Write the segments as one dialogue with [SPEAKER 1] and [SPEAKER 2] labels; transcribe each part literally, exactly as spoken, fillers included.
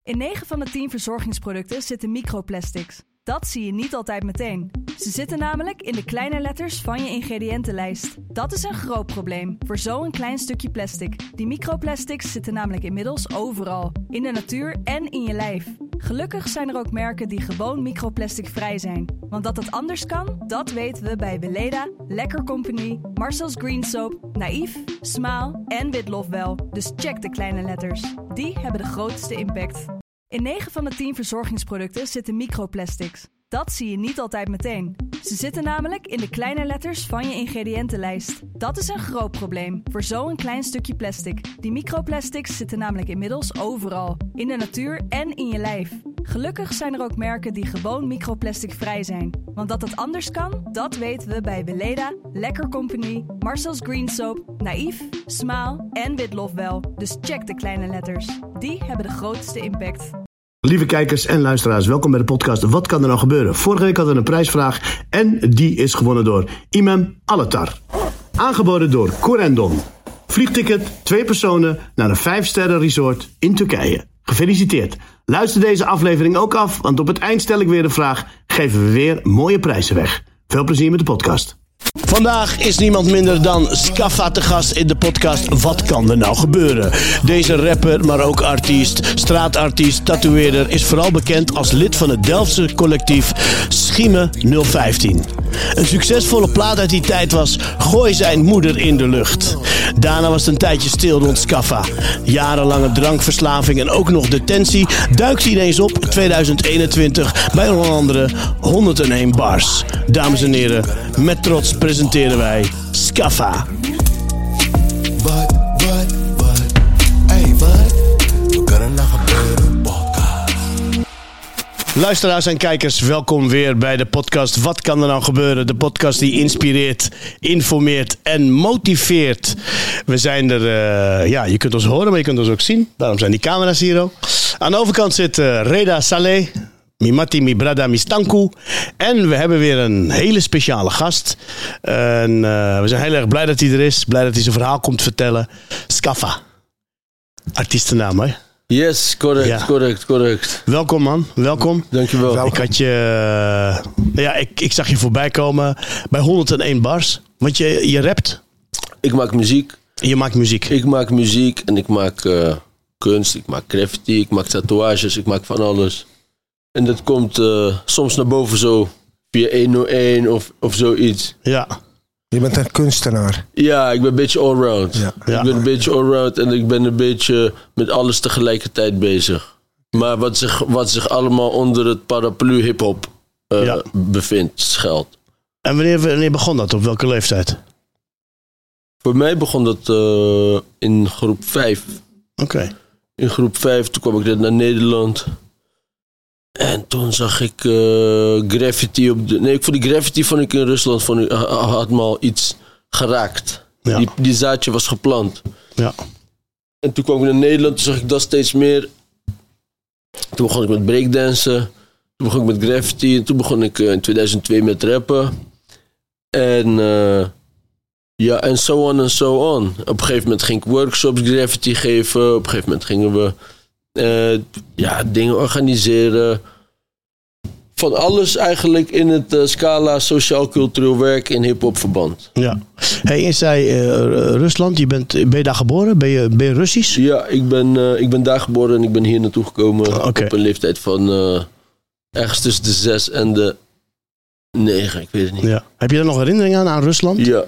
[SPEAKER 1] In negen van de tien verzorgingsproducten zitten microplastics. Dat zie je niet altijd meteen. Ze zitten namelijk in de kleine letters van je ingrediëntenlijst. Dat is een groot probleem voor zo'n klein stukje plastic. Die microplastics zitten namelijk inmiddels overal. In de natuur en in je lijf. Gelukkig zijn er ook merken die gewoon microplasticvrij zijn. Want dat het anders kan, dat weten we bij Weleda, Lekker Company, Marcel's Green Soap, Naïef, Smaal en Witlof wel. Dus check de kleine letters. Die hebben de grootste impact. In negen van de tien verzorgingsproducten zitten microplastics. Dat zie je niet altijd meteen. Ze zitten namelijk in de kleine letters van je ingrediëntenlijst. Dat is een groot probleem voor zo'n klein stukje plastic. Die microplastics zitten namelijk inmiddels overal. In de natuur en in je lijf. Gelukkig zijn er ook merken die gewoon microplasticvrij zijn. Want dat het anders kan, dat weten we bij Weleda, Lekker Company, Marcel's Green Soap, Naïef, Smaal en Witlof wel. Dus check de kleine letters. Die hebben de grootste impact.
[SPEAKER 2] Lieve kijkers en luisteraars, welkom bij de podcast Wat kan er nou gebeuren? Vorige week hadden we een prijsvraag en die is gewonnen door Imam Alatar. Aangeboden door Corendon. Vliegticket, twee personen naar een vijf sterren resort in Turkije. Gefeliciteerd. Luister deze aflevering ook af, want op het eind stel ik weer de vraag, geven we weer mooie prijzen weg. Veel plezier met de podcast. Vandaag is niemand minder dan Scaffa te gast in de podcast Wat kan er nou gebeuren? Deze rapper, maar ook artiest, straatartiest, tatoeëerder is vooral bekend als lid van het Delftse collectief Schieme nul vijftien. Een succesvolle plaat uit die tijd was Gooi zijn moeder in de lucht. Daarna was het een tijdje stil rond Scaffa. Jarenlange drankverslaving en ook nog detentie duikt hij ineens op in tweeduizend eenentwintig bij onder andere honderdéén bars. Dames en heren, met trots presenteren wij Scaffa.
[SPEAKER 3] Wat, wat, wat, hey wat, we kunnen nog gebeuren, podcast.
[SPEAKER 2] Luisteraars en kijkers, welkom weer bij de podcast Wat kan er nou gebeuren? De podcast die inspireert, informeert en motiveert. We zijn er, uh, ja, je kunt ons horen, maar je kunt ons ook zien. Daarom zijn die camera's hier ook. Aan de overkant zit uh, Reda Saleh. Mimati, mi brada, mi stanku. En we hebben weer een hele speciale gast. En uh, we zijn heel erg blij dat hij er is. Blij dat hij zijn verhaal komt vertellen. Scaffa. Artiestennaam, hè?
[SPEAKER 4] Yes, correct, ja. correct, correct.
[SPEAKER 2] Welkom, man. Welkom.
[SPEAKER 4] Dankjewel.
[SPEAKER 2] Welkom. Ik had je... Uh, ja, ik, ik zag je voorbij komen bij honderdéén bars. Want je, je rapt.
[SPEAKER 4] Ik maak muziek.
[SPEAKER 2] Je maakt muziek.
[SPEAKER 4] Ik maak muziek en ik maak uh, kunst. Ik maak graffiti. Ik maak tatoeages. Ik maak van alles. En dat komt uh, soms naar boven zo via honderdéén of, of zoiets.
[SPEAKER 2] Ja.
[SPEAKER 5] Je bent een kunstenaar.
[SPEAKER 4] Ja, ik ben een beetje allround.
[SPEAKER 5] Ja.
[SPEAKER 4] Ja. Ik ben een beetje allround en ik ben een beetje met alles tegelijkertijd bezig. Maar wat zich, wat zich allemaal onder het paraplu hip-hop uh, ja. bevindt, schuilt.
[SPEAKER 2] En wanneer, wanneer begon dat? Op welke leeftijd?
[SPEAKER 4] Voor mij begon dat uh, in groep vijf.
[SPEAKER 2] Oké. Okay.
[SPEAKER 4] In groep vijf, toen kwam ik net naar Nederland. En toen zag ik uh, graffiti op de... Nee, ik vond die graffiti vond ik in Rusland vond ik, had me al iets geraakt. Ja. Die, die zaadje was geplant.
[SPEAKER 2] Ja.
[SPEAKER 4] En toen kwam ik naar Nederland, toen zag ik dat steeds meer. Toen begon ik met breakdansen. Toen begon ik met graffiti. En toen begon ik uh, in tweeduizend twee met rappen. En... Uh, ja, en so on en so on. Op een gegeven moment ging ik workshops graffiti geven. Op een gegeven moment gingen we... Uh, ja, dingen organiseren. Van alles eigenlijk in het uh, scala sociaal-cultureel werk in hip-hop verband.
[SPEAKER 2] Ja. Hey, je zei uh, Rusland, je bent, ben je daar geboren? Ben je, ben je Russisch?
[SPEAKER 4] Ja, ik ben, uh, ik ben daar geboren en ik ben hier naartoe gekomen oh, okay. op een leeftijd van uh, ergens tussen de zes en de negen, ik weet het niet.
[SPEAKER 2] Ja. Heb je er nog herinneringen aan, aan Rusland?
[SPEAKER 4] Ja.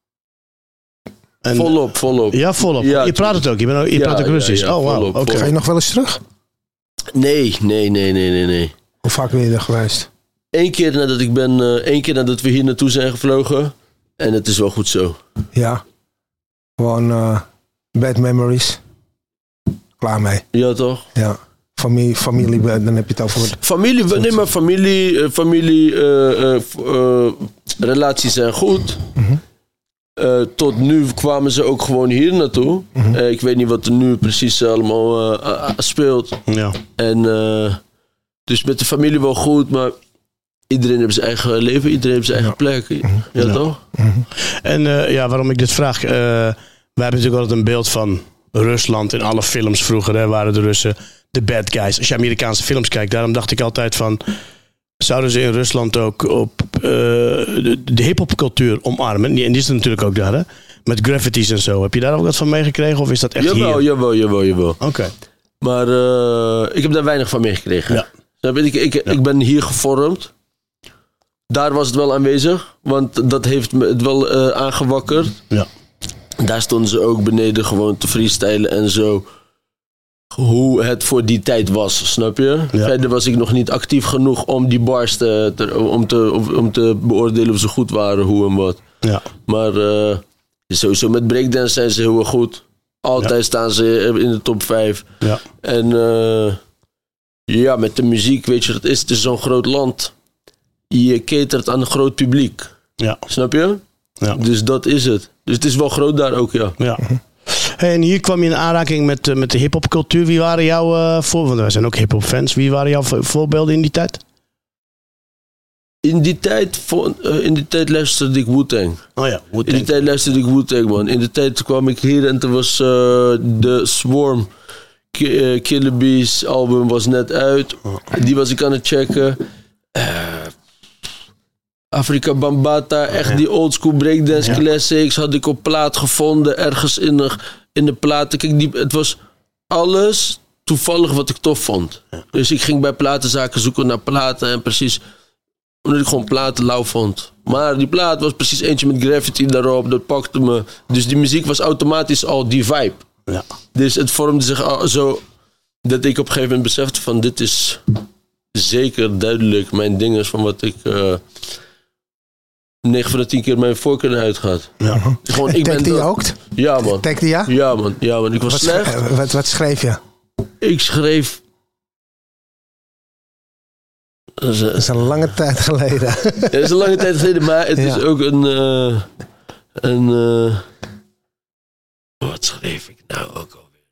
[SPEAKER 4] En, volop, volop.
[SPEAKER 2] Ja, volop. Ja, je praat het ook. Je, bent ook, je ja, praat ook Russisch. Ja, ja, oh, wow.
[SPEAKER 5] Oké. Okay. Ga je nog wel eens terug?
[SPEAKER 4] Nee, nee, nee, nee, nee, nee.
[SPEAKER 5] Hoe vaak ben je er geweest?
[SPEAKER 4] Eén keer nadat ik ben, uh, één keer nadat we hier naartoe zijn gevlogen. En het is wel goed zo.
[SPEAKER 5] Ja. Gewoon uh, bad memories. Klaar mee.
[SPEAKER 4] Ja, toch?
[SPEAKER 5] Ja. Familie, familie, dan heb je het over...
[SPEAKER 4] Familie, nee, maar familie, familie, uh, uh, uh, relaties zijn goed. Mm-hmm. Uh, tot nu kwamen ze ook gewoon hier naartoe. Mm-hmm. Uh, ik weet niet wat er nu precies allemaal uh, uh, speelt. Ja. En uh, dus met de familie wel goed, maar iedereen heeft zijn eigen leven, iedereen heeft zijn eigen ja. plek. Mm-hmm. Ja, ja, toch?
[SPEAKER 2] Mm-hmm. En uh, ja, waarom ik dit vraag, uh, wij hebben natuurlijk altijd een beeld van Rusland in alle films vroeger, hè, waren de Russen
[SPEAKER 6] de bad guys. Als je Amerikaanse films kijkt, daarom dacht ik altijd van... Zouden ze in Rusland ook op uh, de, de hip-hopcultuur omarmen? En die is er natuurlijk ook daar, hè? Met graffitis en zo. Heb je daar ook wat van meegekregen of is dat echt
[SPEAKER 4] jawel,
[SPEAKER 6] hier?
[SPEAKER 4] Jawel, jawel, jawel.
[SPEAKER 6] Oké. Okay.
[SPEAKER 4] Maar uh, ik heb daar weinig van meegekregen.
[SPEAKER 6] Ja.
[SPEAKER 4] Ik, ik,
[SPEAKER 6] ja.
[SPEAKER 4] ik ben hier gevormd. Daar was het wel aanwezig. Want dat heeft me het wel uh, aangewakkerd.
[SPEAKER 6] Ja.
[SPEAKER 4] Daar stonden ze ook beneden gewoon te freestylen en zo. Hoe het voor die tijd was, snap je? Ja. Verder was ik nog niet actief genoeg om die bars te, te, om, te, om te beoordelen of ze goed waren, hoe en wat.
[SPEAKER 6] Ja.
[SPEAKER 4] Maar uh, sowieso met breakdance zijn ze heel erg goed. Altijd ja. staan ze in de top vijf.
[SPEAKER 6] Ja.
[SPEAKER 4] En uh, ja, met de muziek, weet je wat het is? Het is zo'n groot land. Je catert aan een groot publiek.
[SPEAKER 6] Ja.
[SPEAKER 4] Snap je?
[SPEAKER 6] Ja.
[SPEAKER 4] Dus dat is het. Dus het is wel groot daar ook, ja.
[SPEAKER 6] Ja. Hey, en hier kwam je in aanraking met, uh, met de hiphopcultuur. Wie waren jouw uh, voorbeelden? Wij zijn ook hiphop fans. Wie waren jouw voorbeelden in die tijd?
[SPEAKER 4] In die tijd, uh, in die tijd luisterde ik Wu-Tang.
[SPEAKER 6] Oh ja, Wu-Tang.
[SPEAKER 4] In die tijd luisterde ik Wu-Tang, man. In die tijd kwam ik hier en toen was uh, de Swarm K- uh, Killer Bees album was net uit. Die was ik aan het checken. Uh, Afrika Bambaataa, echt ja. die oldschool breakdance ja. classics had ik op plaat gevonden. Ergens in de, in de platen. Kijk, die, het was alles toevallig wat ik tof vond. Ja. Dus ik ging bij platenzaken zoeken naar platen en precies... Omdat ik gewoon platen lauw vond. Maar die plaat was precies eentje met graffiti daarop. Dat pakte me. Dus die muziek was automatisch al die vibe.
[SPEAKER 6] Ja. Dus
[SPEAKER 4] het vormde zich al zo... Dat ik op een gegeven moment besefte van... Dit is zeker duidelijk mijn ding is van wat ik... Uh, negen van de tien keer mijn voorkeur uitgaat.
[SPEAKER 5] Ja.
[SPEAKER 4] Gewoon, ik
[SPEAKER 5] Tekte
[SPEAKER 4] ben
[SPEAKER 5] je ook?
[SPEAKER 4] Ja, man.
[SPEAKER 5] Tekte je?
[SPEAKER 4] Ja, man. Ja, man. Ik was
[SPEAKER 5] wat
[SPEAKER 4] slecht.
[SPEAKER 5] Schreef, wat, wat schreef je?
[SPEAKER 4] Ik schreef...
[SPEAKER 5] Dat is, dat is een lange tijd geleden.
[SPEAKER 4] Ja, dat is een lange tijd geleden, maar het ja. is ook een... Uh, een uh, wat schreef ik nou ook alweer?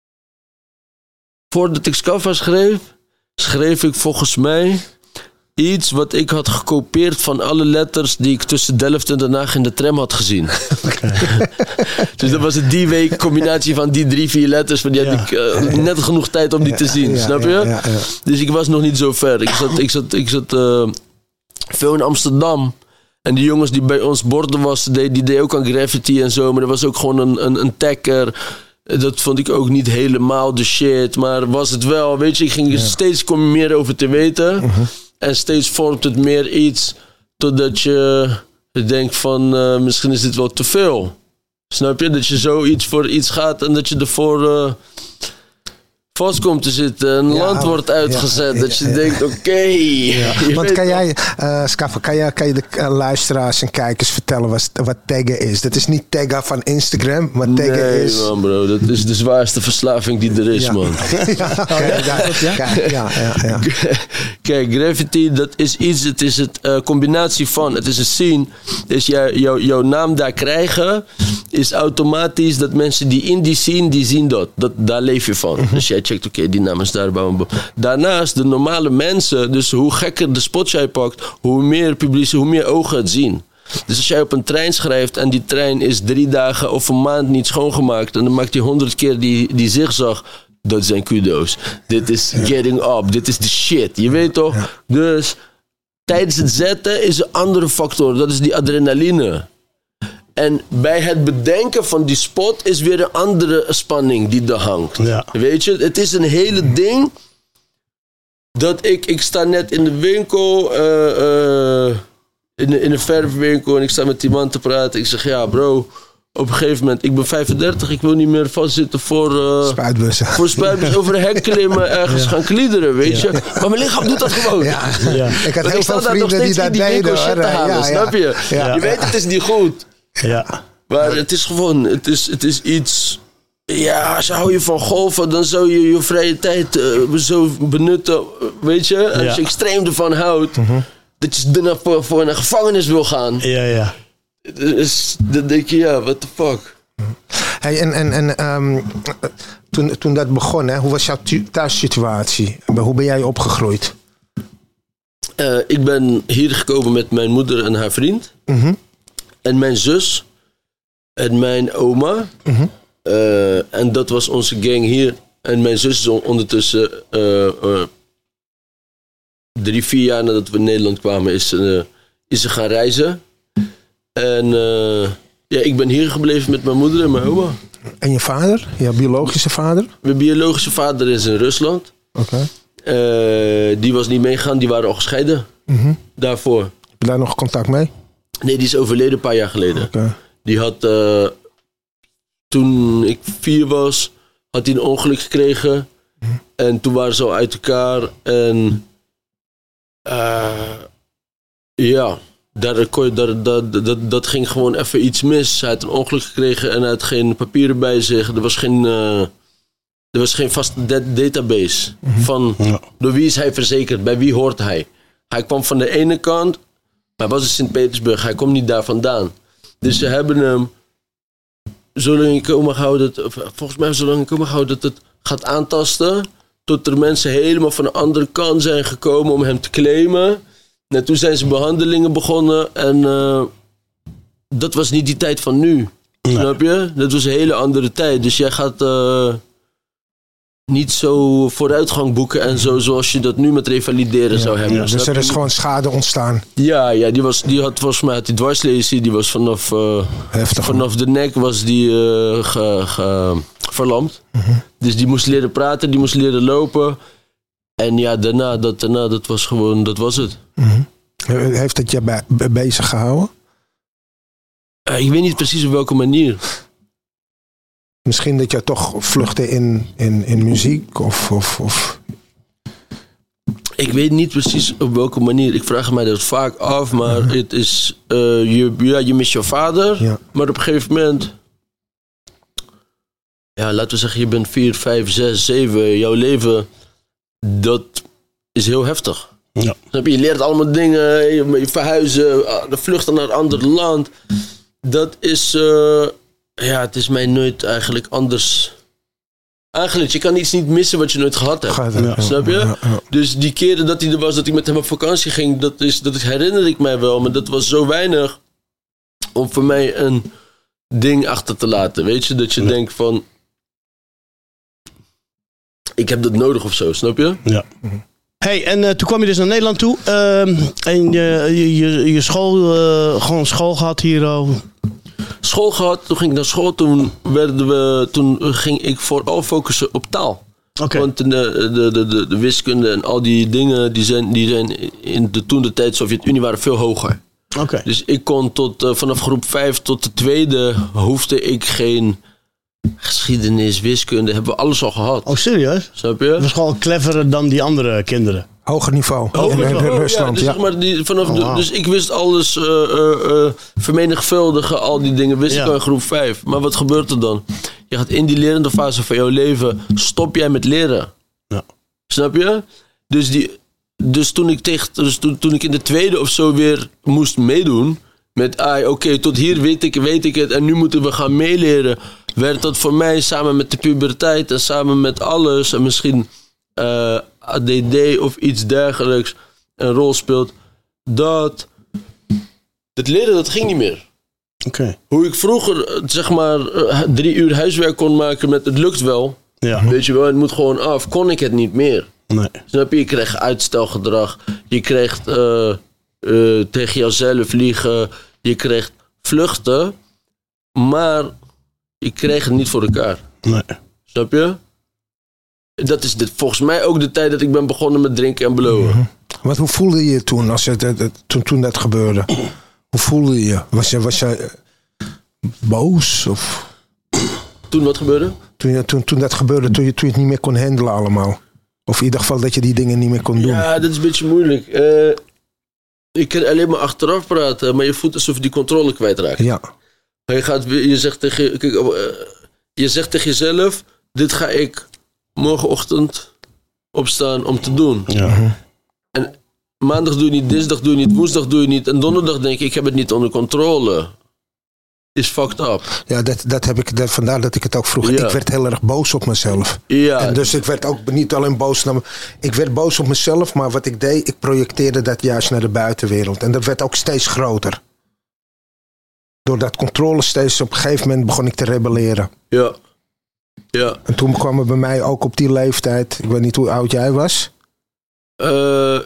[SPEAKER 4] Voordat ik Scaffa schreef, schreef ik volgens mij iets wat ik had gekopieerd van alle letters die ik tussen Delft en Den Haag in de tram had gezien. Okay. Dus dat was het die week combinatie van die drie, vier letters. Maar die ja. had ik uh, net genoeg tijd om die ja, te zien, ja, snap je? Ja, ja, ja. Dus ik was nog niet zo ver. Ik zat, ik zat, ik zat uh, veel in Amsterdam. En die jongens die bij ons borden was, die, die deed ook aan graffiti en zo. Maar er was ook gewoon een, een, een tagger. Dat vond ik ook niet helemaal de shit. Maar was het wel, weet je, ik ging ja. steeds kom meer over te weten. Uh-huh. En steeds vormt het meer iets totdat je denkt van uh, misschien is dit wel te veel. Snap je? Dat je zoiets voor iets gaat en dat je ervoor uh, vast komt te zitten. Een ja, land wordt uitgezet. Ja, dat je ja, denkt, oké. Okay,
[SPEAKER 5] ja. Want kan jij, uh, Scaffa, kan jij, kan je de uh, luisteraars en kijkers vertellen wat, wat taggen is? Dat is niet taggen van Instagram, maar taggen
[SPEAKER 4] nee,
[SPEAKER 5] is...
[SPEAKER 4] Nee man bro, dat is de zwaarste verslaving die er is
[SPEAKER 5] ja.
[SPEAKER 4] man.
[SPEAKER 5] ja, okay, ja, ja, ja, ja, ja.
[SPEAKER 4] Kijk, graffiti, dat is iets, het is een uh, combinatie van, het is een scene. Dus jij, jou, jouw naam daar krijgen, is automatisch dat mensen die in die scene, die zien dat. dat daar leef je van. Mm-hmm. Dus jij checkt, oké, okay, die naam is daar. Daarnaast, de normale mensen, dus hoe gekker de spot jij pakt, hoe meer publieke, hoe meer ogen het zien. Dus als jij op een trein schrijft en die trein is drie dagen of een maand niet schoongemaakt en dan maakt hij honderd keer die, die zigzag, dat zijn kudo's. Dit is getting up, dit is de shit, je weet toch? Ja. Dus tijdens het zetten is een andere factor, dat is die adrenaline. En bij het bedenken van die spot is weer een andere spanning die er hangt. Ja. Weet je, het is een hele ding dat ik, ik sta net in de winkel, uh, uh, in, de, in de verfwinkel en ik sta met die man te praten. Ik zeg, ja bro, op een gegeven moment, ik ben vijfendertig, ik wil niet meer vastzitten voor... Uh,
[SPEAKER 5] spuitbussen.
[SPEAKER 4] Voor spuitbussen, over de hek klimmen, ergens ja. gaan kliederen, weet je. Ja. Maar mijn lichaam doet dat gewoon. Ja.
[SPEAKER 5] Ja. Ik had heel veel vrienden die dat deden.
[SPEAKER 4] Shit te halen, ja, ja. Snap je? Ja. Je weet, het is niet goed.
[SPEAKER 6] Ja.
[SPEAKER 4] Maar het is gewoon, het is, het is iets... Ja, als hou je van golven, dan zou je je vrije tijd uh, zo benutten, weet je? Als ja. je extreem ervan houdt, uh-huh. dat je daarna voor, voor een gevangenis wil gaan.
[SPEAKER 6] Ja, ja.
[SPEAKER 4] Dus dan denk je, ja, what the fuck.
[SPEAKER 5] Hey, en en, en um, toen, toen dat begon, hè, hoe was jouw tu- thuissituatie? Hoe ben jij opgegroeid?
[SPEAKER 4] Uh, ik ben hier gekomen met mijn moeder en haar vriend.
[SPEAKER 5] Uh-huh.
[SPEAKER 4] En mijn zus. En mijn oma.
[SPEAKER 5] Uh-huh.
[SPEAKER 4] Uh, en dat was onze gang hier. En mijn zus is on- ondertussen uh, uh, drie, vier jaar nadat we in Nederland kwamen, is, uh, is ze gaan reizen. En uh, ja, ik ben hier gebleven met mijn moeder en mijn oma.
[SPEAKER 5] En je vader? Je biologische vader?
[SPEAKER 4] Mijn biologische vader is in Rusland.
[SPEAKER 5] Oké.
[SPEAKER 4] Okay. Uh, die was niet meegegaan, die waren al gescheiden.
[SPEAKER 5] Mm-hmm.
[SPEAKER 4] Daarvoor.
[SPEAKER 5] Heb je daar nog contact mee?
[SPEAKER 4] Nee, die is overleden een paar jaar geleden.
[SPEAKER 5] Okay.
[SPEAKER 4] Die had, uh, toen ik vier was, had hij een ongeluk gekregen. Mm-hmm. En toen waren ze al uit elkaar. En uh, ja, daar, daar, dat, dat, dat ging gewoon even iets mis. Hij had een ongeluk gekregen en hij had geen papieren bij zich. Er was geen, uh, er was geen vaste da- database mm-hmm. van ja. door wie is hij verzekerd, bij wie hoort hij. Hij kwam van de ene kant, maar hij was in Sint-Petersburg, hij komt niet daar vandaan. Dus ze hebben hem zo lang in coma gehouden, dat, volgens mij zo lang in coma gehouden dat het gaat aantasten, tot er mensen helemaal van de andere kant zijn gekomen om hem te claimen. En toen zijn ze behandelingen begonnen en uh, dat was niet die tijd van nu. Nee. Snap je? Dat was een hele andere tijd. Dus jij gaat uh, niet zo vooruitgang boeken en zo zoals je dat nu met revalideren ja, zou hebben.
[SPEAKER 5] Ja, dus er is gewoon schade ontstaan.
[SPEAKER 4] Ja, ja die, was, die had volgens mij had die dwarslesie, die was vanaf, uh, vanaf de nek was die uh, ge, ge, verlamd. Uh-huh. Dus die moest leren praten, die moest leren lopen. En ja, daarna, dat, daarna, dat was gewoon, dat was het.
[SPEAKER 5] Mm-hmm. Heeft het je bij, bij bezig gehouden?
[SPEAKER 4] Uh, ik weet niet precies op welke manier.
[SPEAKER 5] Misschien dat je toch vluchtte in, in, in muziek of, of, of...
[SPEAKER 4] Ik weet niet precies op welke manier. Ik vraag mij dat vaak af, maar uh-huh. het is, uh, je, ja, je mist je vader, ja. Maar op een gegeven moment, ja, laten we zeggen, je bent vier, vijf, zes, zeven, jouw leven, dat is heel heftig. Ja. Je leert allemaal dingen, je verhuizen, vluchten naar een ander land. Dat is, uh, ja, het is mij nooit eigenlijk anders aangeleerd. Je kan iets niet missen wat je nooit gehad hebt. Gaat, ja. Snap je? Ja, ja. Dus die keren dat hij er was, dat ik met hem op vakantie ging, dat, is, dat herinner ik mij wel. Maar dat was zo weinig om voor mij een ding achter te laten. Weet je, dat je ja. denkt van, ik heb dat nodig of zo, snap je?
[SPEAKER 6] Ja. Hey, en uh, toen kwam je dus naar Nederland toe. Uh, en je, je, je, je school, uh, gewoon school gehad hier al.
[SPEAKER 4] School gehad, toen ging ik naar school. Toen, werden we, toen ging ik vooral focussen op taal. Okay. Want de, de, de, de, de wiskunde en al die dingen, die zijn, die zijn in de toen de tijd Sovjet-Unie waren veel hoger.
[SPEAKER 6] Okay.
[SPEAKER 4] Dus ik kon tot, uh, vanaf groep vijf tot de tweede hoefde ik geen geschiedenis, wiskunde, hebben we alles al gehad.
[SPEAKER 6] Oh, serieus?
[SPEAKER 4] Snap je?
[SPEAKER 6] Dat was gewoon cleverer dan die andere kinderen.
[SPEAKER 5] Hoger niveau.
[SPEAKER 4] Hoger
[SPEAKER 5] in,
[SPEAKER 4] niveau,
[SPEAKER 5] in Rusland,
[SPEAKER 4] ja. Dus,
[SPEAKER 5] ja.
[SPEAKER 4] zeg maar die, vanaf
[SPEAKER 5] oh,
[SPEAKER 4] de,
[SPEAKER 5] wow.
[SPEAKER 4] dus ik wist alles, uh, uh, uh, vermenigvuldigen, al die dingen wist ja. ik al in groep vijf. Maar wat gebeurt er dan? Je gaat in die lerende fase van jouw leven, stop jij met leren.
[SPEAKER 6] Ja.
[SPEAKER 4] Snap je? Dus, die, dus, toen, ik tegen, dus toen, toen ik in de tweede of zo weer moest meedoen, met ah, oké, okay, tot hier weet ik, weet ik het en nu moeten we gaan meeleren, werd dat voor mij samen met de puberteit en samen met alles en misschien uh, A D D of iets dergelijks een rol speelt, dat het leren, dat ging niet meer.
[SPEAKER 6] Okay.
[SPEAKER 4] Hoe ik vroeger, zeg maar, drie uur huiswerk kon maken met het lukt wel,
[SPEAKER 6] ja.
[SPEAKER 4] weet je wel, het moet gewoon af, kon ik het niet meer.
[SPEAKER 6] Nee.
[SPEAKER 4] Snap je? Je kreeg uitstelgedrag, je kreeg uh, uh, tegen jouzelf liegen, je kreeg vluchten, maar je kreeg het niet voor elkaar.
[SPEAKER 6] Nee.
[SPEAKER 4] Snap je? Dat is dit, volgens mij ook de tijd dat ik ben begonnen met drinken en blowen. Mm-hmm.
[SPEAKER 5] Wat, hoe voelde je je toen, als je, dat, dat, toen, toen dat gebeurde? Hoe voelde je je? Was je, was je boos? Of?
[SPEAKER 4] Toen wat gebeurde?
[SPEAKER 5] Toen, toen, toen dat gebeurde, toen je, toen je het niet meer kon handelen allemaal. Of in ieder geval dat je die dingen niet meer kon doen.
[SPEAKER 4] Ja, dat is een beetje moeilijk. Uh, ik kan alleen maar achteraf praten, maar je voelt alsof je die controle kwijtraakt.
[SPEAKER 5] Ja.
[SPEAKER 4] Je, gaat, je, zegt tegen, kijk, uh, je zegt tegen jezelf, dit ga ik morgenochtend opstaan om te doen.
[SPEAKER 6] Ja.
[SPEAKER 4] En maandag doe je niet, dinsdag doe je niet, woensdag doe je niet. En donderdag denk ik, ik heb het niet onder controle. Is fucked up.
[SPEAKER 5] Ja, dat, dat heb ik, dat, vandaar dat ik het ook vroeg.
[SPEAKER 4] Ja.
[SPEAKER 5] Ik werd heel erg boos op mezelf.
[SPEAKER 4] Ja.
[SPEAKER 5] En dus ik werd ook niet alleen boos naar me. Ik werd boos op mezelf, maar wat ik deed, ik projecteerde dat juist naar de buitenwereld. En dat werd ook steeds groter. Door dat controle steeds, op een gegeven moment begon ik te rebelleren.
[SPEAKER 4] Ja. Ja.
[SPEAKER 5] En toen kwam er bij mij ook op die leeftijd... Ik weet niet hoe oud jij was.
[SPEAKER 4] Uh,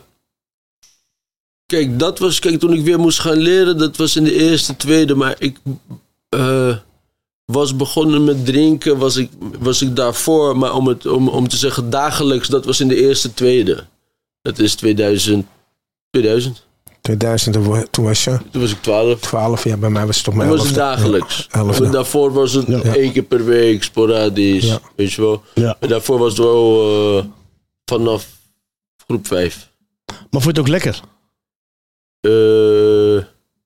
[SPEAKER 4] kijk, dat was... Kijk, toen ik weer moest gaan leren... Dat was in de eerste, tweede. Maar ik uh, was begonnen met drinken. Was ik, was ik daarvoor. Maar om, het, om, om te zeggen dagelijks... Dat was in de eerste, tweede. Dat is tweeduizend. tweeduizend.
[SPEAKER 5] tweeduizend, toen was je?
[SPEAKER 4] Toen was ik twaalf.
[SPEAKER 5] twaalf, ja, bij mij was het toch maar
[SPEAKER 4] elf. Toen was het dagelijks.
[SPEAKER 5] Ja, elf, ja.
[SPEAKER 4] Daarvoor was het
[SPEAKER 5] ja.
[SPEAKER 4] één keer per week, sporadisch. Ja. Weet je wel.
[SPEAKER 6] Ja.
[SPEAKER 4] En daarvoor was het wel uh, vanaf groep vijf.
[SPEAKER 6] Maar vond je het ook lekker?
[SPEAKER 4] Uh,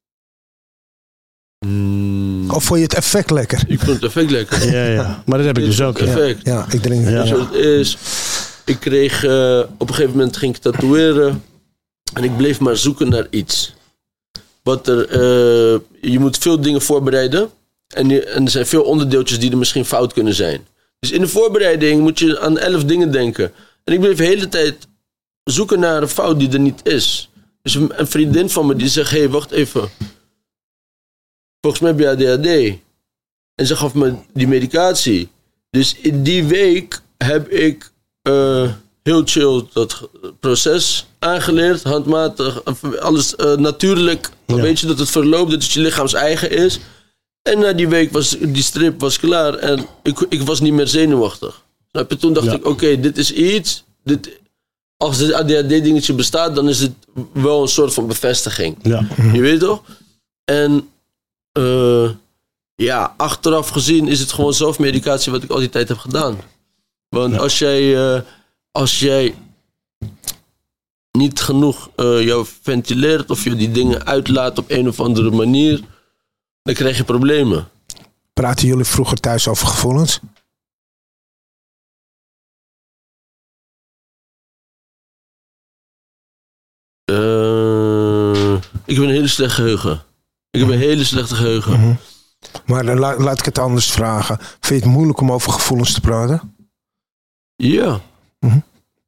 [SPEAKER 4] mm,
[SPEAKER 5] of vond je het effect lekker?
[SPEAKER 4] Ik vond het effect lekker.
[SPEAKER 6] Ja, ja. Maar dat heb ik dus ook.
[SPEAKER 4] Effect.
[SPEAKER 5] Ja, ja, ik drink.
[SPEAKER 6] Ja.
[SPEAKER 4] Zo het is... Ik kreeg, uh, op een gegeven moment ging ik tatoeëren. En ik bleef maar zoeken naar iets. Wat er, uh, je moet veel dingen voorbereiden. En, je, en er zijn veel onderdeeltjes die er misschien fout kunnen zijn. Dus in de voorbereiding moet je aan elf dingen denken. En ik bleef de hele tijd zoeken naar een fout die er niet is. Dus een, een vriendin van me die zegt, hé, hey, wacht even. Volgens mij heb je A D H D. En ze gaf me die medicatie. Dus in die week heb ik... Uh, heel chill dat proces aangeleerd, handmatig, alles uh, natuurlijk. Dan ja. weet je dat het verloopt, dat het je lichaams eigen is. En na die week was die strip was klaar en ik, ik was niet meer zenuwachtig. Snap je? Toen dacht ja. ik, oké, okay, dit is iets. Dit, als het A D H D-dingetje bestaat, dan is het wel een soort van bevestiging. Ja. Je weet toch? En uh, ja, achteraf gezien is het gewoon zelfmedicatie wat ik al die tijd heb gedaan. Want ja. als jij, uh, als jij niet genoeg uh, jou ventileert of je die dingen uitlaat op een of andere manier, dan krijg je problemen.
[SPEAKER 5] Praten jullie vroeger thuis over gevoelens?
[SPEAKER 4] Uh, ik heb een hele slechte geheugen. Ik heb een hele slechte geheugen.
[SPEAKER 5] Mm-hmm. Maar uh, la- laat ik het anders vragen. Vind je het moeilijk om over gevoelens te praten?
[SPEAKER 4] Ja.
[SPEAKER 5] Mm-hmm.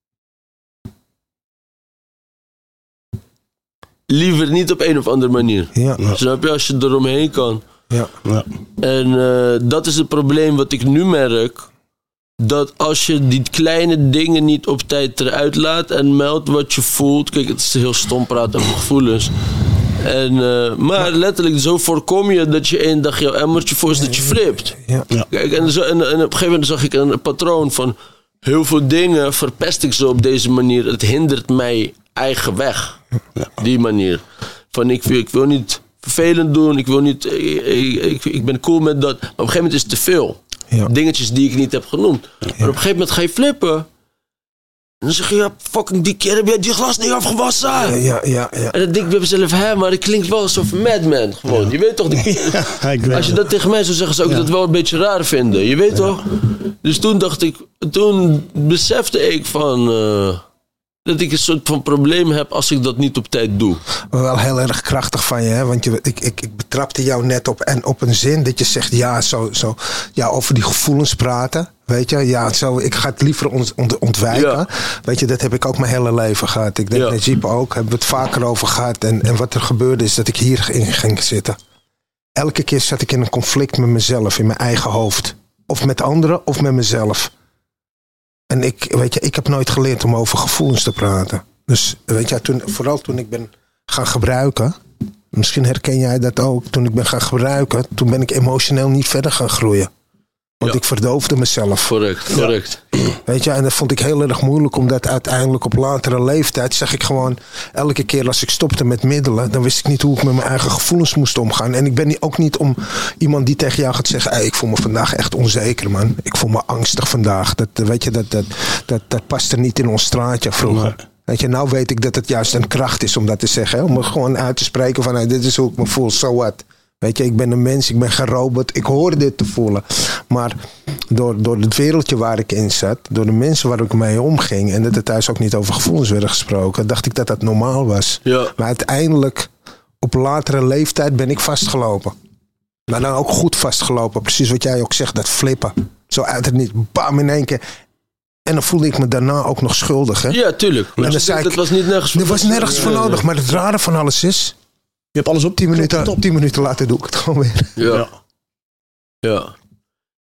[SPEAKER 4] Liever niet op een of andere manier.
[SPEAKER 5] Ja. Ja.
[SPEAKER 4] Snap je? Als je eromheen kan.
[SPEAKER 5] Ja. Ja.
[SPEAKER 4] En uh, dat is het probleem wat ik nu merk. Dat als je die kleine dingen niet op tijd eruit laat en meldt wat je voelt. Kijk, het is heel stom praten over gevoelens. En, uh, maar letterlijk, zo voorkom je dat je één dag jouw emmertje voor is dat je flipt.
[SPEAKER 5] Ja. Ja.
[SPEAKER 4] Kijk, en, zo, en, en op een gegeven moment zag ik een patroon van heel veel dingen verpest ik zo op deze manier. Het hindert mij eigen weg. Ja. Die manier. Van ik, ik wil niet vervelend doen, ik wil niet, ik, ik, ik ben cool met dat. Maar op een gegeven moment is het te veel. Ja. Dingetjes die ik niet heb genoemd. Ja. Maar op een gegeven moment ga je flippen. En dan zeg je, ja, fucking die keer heb jij die glas niet afgewassen.
[SPEAKER 5] Ja, ja, ja, ja.
[SPEAKER 4] En dan denk ik bij mezelf, hè, maar het klinkt wel alsof een madman. Gewoon. Ja. Je weet toch, die, ja, ik weet als je dat tegen mij zou zeggen, zou ik ja. dat wel een beetje raar vinden. Je weet ja. toch? Dus toen dacht ik, toen besefte ik van... Uh, dat ik een soort van probleem heb als ik dat niet op tijd doe.
[SPEAKER 5] Maar wel heel erg krachtig van je, hè? Want je, ik, ik, ik betrapte jou net op, en op een zin dat je zegt, ja, zo, zo, ja, over die gevoelens praten. Weet je, ja, zo, ik ga het liever ont, ont, ontwijken. Ja. Weet je, dat heb ik ook mijn hele leven gehad. Ik denk, ja. Najib ook, hebben we het vaker over gehad. En, en wat er gebeurde is dat ik hierin ging zitten. Elke keer zat ik in een conflict met mezelf, in mijn eigen hoofd. Of met anderen, of met mezelf. En ik, weet je, ik heb nooit geleerd om over gevoelens te praten. Dus weet je, toen, vooral toen ik ben gaan gebruiken. Misschien herken jij dat ook. Toen ik ben gaan gebruiken, toen ben ik emotioneel niet verder gaan groeien. Want ja. ik verdoofde mezelf.
[SPEAKER 4] Correct, correct.
[SPEAKER 5] Ja. Weet je, en dat vond ik heel erg moeilijk. Omdat uiteindelijk op latere leeftijd zag ik gewoon... Elke keer als ik stopte met middelen... dan wist ik niet hoe ik met mijn eigen gevoelens moest omgaan. En ik ben ook niet om iemand die tegen jou gaat zeggen... Hey, ik voel me vandaag echt onzeker, man. Ik voel me angstig vandaag. Dat, weet je, dat, dat, dat, dat past er niet in ons straatje vroeger. Nee. Weet je, nou weet ik dat het juist een kracht is om dat te zeggen. Hè? Om er gewoon uit te spreken van... Hey, dit is hoe ik me voel, so what. Weet je, ik ben een mens, ik ben geen robot. Ik hoor dit te voelen. Maar door, door het wereldje waar ik in zat... door de mensen waar ik mee omging... en dat er thuis ook niet over gevoelens werden gesproken... dacht ik dat dat normaal was.
[SPEAKER 4] Ja.
[SPEAKER 5] Maar uiteindelijk, op latere leeftijd ben ik vastgelopen. Maar dan ook goed vastgelopen. Precies wat jij ook zegt, dat flippen. Zo uit het niet, bam, in één keer... En dan voelde ik me daarna ook nog schuldig. Hè?
[SPEAKER 4] Ja, tuurlijk. Maar dat, dat ik, was niet nergens voor
[SPEAKER 5] Er was nergens voor nodig. Maar het rare van alles is...
[SPEAKER 6] Je hebt alles op
[SPEAKER 5] tien minuten, op tien minuten later doe ik het gewoon weer.
[SPEAKER 4] Ja. Ja.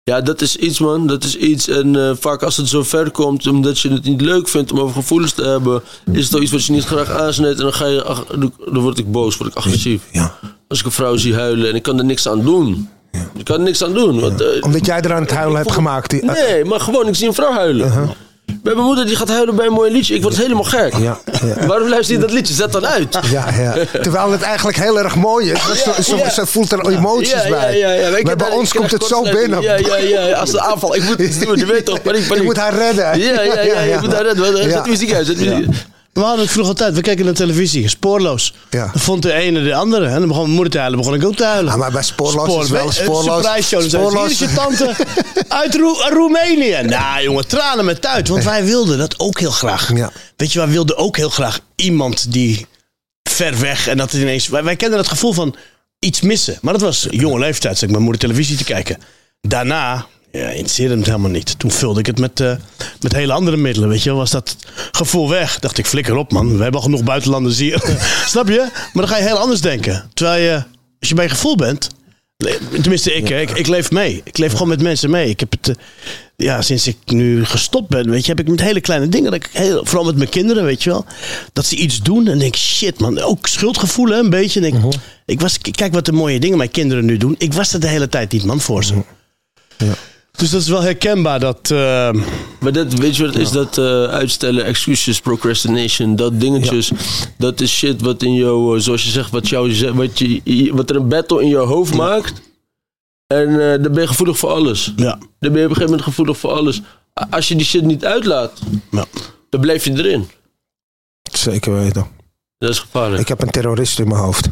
[SPEAKER 4] Ja, dat is iets, man. Dat is iets. En uh, vaak als het zo ver komt, omdat je het niet leuk vindt om over gevoelens te hebben, is het toch iets wat je niet graag aansnijdt. En dan ga je, ach, dan word ik boos, word ik agressief. Ja. Als ik een vrouw zie huilen en ik kan er niks aan doen. Ja. Ik kan er niks aan doen. Want, uh,
[SPEAKER 5] Omdat jij er aan het huilen hebt gemaakt. Die, uh,
[SPEAKER 4] nee, maar gewoon, ik zie een vrouw huilen. Uh-huh. Bij mijn moeder die gaat huilen bij een mooi liedje. Ik word helemaal gek. Ja, ja. Waarom luister je dat liedje? Zet dan uit.
[SPEAKER 5] Ja, ja. Terwijl het eigenlijk heel erg mooi is. Ja, ze, ja. ze voelt er emoties ja, bij. Ja, ja, ja. Maar bij ons komt het zo binnen.
[SPEAKER 4] Ja, ja, ja. Als de aanval. Ik moet het doen. Je weet toch. Paniek, paniek.
[SPEAKER 5] Je moet haar redden.
[SPEAKER 4] Ja, ja, ja. Je moet haar redden. Zet ja. muziek uit. Zet muziek. Ja.
[SPEAKER 6] We hadden het vroeger altijd. We keken naar televisie. Spoorloos. Ja. Dan vond de ene de andere. En dan begon mijn moeder te huilen. begon ik ook te huilen.
[SPEAKER 5] Ja, maar bij Spoorloos Spoor, is wel spoorloos.
[SPEAKER 6] Surprise show. Spoorloos. Hier is je tante uit Ro- Roemenië. Nou jongen, tranen met tuit. Want wij wilden dat ook heel graag. Ja. Weet je, wij wilden ook heel graag iemand die ver weg. En dat het ineens... Wij, wij kenden het gevoel van iets missen. Maar dat was jonge leeftijd. Zat ik mijn moeder televisie te kijken. Daarna... Ja, interesseerde het helemaal niet. Toen vulde ik het met, uh, met hele andere middelen. Weet je, was dat gevoel weg. Dacht ik, flikker op man. We hebben al genoeg buitenlanders hier. Snap je? Maar dan ga je heel anders denken. Terwijl je, als je bij je gevoel bent. Tenminste, ik, ja. ik, ik leef mee. Ik leef ja. gewoon met mensen mee. Ik heb het, uh, ja, sinds ik nu gestopt ben, weet je, heb ik met hele kleine dingen. Dat ik heel, vooral met mijn kinderen, weet je wel. Dat ze iets doen en denk shit man. Ook schuldgevoel hè, een beetje. Denk, uh-huh. ik was, kijk wat de mooie dingen mijn kinderen nu doen. Ik was er de hele tijd niet man voor ze. Uh-huh. Ja. Dus dat is wel herkenbaar dat... Uh...
[SPEAKER 4] Maar dat, weet je wat het is? Dat uh, uitstellen, excuses, procrastination, dat dingetjes. Ja. Dat is shit wat in jou, zoals je zegt, wat, jou, wat, je, wat er een battle in je hoofd ja. maakt. En uh, dan ben je gevoelig voor alles. Ja. Dan ben je op een gegeven moment gevoelig voor alles. Als je die shit niet uitlaat, ja. dan blijf je erin.
[SPEAKER 5] Zeker weten.
[SPEAKER 4] Dat is gevaarlijk.
[SPEAKER 5] Ik heb een terrorist in mijn hoofd.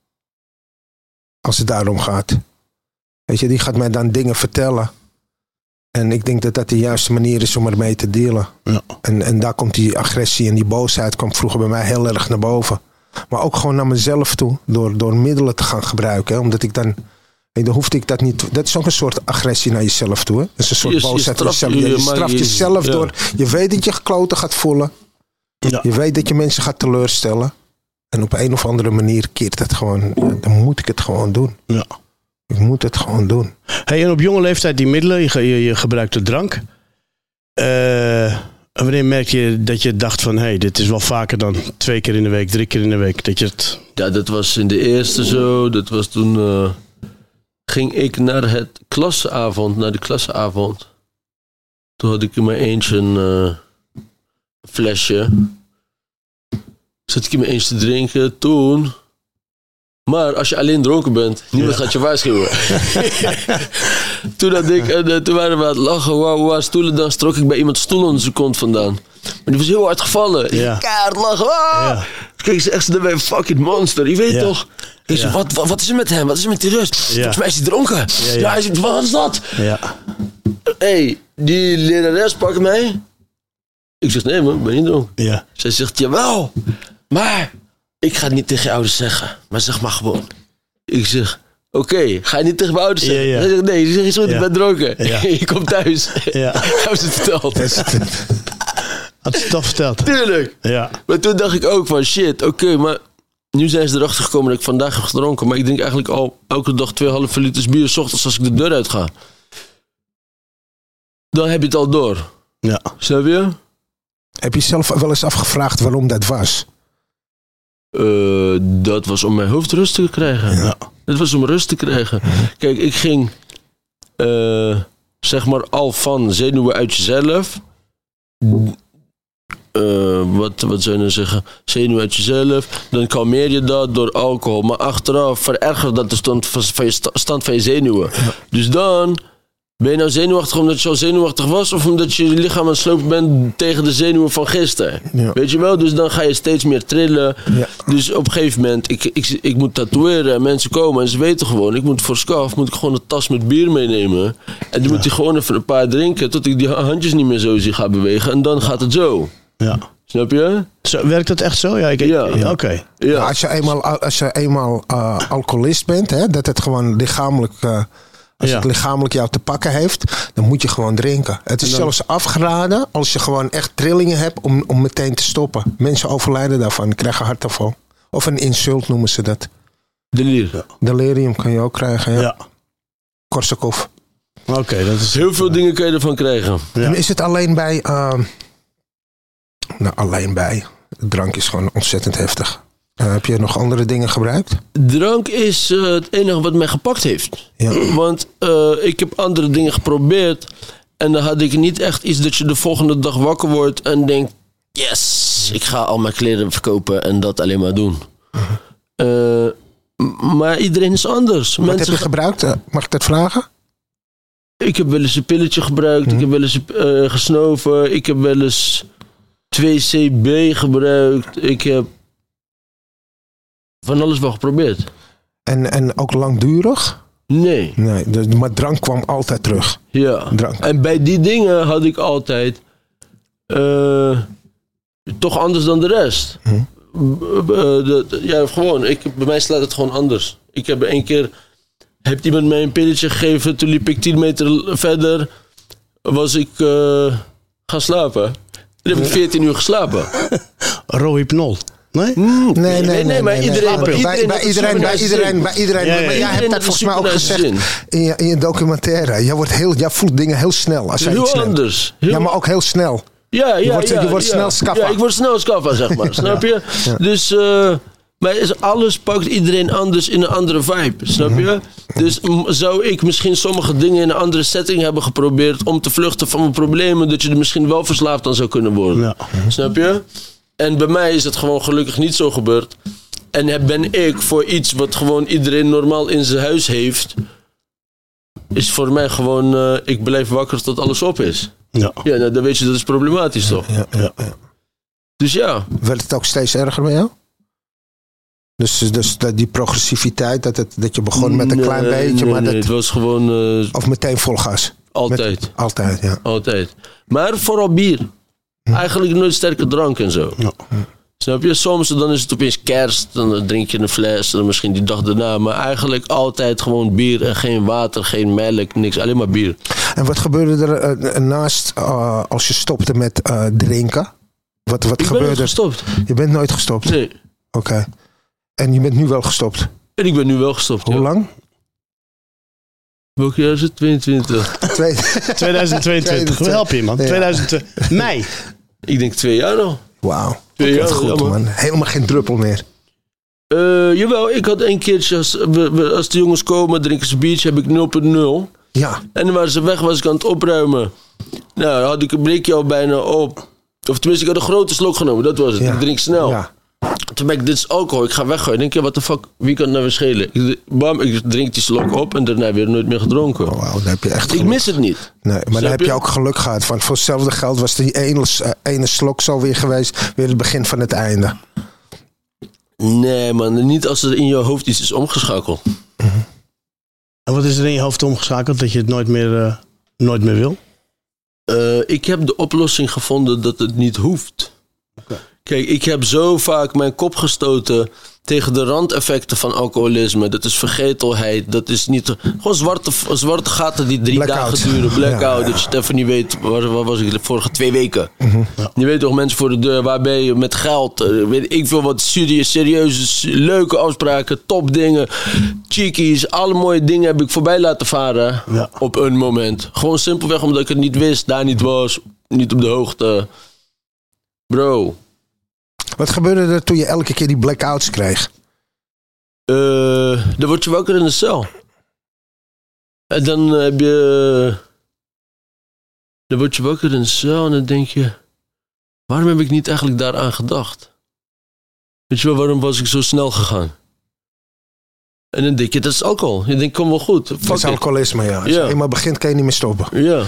[SPEAKER 5] Als het daarom gaat. Weet je, die gaat mij dan dingen vertellen. En ik denk dat dat de juiste manier is om ermee te dealen. Ja. En, en daar komt die agressie en die boosheid komt vroeger bij mij heel erg naar boven. Maar ook gewoon naar mezelf toe. Door, door middelen te gaan gebruiken. Hè, omdat ik dan... Dan hoefde ik dat niet... Dat is ook een soort agressie naar jezelf toe. Hè? Dat is een soort je, boosheid. Je straft, je, je straft je, jezelf ja. door... Je weet dat je gekloten gaat voelen. Ja. Je weet dat je mensen gaat teleurstellen. En op een of andere manier keert het gewoon... Dan moet ik het gewoon doen. Ja. Ik moet het gewoon doen.
[SPEAKER 6] Hey, en op jonge leeftijd die middelen, je, je, je gebruikt de drank. Uh, wanneer merk je dat je dacht van... hé, hey, dit is wel vaker dan twee keer in de week, drie keer in de week. Dat je het...
[SPEAKER 4] Ja, dat was in de eerste zo. Dat was toen... Uh, ging ik naar het klasavond, naar de klasavond. Toen had ik in mijn eentje een uh, flesje. Zat ik in mijn eentje te drinken. Toen... Maar als je alleen dronken bent, niemand ja. gaat je waarschuwen. toen, had ik, en, uh, toen waren we aan het lachen, wauw, wauw, stoelen. Dan strok ik bij iemand stoel onder zijn kont vandaan. Maar die was heel hard gevallen. Ja. Ik keihard lachen. Ah! Ja. Kijk, ze echt zo bij een fucking monster. Je weet ja. toch? Ik ja. wat, wat, wat is er met hem? Wat is er met die rust? Ja. Volgens mij is hij dronken. Ja, ja. ja hij is, wat is dat? Ja. Hé, hey, die lerares pakt mij. Ik zeg, nee man, ik ben niet dronken. Ja. Zij zegt, jawel, maar... Ik ga het niet tegen je ouders zeggen, maar zeg maar gewoon. Ik zeg, oké, okay, ga je niet tegen mijn ouders zeggen? Ja, ja. Hij zegt, nee, je zegt zo, ja. ik ben dronken. Ja. Je komt thuis. Ja. Hebben ze het verteld?
[SPEAKER 6] Had ze het toch verteld?
[SPEAKER 4] Tuurlijk. Ja. Maar toen dacht ik ook van, shit, oké, okay, maar nu zijn ze erachter gekomen dat ik vandaag heb gedronken. Maar ik drink eigenlijk al elke dag twee halve liters bier 's ochtends als ik de deur uit ga. Dan heb je het al door. Ja. Snap je?
[SPEAKER 5] Heb je zelf wel eens afgevraagd waarom dat was?
[SPEAKER 4] Uh, dat was om mijn hoofd rust te krijgen. Ja. Dat was om rust te krijgen. Kijk, ik ging uh, zeg maar al van zenuwen uit jezelf. Uh, wat, wat zou je nou zeggen? Zenuwen uit jezelf. Dan kalmeer je dat door alcohol. Maar achteraf verergert dat de stand van je, stand van je zenuwen. Ja. Dus dan... Ben je nou zenuwachtig omdat je al zenuwachtig was... of omdat je je lichaam aan het slopen bent tegen de zenuwen van gisteren? Ja. Weet je wel? Dus dan ga je steeds meer trillen. Ja. Dus op een gegeven moment... Ik, ik, ik moet tatoeëren en mensen komen en ze weten gewoon... ik moet voor Scaf moet ik gewoon een tas met bier meenemen. En dan ja. moet hij gewoon even een paar drinken... tot ik die handjes niet meer zo zie gaan bewegen. En dan gaat het zo. Ja. Snap je?
[SPEAKER 6] Zo, werkt dat echt zo? Ja, ik,
[SPEAKER 4] ja.
[SPEAKER 6] ja oké. Okay.
[SPEAKER 5] Ja. Ja, als je eenmaal, als je eenmaal uh, alcoholist bent... Hè, dat het gewoon lichamelijk... Uh, Als ja. het lichamelijk jou te pakken heeft, dan moet je gewoon drinken. Het is dan... zelfs afgeraden als je gewoon echt trillingen hebt om, om meteen te stoppen. Mensen overlijden daarvan, krijgen hartaanval. Of een insult noemen ze dat.
[SPEAKER 4] Delirium.
[SPEAKER 5] Delirium kan je ook krijgen, ja. ja. Korsakoff.
[SPEAKER 6] Oké, okay, dat is...
[SPEAKER 4] Heel veel dingen kan je ervan krijgen.
[SPEAKER 6] Ja.
[SPEAKER 5] En is het alleen bij... Uh, nou, alleen bij... Drank is gewoon ontzettend heftig. Uh, heb je nog andere dingen gebruikt?
[SPEAKER 4] Drank is uh, het enige wat mij gepakt heeft.
[SPEAKER 5] Ja.
[SPEAKER 4] Want uh, ik heb andere dingen geprobeerd. En dan had ik niet echt iets dat je de volgende dag wakker wordt en denkt... Yes, ik ga al mijn kleren verkopen en dat alleen maar doen. Uh, maar iedereen is anders.
[SPEAKER 5] Wat
[SPEAKER 4] Mensen
[SPEAKER 5] heb je gebruikt? Uh, mag ik dat vragen?
[SPEAKER 4] Ik heb wel eens een pilletje gebruikt. Hmm. Ik heb wel eens uh, gesnoven. Ik heb wel eens twee C B gebruikt. Ik heb van alles wel geprobeerd.
[SPEAKER 5] En, en ook langdurig?
[SPEAKER 4] Nee.
[SPEAKER 5] Nee, de, maar drank kwam altijd terug.
[SPEAKER 4] Ja.
[SPEAKER 5] Drank.
[SPEAKER 4] En bij die dingen had ik altijd... Uh, toch anders dan de rest.
[SPEAKER 5] Hmm.
[SPEAKER 4] Uh, de, de, ja, gewoon. Ik, bij mij slaat het gewoon anders. Ik heb één keer... Heeft iemand mij een pilletje gegeven. Toen liep ik tien meter verder. Was ik uh, gaan slapen. Toen heb ik veertien uur geslapen.
[SPEAKER 6] Rohypnol. Nee?
[SPEAKER 4] Mm,
[SPEAKER 5] nee, nee, nee,
[SPEAKER 4] nee, maar
[SPEAKER 5] nee,
[SPEAKER 4] iedereen,
[SPEAKER 5] nee,
[SPEAKER 4] bij iedereen,
[SPEAKER 5] bij iedereen, bij iedereen, bij iedereen.
[SPEAKER 6] Ja, ja,
[SPEAKER 5] maar jij
[SPEAKER 4] iedereen
[SPEAKER 5] hebt dat volgens mij ook gezegd in je, in je documentaire. Jij, wordt heel, jij voelt dingen heel snel. Als jij
[SPEAKER 4] heel
[SPEAKER 5] iets neemt.
[SPEAKER 4] anders. Heel...
[SPEAKER 5] Ja, maar ook heel snel.
[SPEAKER 4] Ja, ja,
[SPEAKER 5] je wordt,
[SPEAKER 4] ja,
[SPEAKER 5] je wordt
[SPEAKER 4] ja,
[SPEAKER 5] snel skaffa.
[SPEAKER 4] Ja, ik word snel skaffa, zeg maar. Snap je?
[SPEAKER 5] Ja.
[SPEAKER 4] Dus... Uh, maar is alles pakt iedereen anders in een andere vibe, snap je? Dus m- zou ik misschien sommige dingen in een andere setting hebben geprobeerd om te vluchten van mijn problemen, dat je er misschien wel verslaafd aan zou kunnen worden.
[SPEAKER 6] Ja.
[SPEAKER 4] Snap je? En bij mij is het gewoon gelukkig niet zo gebeurd. En ben ik voor iets wat gewoon iedereen normaal in zijn huis heeft, is voor mij gewoon, uh, ik blijf wakker tot alles op is.
[SPEAKER 6] Ja.
[SPEAKER 4] Ja, nou, dan weet je, dat is problematisch toch?
[SPEAKER 5] Ja, ja, ja.
[SPEAKER 4] Dus ja.
[SPEAKER 5] Werd het ook steeds erger bij jou? Dus, dus die progressiviteit, dat, het, dat je begon met een
[SPEAKER 4] nee,
[SPEAKER 5] klein beetje,
[SPEAKER 4] nee,
[SPEAKER 5] maar
[SPEAKER 4] nee,
[SPEAKER 5] dat...
[SPEAKER 4] het was gewoon... Uh,
[SPEAKER 5] Of meteen vol gas?
[SPEAKER 4] altijd.
[SPEAKER 5] Met, altijd, ja.
[SPEAKER 4] Altijd. Maar vooral bier. Hm. Eigenlijk nooit sterke drank en zo.
[SPEAKER 6] Ja.
[SPEAKER 4] Snap je? Soms dan is het opeens kerst, dan drink je een fles, en misschien die dag daarna. Maar eigenlijk altijd gewoon bier en geen water, geen melk, niks. Alleen maar bier.
[SPEAKER 5] En wat gebeurde er uh, naast uh, als je stopte met uh, drinken? Wat, wat
[SPEAKER 4] Ik
[SPEAKER 5] gebeurde?
[SPEAKER 4] ben nooit gestopt.
[SPEAKER 5] Je bent nooit gestopt?
[SPEAKER 4] Nee.
[SPEAKER 5] Oké. Okay. En je bent nu wel gestopt?
[SPEAKER 4] En ik ben nu wel gestopt.
[SPEAKER 5] Hoe
[SPEAKER 4] ja.
[SPEAKER 5] lang?
[SPEAKER 4] Welk jaar is het? tweeëntwintig.
[SPEAKER 5] Twee...
[SPEAKER 6] tweeduizend tweeëntwintig. Hoe help je, man? Ja. tweeduizend mei.
[SPEAKER 4] Ik denk twee jaar al.
[SPEAKER 5] Wauw.
[SPEAKER 4] Twee jaar,
[SPEAKER 5] goed,
[SPEAKER 4] ja, man.
[SPEAKER 5] man. Helemaal geen druppel meer.
[SPEAKER 4] Uh, jawel, ik had een keertje, als, we, we, als de jongens komen, drinken ze biertje, heb ik nul punt nul.
[SPEAKER 5] Ja.
[SPEAKER 4] En dan waren ze weg, was ik aan het opruimen. Nou, dan had ik een blikje al bijna op. Of tenminste, ik had een grote slok genomen, dat was het.
[SPEAKER 5] Ja.
[SPEAKER 4] Ik drink snel.
[SPEAKER 5] Ja.
[SPEAKER 4] Toen ben ik, dit is alcohol, ik ga weggooien. Ik denk, ja, wat de fuck, wie kan het nou weer schelen? Ik, bam, ik drink die slok op en daarna weer nooit meer gedronken.
[SPEAKER 5] Oh, wow, dan heb je echt geluk.
[SPEAKER 4] Ik mis het niet.
[SPEAKER 5] Nee, maar
[SPEAKER 4] Snap
[SPEAKER 5] dan heb je
[SPEAKER 4] je?
[SPEAKER 5] ook geluk gehad. Want voor hetzelfde geld was die ene, uh, ene slok zo weer geweest. Weer het begin van het einde.
[SPEAKER 4] Nee man, niet als er in je hoofd iets is omgeschakeld.
[SPEAKER 5] Mm-hmm.
[SPEAKER 6] En wat is er in je hoofd omgeschakeld dat je het nooit meer, uh, nooit meer wil?
[SPEAKER 4] Uh, ik heb de oplossing gevonden dat het niet hoeft.
[SPEAKER 6] Okay.
[SPEAKER 4] Kijk, ik heb zo vaak mijn kop gestoten tegen de randeffecten van alcoholisme. Dat is vergetelheid, dat is niet... Gewoon zwarte, zwarte gaten die drie
[SPEAKER 5] Blackout.
[SPEAKER 4] dagen duren, blackout.
[SPEAKER 5] Ja, ja.
[SPEAKER 4] Dat je het even niet weet, waar, waar was ik de vorige twee weken?
[SPEAKER 5] Mm-hmm.
[SPEAKER 6] Ja.
[SPEAKER 4] Je weet toch, mensen voor de deur, waar ben je met geld? Uh, weet ik veel wat serieus, serieuze, leuke afspraken, topdingen, cheekies. Alle mooie dingen heb ik voorbij laten varen
[SPEAKER 6] Ja.
[SPEAKER 4] op een moment. Gewoon simpelweg omdat ik het niet wist, daar niet was, niet op de hoogte. Bro...
[SPEAKER 5] Wat gebeurde er toen je elke keer die blackouts kreeg?
[SPEAKER 4] Uh, dan word je wakker in de cel. En dan heb je... Dan word je wakker in de cel en dan denk je... Waarom heb ik niet eigenlijk daaraan gedacht? Weet je wel, waarom was ik zo snel gegaan? En dan denk je, dat is alcohol. Je denkt, kom wel goed. Fuck
[SPEAKER 5] Dat is
[SPEAKER 4] it.
[SPEAKER 5] alcoholisme, ja. Als
[SPEAKER 4] Ja.
[SPEAKER 5] je eenmaal begint, kan je niet meer stoppen.
[SPEAKER 4] Ja.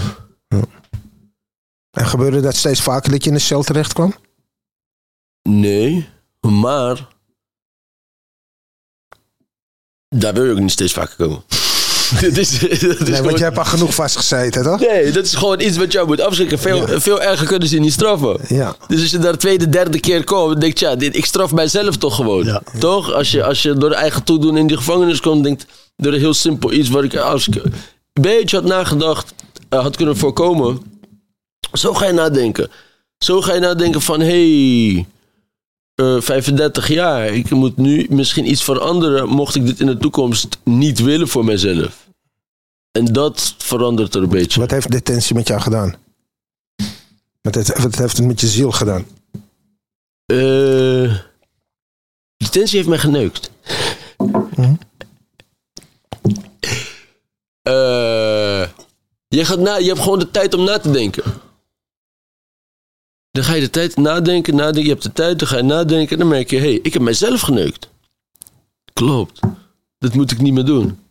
[SPEAKER 5] En gebeurde dat steeds vaker dat je in de cel terecht kwam?
[SPEAKER 4] Nee, maar... Daar wil je ook niet steeds vaker komen. dat is, dat is
[SPEAKER 5] Nee,
[SPEAKER 4] gewoon...
[SPEAKER 5] want je hebt al genoeg vastgezeten, toch?
[SPEAKER 4] Nee, dat is gewoon iets wat jou moet afschrikken. Veel,
[SPEAKER 5] Ja.
[SPEAKER 4] veel erger kunnen ze je niet straffen.
[SPEAKER 5] Ja.
[SPEAKER 4] Dus als je daar de tweede, derde keer komt, dan denk je, ja, dit, ik straf mijzelf toch gewoon.
[SPEAKER 6] Ja.
[SPEAKER 4] Toch? Als je, als je door eigen toedoen in die gevangenis komt, denkt, door een heel simpel iets waar ik, als ik een beetje had nagedacht, uh, had kunnen voorkomen. Zo ga je nadenken. Zo ga je nadenken van, hé, hey, uh, vijfendertig jaar, ik moet nu misschien iets veranderen, mocht ik dit in de toekomst niet willen voor mezelf. En dat verandert er een beetje.
[SPEAKER 5] Wat heeft detentie met jou gedaan? Wat heeft, wat heeft het met je ziel gedaan?
[SPEAKER 4] Uh, detentie heeft mij geneukt.
[SPEAKER 5] Hm?
[SPEAKER 4] Uh, je, gaat na, je hebt gewoon de tijd om na te denken. Dan ga je de tijd nadenken, nadenken. Je hebt de tijd, dan ga je nadenken. En dan merk je, hé, hey, ik heb mijzelf geneukt. Klopt. Dat moet ik niet meer doen.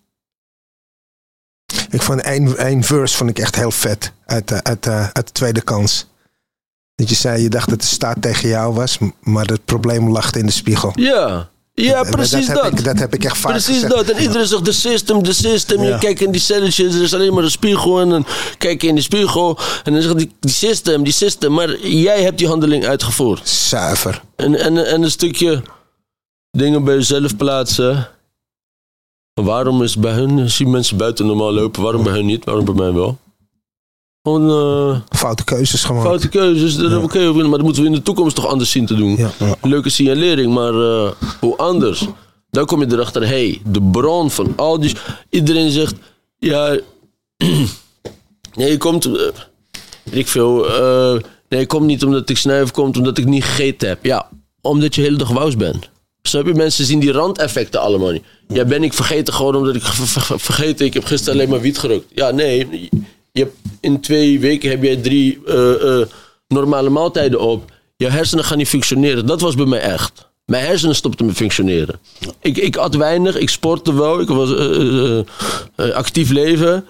[SPEAKER 5] Ik vond één, één verse vond ik echt heel vet. Uit, uh, uit, uh, uit de tweede kans. Dat je zei, je dacht dat de staat tegen jou was. Maar het probleem lag in de spiegel.
[SPEAKER 4] Ja. Ja, precies
[SPEAKER 5] dat.
[SPEAKER 4] dat.
[SPEAKER 5] Heb ik, dat heb ik echt vaak
[SPEAKER 4] Precies
[SPEAKER 5] gezegd.
[SPEAKER 4] dat. En iedereen zegt de system, de system.
[SPEAKER 6] Ja.
[SPEAKER 4] Je kijkt in die celletjes, er is alleen maar een spiegel. En dan kijk je in die spiegel. En dan zegt die, die system, die system. Maar jij hebt die handeling uitgevoerd.
[SPEAKER 5] Zuiver.
[SPEAKER 4] En, en, en een stukje dingen bij jezelf plaatsen. Waarom is bij hun, zien mensen buiten normaal lopen. Waarom bij hun niet, waarom bij mij wel? Gewoon uh,
[SPEAKER 5] foute keuzes gemaakt.
[SPEAKER 4] Foute keuzes, dat ja. Oké, maar dat moeten we in de toekomst toch anders zien te doen.
[SPEAKER 5] Ja. Ja.
[SPEAKER 4] Leuke signalering, maar uh, hoe anders? Dan kom je erachter, hé, hey, de bron van al die... Iedereen zegt, ja... nee, je komt... Uh, weet ik veel... Uh, nee, je komt niet omdat ik snuif, komt omdat ik niet gegeten heb. Ja, omdat je de hele dag wous bent. Snap je? Mensen zien die randeffecten allemaal niet. Ja, ben ik vergeten gewoon omdat ik ver- ver- vergeten... Ik heb gisteren alleen maar wiet gerookt. Ja, nee... Je hebt, in twee weken heb jij drie uh, uh, normale maaltijden op. Je hersenen gaan niet functioneren. Dat was bij mij echt. Mijn hersenen stopten met functioneren. Ik, ik at weinig, ik sportte wel, ik was uh, uh, uh, actief leven.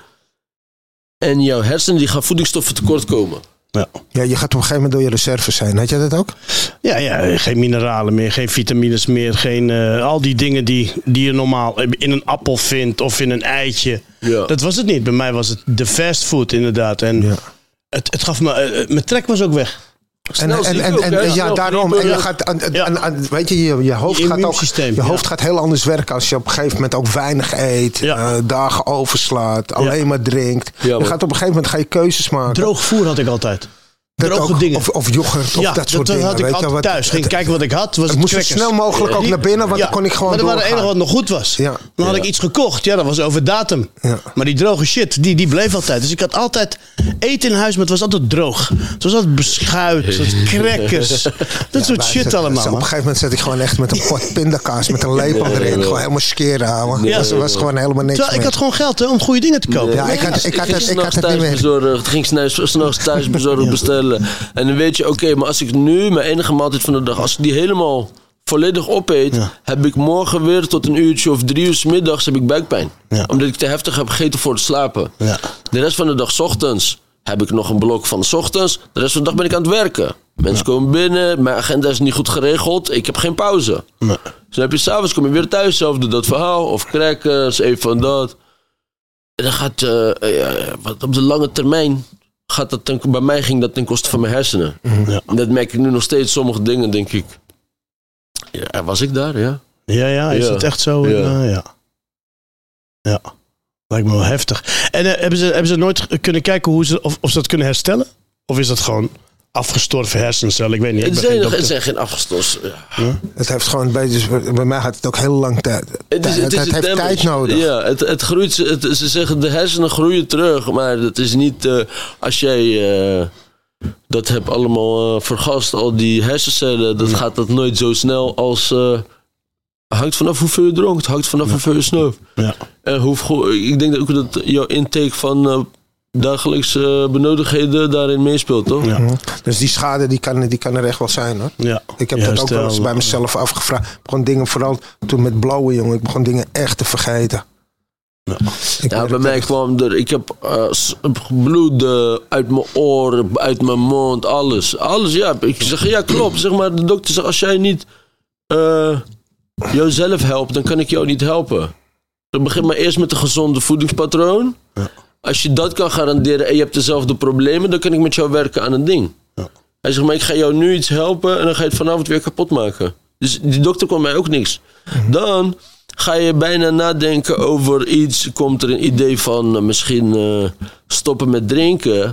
[SPEAKER 4] En jouw hersenen die gaan voedingsstoffen tekort komen.
[SPEAKER 6] Ja.
[SPEAKER 5] Ja, je gaat op een gegeven moment door je reserves heen. Had jij dat ook?
[SPEAKER 6] Ja, ja, geen mineralen meer, geen vitamines meer. Geen, uh, al die dingen die, die je normaal in een appel vindt of in een eitje.
[SPEAKER 4] Ja.
[SPEAKER 6] Dat was het niet. Bij mij was het de fastfood inderdaad. En
[SPEAKER 5] Ja.
[SPEAKER 6] het, het gaf me... Uh, mijn trek was ook weg.
[SPEAKER 5] En, en, en, en, en ja, daarom. En je gaat, en,
[SPEAKER 6] Ja.
[SPEAKER 5] en, en, weet je, je, je hoofd,
[SPEAKER 6] Je
[SPEAKER 5] gaat, ook,
[SPEAKER 6] immuunsysteem,
[SPEAKER 5] je
[SPEAKER 6] ja.
[SPEAKER 5] hoofd gaat heel anders werken als je op een gegeven moment ook weinig eet,
[SPEAKER 6] Ja.
[SPEAKER 5] uh, dagen overslaat, alleen maar drinkt.
[SPEAKER 4] Ja,
[SPEAKER 5] je
[SPEAKER 4] man.
[SPEAKER 5] gaat op een gegeven moment ga je keuzes maken.
[SPEAKER 6] Droog voer had ik altijd.
[SPEAKER 5] Dat
[SPEAKER 6] droge
[SPEAKER 5] ook,
[SPEAKER 6] dingen.
[SPEAKER 5] Of, of yoghurt of
[SPEAKER 6] ja,
[SPEAKER 5] dat soort
[SPEAKER 6] dat
[SPEAKER 5] dingen.
[SPEAKER 6] had ik
[SPEAKER 5] weet je,
[SPEAKER 6] altijd
[SPEAKER 5] wat,
[SPEAKER 6] thuis. Ging
[SPEAKER 5] het,
[SPEAKER 6] kijken wat ik had. Was
[SPEAKER 5] het
[SPEAKER 6] het
[SPEAKER 5] moest zo
[SPEAKER 6] crackers.
[SPEAKER 5] snel mogelijk ook
[SPEAKER 6] Die-
[SPEAKER 5] naar binnen, want
[SPEAKER 6] ja,
[SPEAKER 5] dan kon ik gewoon
[SPEAKER 6] maar dat was het
[SPEAKER 5] doorgaan.
[SPEAKER 6] enige wat nog goed was.
[SPEAKER 5] Ja.
[SPEAKER 6] Dan had
[SPEAKER 4] Ja.
[SPEAKER 6] ik iets gekocht. Ja, dat was over datum.
[SPEAKER 5] Ja.
[SPEAKER 6] Maar die droge shit, die, die bleef altijd. Dus ik had altijd eten in huis, maar het was altijd droog. Het was altijd beschuit, het was crackers. Dat
[SPEAKER 5] Ja,
[SPEAKER 6] soort
[SPEAKER 5] maar
[SPEAKER 6] shit
[SPEAKER 5] zet-
[SPEAKER 6] allemaal.
[SPEAKER 5] Op een
[SPEAKER 6] man.
[SPEAKER 5] gegeven moment zet ik gewoon echt met een pot pindakaas met een lepel erin. Gewoon helemaal skeren houden.
[SPEAKER 6] Ja.
[SPEAKER 5] Dus er was gewoon helemaal niks
[SPEAKER 6] Terwijl ik
[SPEAKER 5] meer.
[SPEAKER 6] had gewoon geld hè, om goede dingen te kopen.
[SPEAKER 5] Ja, ik had, ik had,
[SPEAKER 4] ging
[SPEAKER 5] het, ik had
[SPEAKER 4] s'nachts
[SPEAKER 5] het niet meer.
[SPEAKER 4] thuisbezorgd, ging s'nachts s'nachts thuisbezorgd bestellen. En dan weet je, oké, okay, maar als ik nu mijn enige maaltijd van de dag, als ik die helemaal volledig opeet,
[SPEAKER 6] Ja.
[SPEAKER 4] heb ik morgen weer tot een uurtje of drie uur 's middags heb ik buikpijn.
[SPEAKER 6] Ja.
[SPEAKER 4] Omdat ik te heftig heb gegeten voor het slapen.
[SPEAKER 6] Ja.
[SPEAKER 4] De rest van de dag 's ochtends heb ik nog een blok van 's ochtends. De rest van de dag ben ik aan het werken. Mensen komen binnen, mijn agenda is niet goed geregeld, ik heb geen pauze.
[SPEAKER 6] Nee.
[SPEAKER 4] Dus dan heb je s'avonds, kom je weer thuis, zelf doe dat verhaal, of crackers, even van dat. En dan gaat, uh, ja, wat op de lange termijn, gaat dat ten, bij mij ging dat ten koste van mijn hersenen.
[SPEAKER 6] Ja.
[SPEAKER 4] En dat merk ik nu nog steeds, sommige dingen denk ik, ja, was ik daar, ja.
[SPEAKER 6] Ja, ja, is
[SPEAKER 4] Ja.
[SPEAKER 6] dat echt zo?
[SPEAKER 4] Ja.
[SPEAKER 6] Ja. ja. Ja. Lijkt me wel heftig. En uh, hebben, ze, hebben ze nooit kunnen kijken hoe ze, of, of ze dat kunnen herstellen? Of is dat gewoon afgestorven hersencel? Ik weet niet. Ik
[SPEAKER 4] Het
[SPEAKER 6] ben geen
[SPEAKER 4] zijn,
[SPEAKER 6] dokter.
[SPEAKER 4] het zijn geen afgestos. Ja.
[SPEAKER 5] Het heeft gewoon bij, dus bij mij gaat het ook heel lang tijd.
[SPEAKER 4] Het, is, het, is
[SPEAKER 5] het heeft
[SPEAKER 4] damage.
[SPEAKER 5] tijd nodig.
[SPEAKER 4] Ja, het, het groeit, het, ze zeggen de hersenen groeien terug, maar dat is niet uh, als jij uh, dat hebt allemaal uh, vergast, al die hersencellen, dat gaat dat nooit zo snel als. Uh, hangt vanaf hoeveel je dronkt, hangt vanaf ja. hoeveel je snoof.
[SPEAKER 6] Ja.
[SPEAKER 4] En hoe, ik denk dat ook dat jouw intake van uh, dagelijkse benodigdheden daarin meespeelt, toch?
[SPEAKER 6] Ja.
[SPEAKER 5] Mhm. Dus die schade die kan, die kan er echt wel zijn hoor.
[SPEAKER 6] Ja.
[SPEAKER 5] Ik heb
[SPEAKER 6] Ja,
[SPEAKER 5] dat ook wel eens
[SPEAKER 6] stel,
[SPEAKER 5] bij mezelf afgevraagd. Ik begon dingen, vooral toen met blowen jongen, ik begon dingen echt te vergeten.
[SPEAKER 6] Ja.
[SPEAKER 5] Ik
[SPEAKER 4] Ja,
[SPEAKER 5] weet
[SPEAKER 4] bij
[SPEAKER 5] het
[SPEAKER 4] mij
[SPEAKER 5] echt.
[SPEAKER 4] kwam er, ik heb uh, bloed uh, uit mijn oren, uit mijn mond, alles. Alles, ja. Ik zeg, ja klopt. Zeg maar, de dokter zegt, als jij niet uh, jouzelf helpt, dan kan ik jou niet helpen. Dan begin maar eerst met een gezonde voedingspatroon.
[SPEAKER 6] Ja.
[SPEAKER 4] Als je dat kan garanderen en je hebt dezelfde problemen, dan kan ik met jou werken aan een ding.
[SPEAKER 6] Ja.
[SPEAKER 4] Hij zegt, maar ik ga jou nu iets helpen en dan ga je het vanavond weer kapot maken. Dus die dokter kon mij ook niks.
[SPEAKER 6] Mhm.
[SPEAKER 4] Dan ga je bijna nadenken over iets. Komt er een idee van uh, misschien uh, stoppen met drinken.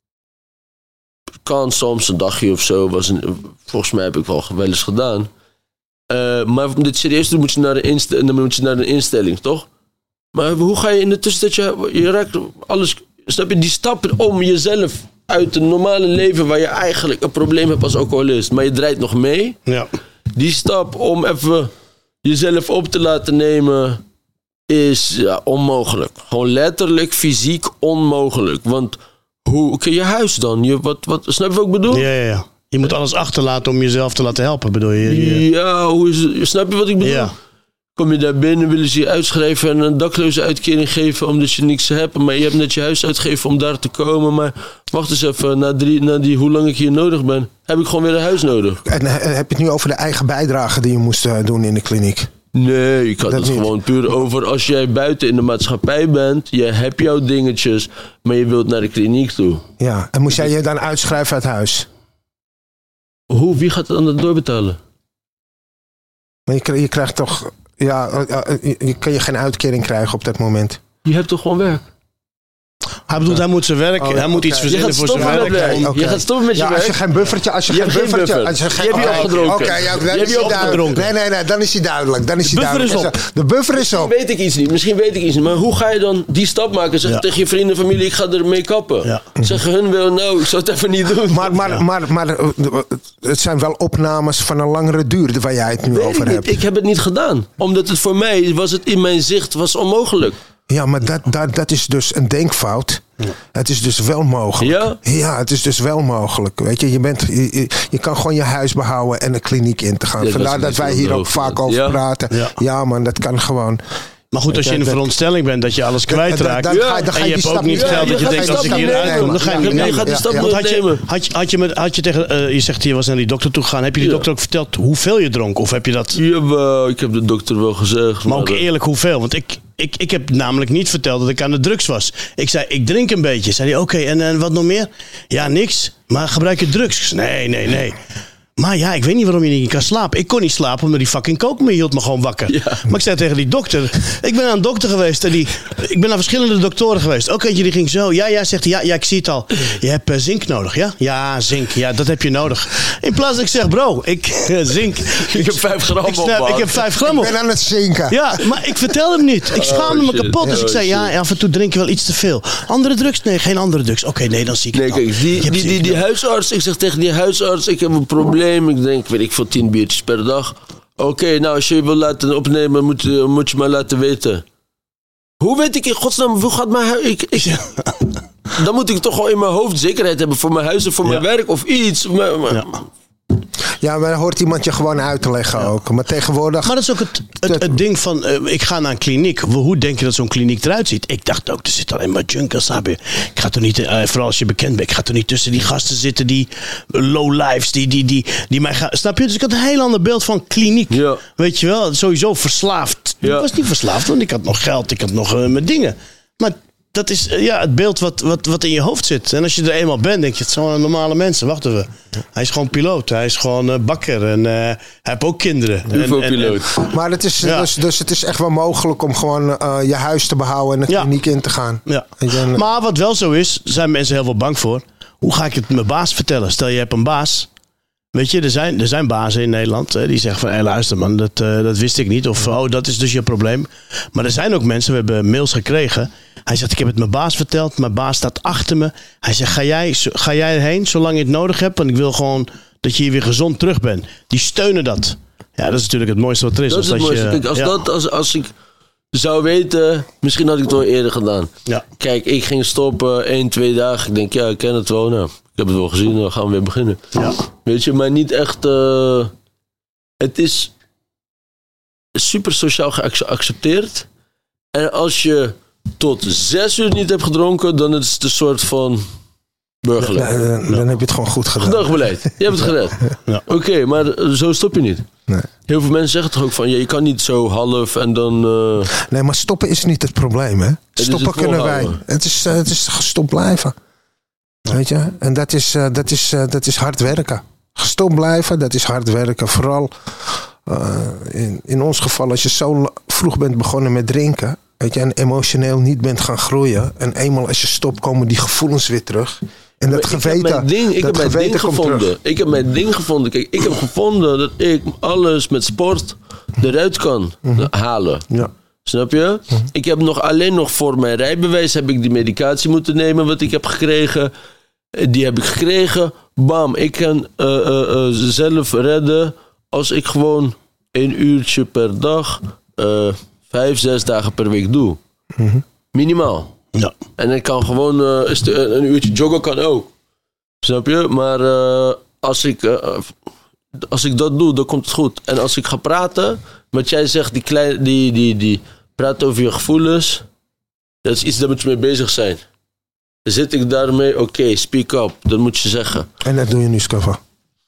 [SPEAKER 4] Kan soms een dagje of zo. Was een, volgens mij heb ik wel wel eens gedaan. Uh, maar om dit serieus te doen moet je naar een, inst- dan moet je naar een instelling, toch? Maar hoe ga je in de tussentijd... Je, je raakt alles... Snap je? Die stappen om jezelf uit het normale leven... waar je eigenlijk een probleem hebt als alcoholist... maar je draait nog mee.
[SPEAKER 6] Ja.
[SPEAKER 4] Die stap om even jezelf op te laten nemen... is ja, onmogelijk. Gewoon letterlijk, fysiek onmogelijk. Want hoe kun je huis dan? Je, wat, wat, snap je wat ik bedoel?
[SPEAKER 6] Ja, ja, ja. Je moet alles achterlaten om jezelf te laten helpen, bedoel je? je...
[SPEAKER 4] Ja, hoe is het? Snap je wat ik bedoel? Ja. Kom je daar binnen, willen ze je uitschrijven en een dakloze uitkering geven omdat je niks hebt. Maar je hebt net je huis uitgegeven om daar te komen. Maar wacht eens even, na, drie, na die hoe lang ik hier nodig ben, heb ik gewoon weer een huis nodig.
[SPEAKER 5] En uh, heb je het nu over de eigen bijdrage die je moest uh, doen in de kliniek?
[SPEAKER 4] Nee, ik had dat het niet. Gewoon puur over als jij buiten in de maatschappij bent. Je hebt jouw dingetjes, maar je wilt naar de kliniek toe.
[SPEAKER 5] Ja, en moest jij je dan uitschrijven uit huis?
[SPEAKER 4] Hoe? Wie gaat het dan doorbetalen?
[SPEAKER 5] Maar je, je krijgt toch... Ja, je, je kan je geen uitkering krijgen op dat moment.
[SPEAKER 4] Je hebt toch gewoon werk?
[SPEAKER 6] Hij bedoelt, hij moet zijn werk,
[SPEAKER 5] oh,
[SPEAKER 6] hij moet
[SPEAKER 5] okay.
[SPEAKER 6] iets verzinnen voor zijn werk.
[SPEAKER 4] werk.
[SPEAKER 5] Okay.
[SPEAKER 4] Je gaat stoppen met je
[SPEAKER 5] ja,
[SPEAKER 4] werk.
[SPEAKER 5] als je geen buffertje, als je, je geen buffertje,
[SPEAKER 4] buffer.
[SPEAKER 5] als je geen,
[SPEAKER 4] je hebt je
[SPEAKER 5] okay.
[SPEAKER 4] opgedronken.
[SPEAKER 5] Oké, okay, ja, dan
[SPEAKER 4] je
[SPEAKER 5] is hij duidelijk. Nee, nee, nee, dan is hij duidelijk. Dan is hij duidelijk.
[SPEAKER 6] Is op.
[SPEAKER 5] De buffer is op.
[SPEAKER 4] Misschien weet ik iets niet, misschien weet ik iets niet. Maar hoe ga je dan die stap maken? Zeg ja. tegen je vrienden en familie, ik ga ermee kappen. Ja. Zeggen hun wel, nou, ik zou het even niet doen.
[SPEAKER 5] Maar, maar, ja. maar, maar, maar het zijn wel opnames van een langere duur waar jij het nu
[SPEAKER 4] weet
[SPEAKER 5] over
[SPEAKER 4] ik
[SPEAKER 5] hebt.
[SPEAKER 4] Niet. Ik heb het niet gedaan. Omdat het voor mij, was het in mijn zicht, was onmogelijk.
[SPEAKER 5] Ja, maar dat, dat, dat is dus een denkfout. Ja. Het is dus wel mogelijk.
[SPEAKER 4] Ja?
[SPEAKER 5] Ja, het is dus wel mogelijk. Weet je, je, bent, je, je kan gewoon je huis behouden en een kliniek in te gaan. Ja, Vandaar dat wij hier ook vaak over ja? praten. Ja. ja, man, dat kan gewoon.
[SPEAKER 6] Maar goed, als je in de veronderstelling bent dat je alles kwijtraakt...
[SPEAKER 5] Dan, dan, dan, dan, dan
[SPEAKER 6] en je hebt ook niet geld ja, dat je, je denkt, als ik hier uitkom, dan ga je niet nemen.
[SPEAKER 4] Je gaat die stap ja, ja.
[SPEAKER 6] nemen. Had je, had je, met, had je tegen... Uh, je zegt, je was naar die dokter toe gegaan. Heb je die ja. dokter ook verteld hoeveel je dronk? Of heb je dat...
[SPEAKER 4] Ja, ik heb de dokter wel gezegd.
[SPEAKER 6] Maar, maar ook eerlijk, hoeveel? Want ik... Ik, ik heb namelijk niet verteld dat ik aan de drugs was. Ik zei, ik drink een beetje. Zei hij, oké, okay, en, en wat nog meer? Ja, niks. Maar gebruik je drugs? Nee, nee, nee. Maar ja, ik weet niet waarom je niet kan slapen. Ik kon niet slapen omdat die fucking coke me hield me gewoon wakker. Ja. Maar ik zei tegen die dokter... Ik ben aan een dokter geweest. En die, ik ben naar verschillende doktoren geweest. Ook eentje die ging zo. Ja, ja, zegt hij. Ja, ja, ik zie het al. Je hebt uh, zink nodig, ja? Ja, zink. Ja, dat heb je nodig. In plaats dat ik zeg, bro, ik uh, zink.
[SPEAKER 4] Ik heb vijf gram op,
[SPEAKER 6] ik, ik heb vijf gram op.
[SPEAKER 5] Ik ben aan het zinken.
[SPEAKER 6] Ja, maar ik vertelde hem niet. Ik schaamde oh, me kapot. Dus oh, ik zei, ja, af en toe drink je wel iets te veel. Andere drugs? Nee, geen andere drugs. Oké, okay, nee, dan zie ik
[SPEAKER 4] nee,
[SPEAKER 6] het al.
[SPEAKER 4] Kijk, die, die, die, die, die huisarts, ik zeg tegen die huisarts, ik heb een probleem. Ik denk, weet ik veel, tien biertjes per dag. Oké, okay, nou, als je je wil laten opnemen, moet, uh, moet je maar laten weten. Hoe weet ik in godsnaam, hoe gaat mijn huis... Ik, ik, ja. Dan moet ik toch wel in mijn hoofd zekerheid hebben voor mijn huis of voor ja. mijn werk of iets. Maar, maar,
[SPEAKER 5] ja. Ja, maar dan hoort iemand je gewoon uit te leggen ja. ook. Maar tegenwoordig...
[SPEAKER 6] Maar dat is ook het, het, het ding van... Uh, ik ga naar een kliniek. Hoe denk je dat zo'n kliniek eruit ziet? Ik dacht ook, er zitten alleen maar junkers. Ik ga toch niet... Uh, vooral als je bekend bent. Ik ga toch niet tussen die gasten zitten die... low lives. Die, die, die, die mij gaan... Snap je? Dus ik had een heel ander beeld van kliniek. Ja. Weet je wel? Sowieso verslaafd. Ja. Ik was niet verslaafd. Want ik had nog geld. Ik had nog uh, mijn dingen. Maar... Dat is ja, het beeld wat, wat, wat in je hoofd zit. En als je er eenmaal bent, denk je, het zijn gewoon normale mensen. Wacht even. Hij is gewoon piloot. Hij is gewoon uh, bakker. En uh, hij heeft ook kinderen.
[SPEAKER 4] U V piloot.
[SPEAKER 5] Maar het is, ja. dus, dus het is echt wel mogelijk om gewoon uh, je huis te behouden en de ja. kliniek in te gaan.
[SPEAKER 6] Ja. Dan, maar wat wel zo is, zijn mensen heel veel bang voor. Hoe ga ik het mijn baas vertellen? Stel, je hebt een baas. Weet je, er zijn, er zijn bazen in Nederland hè, die zeggen van... Hé, luister man, dat, uh, dat wist ik niet. Of, oh, dat is dus je probleem. Maar er zijn ook mensen, we hebben mails gekregen... Hij zegt, ik heb het mijn baas verteld. Mijn baas staat achter me. Hij zegt, ga jij, ga jij erheen zolang je het nodig hebt? Want ik wil gewoon dat je hier weer gezond terug bent. Die steunen dat. Ja, dat is natuurlijk het mooiste wat er is.
[SPEAKER 4] Dat is het mooiste. Je, Kijk, als, ja. dat, als, als ik zou weten... Misschien had ik het wel eerder gedaan. Ja. Kijk, ik ging stoppen één, twee dagen. Ik denk, ja, ik ken het wel. Nou, ik heb het wel gezien, dan gaan we weer beginnen. Ja. Weet je, maar niet echt... Uh, het is super sociaal geaccepteerd. En als je... tot zes uur niet heb gedronken, dan is het een soort van burgerlijk.
[SPEAKER 5] Ja, dan, dan heb je het gewoon goed gedaan.
[SPEAKER 4] Gedagbeleid. Je hebt het gered. Ja. Oké, okay, maar zo stop je niet. Nee. Heel veel mensen zeggen toch ook van, ja, je kan niet zo half en dan... Uh...
[SPEAKER 5] Nee, maar stoppen is niet het probleem, hè? Stoppen kunnen wij. Het is, uh, het is gestopt blijven. Ja. Weet je? En dat is, uh, dat, is, uh, dat is hard werken. Gestopt blijven, dat is hard werken. Vooral uh, in, in ons geval, als je zo vroeg bent begonnen met drinken... Weet je, en emotioneel niet bent gaan groeien. En eenmaal als je stopt, komen die gevoelens weer terug. En dat geweten, ik heb mijn ding, ik
[SPEAKER 4] heb mijn ding gevonden. Terug. Ik heb mijn ding gevonden. Kijk, ik heb gevonden dat ik alles met sport eruit kan mm-hmm. halen. Ja. Snap je?
[SPEAKER 5] Mhm.
[SPEAKER 4] Ik heb nog alleen nog voor mijn rijbewijs heb ik die medicatie moeten nemen wat ik heb gekregen. Die heb ik gekregen. Bam, ik kan uh, uh, uh, zelf redden als ik gewoon een uurtje per dag, uh, vijf, zes dagen per week doe.
[SPEAKER 5] Mhm.
[SPEAKER 4] Minimaal.
[SPEAKER 6] Ja.
[SPEAKER 4] En ik kan gewoon uh, is de, een uurtje joggen kan ook. Snap je? Maar uh, als, ik, uh, als ik dat doe, dan komt het goed. En als ik ga praten, wat jij zegt, die, klein, die, die, die praat over je gevoelens, dat is iets daar moet je mee bezig zijn. Dan zit ik daarmee, oké, okay, speak up, dat moet je zeggen.
[SPEAKER 5] En dat doe je nu, Skaffa.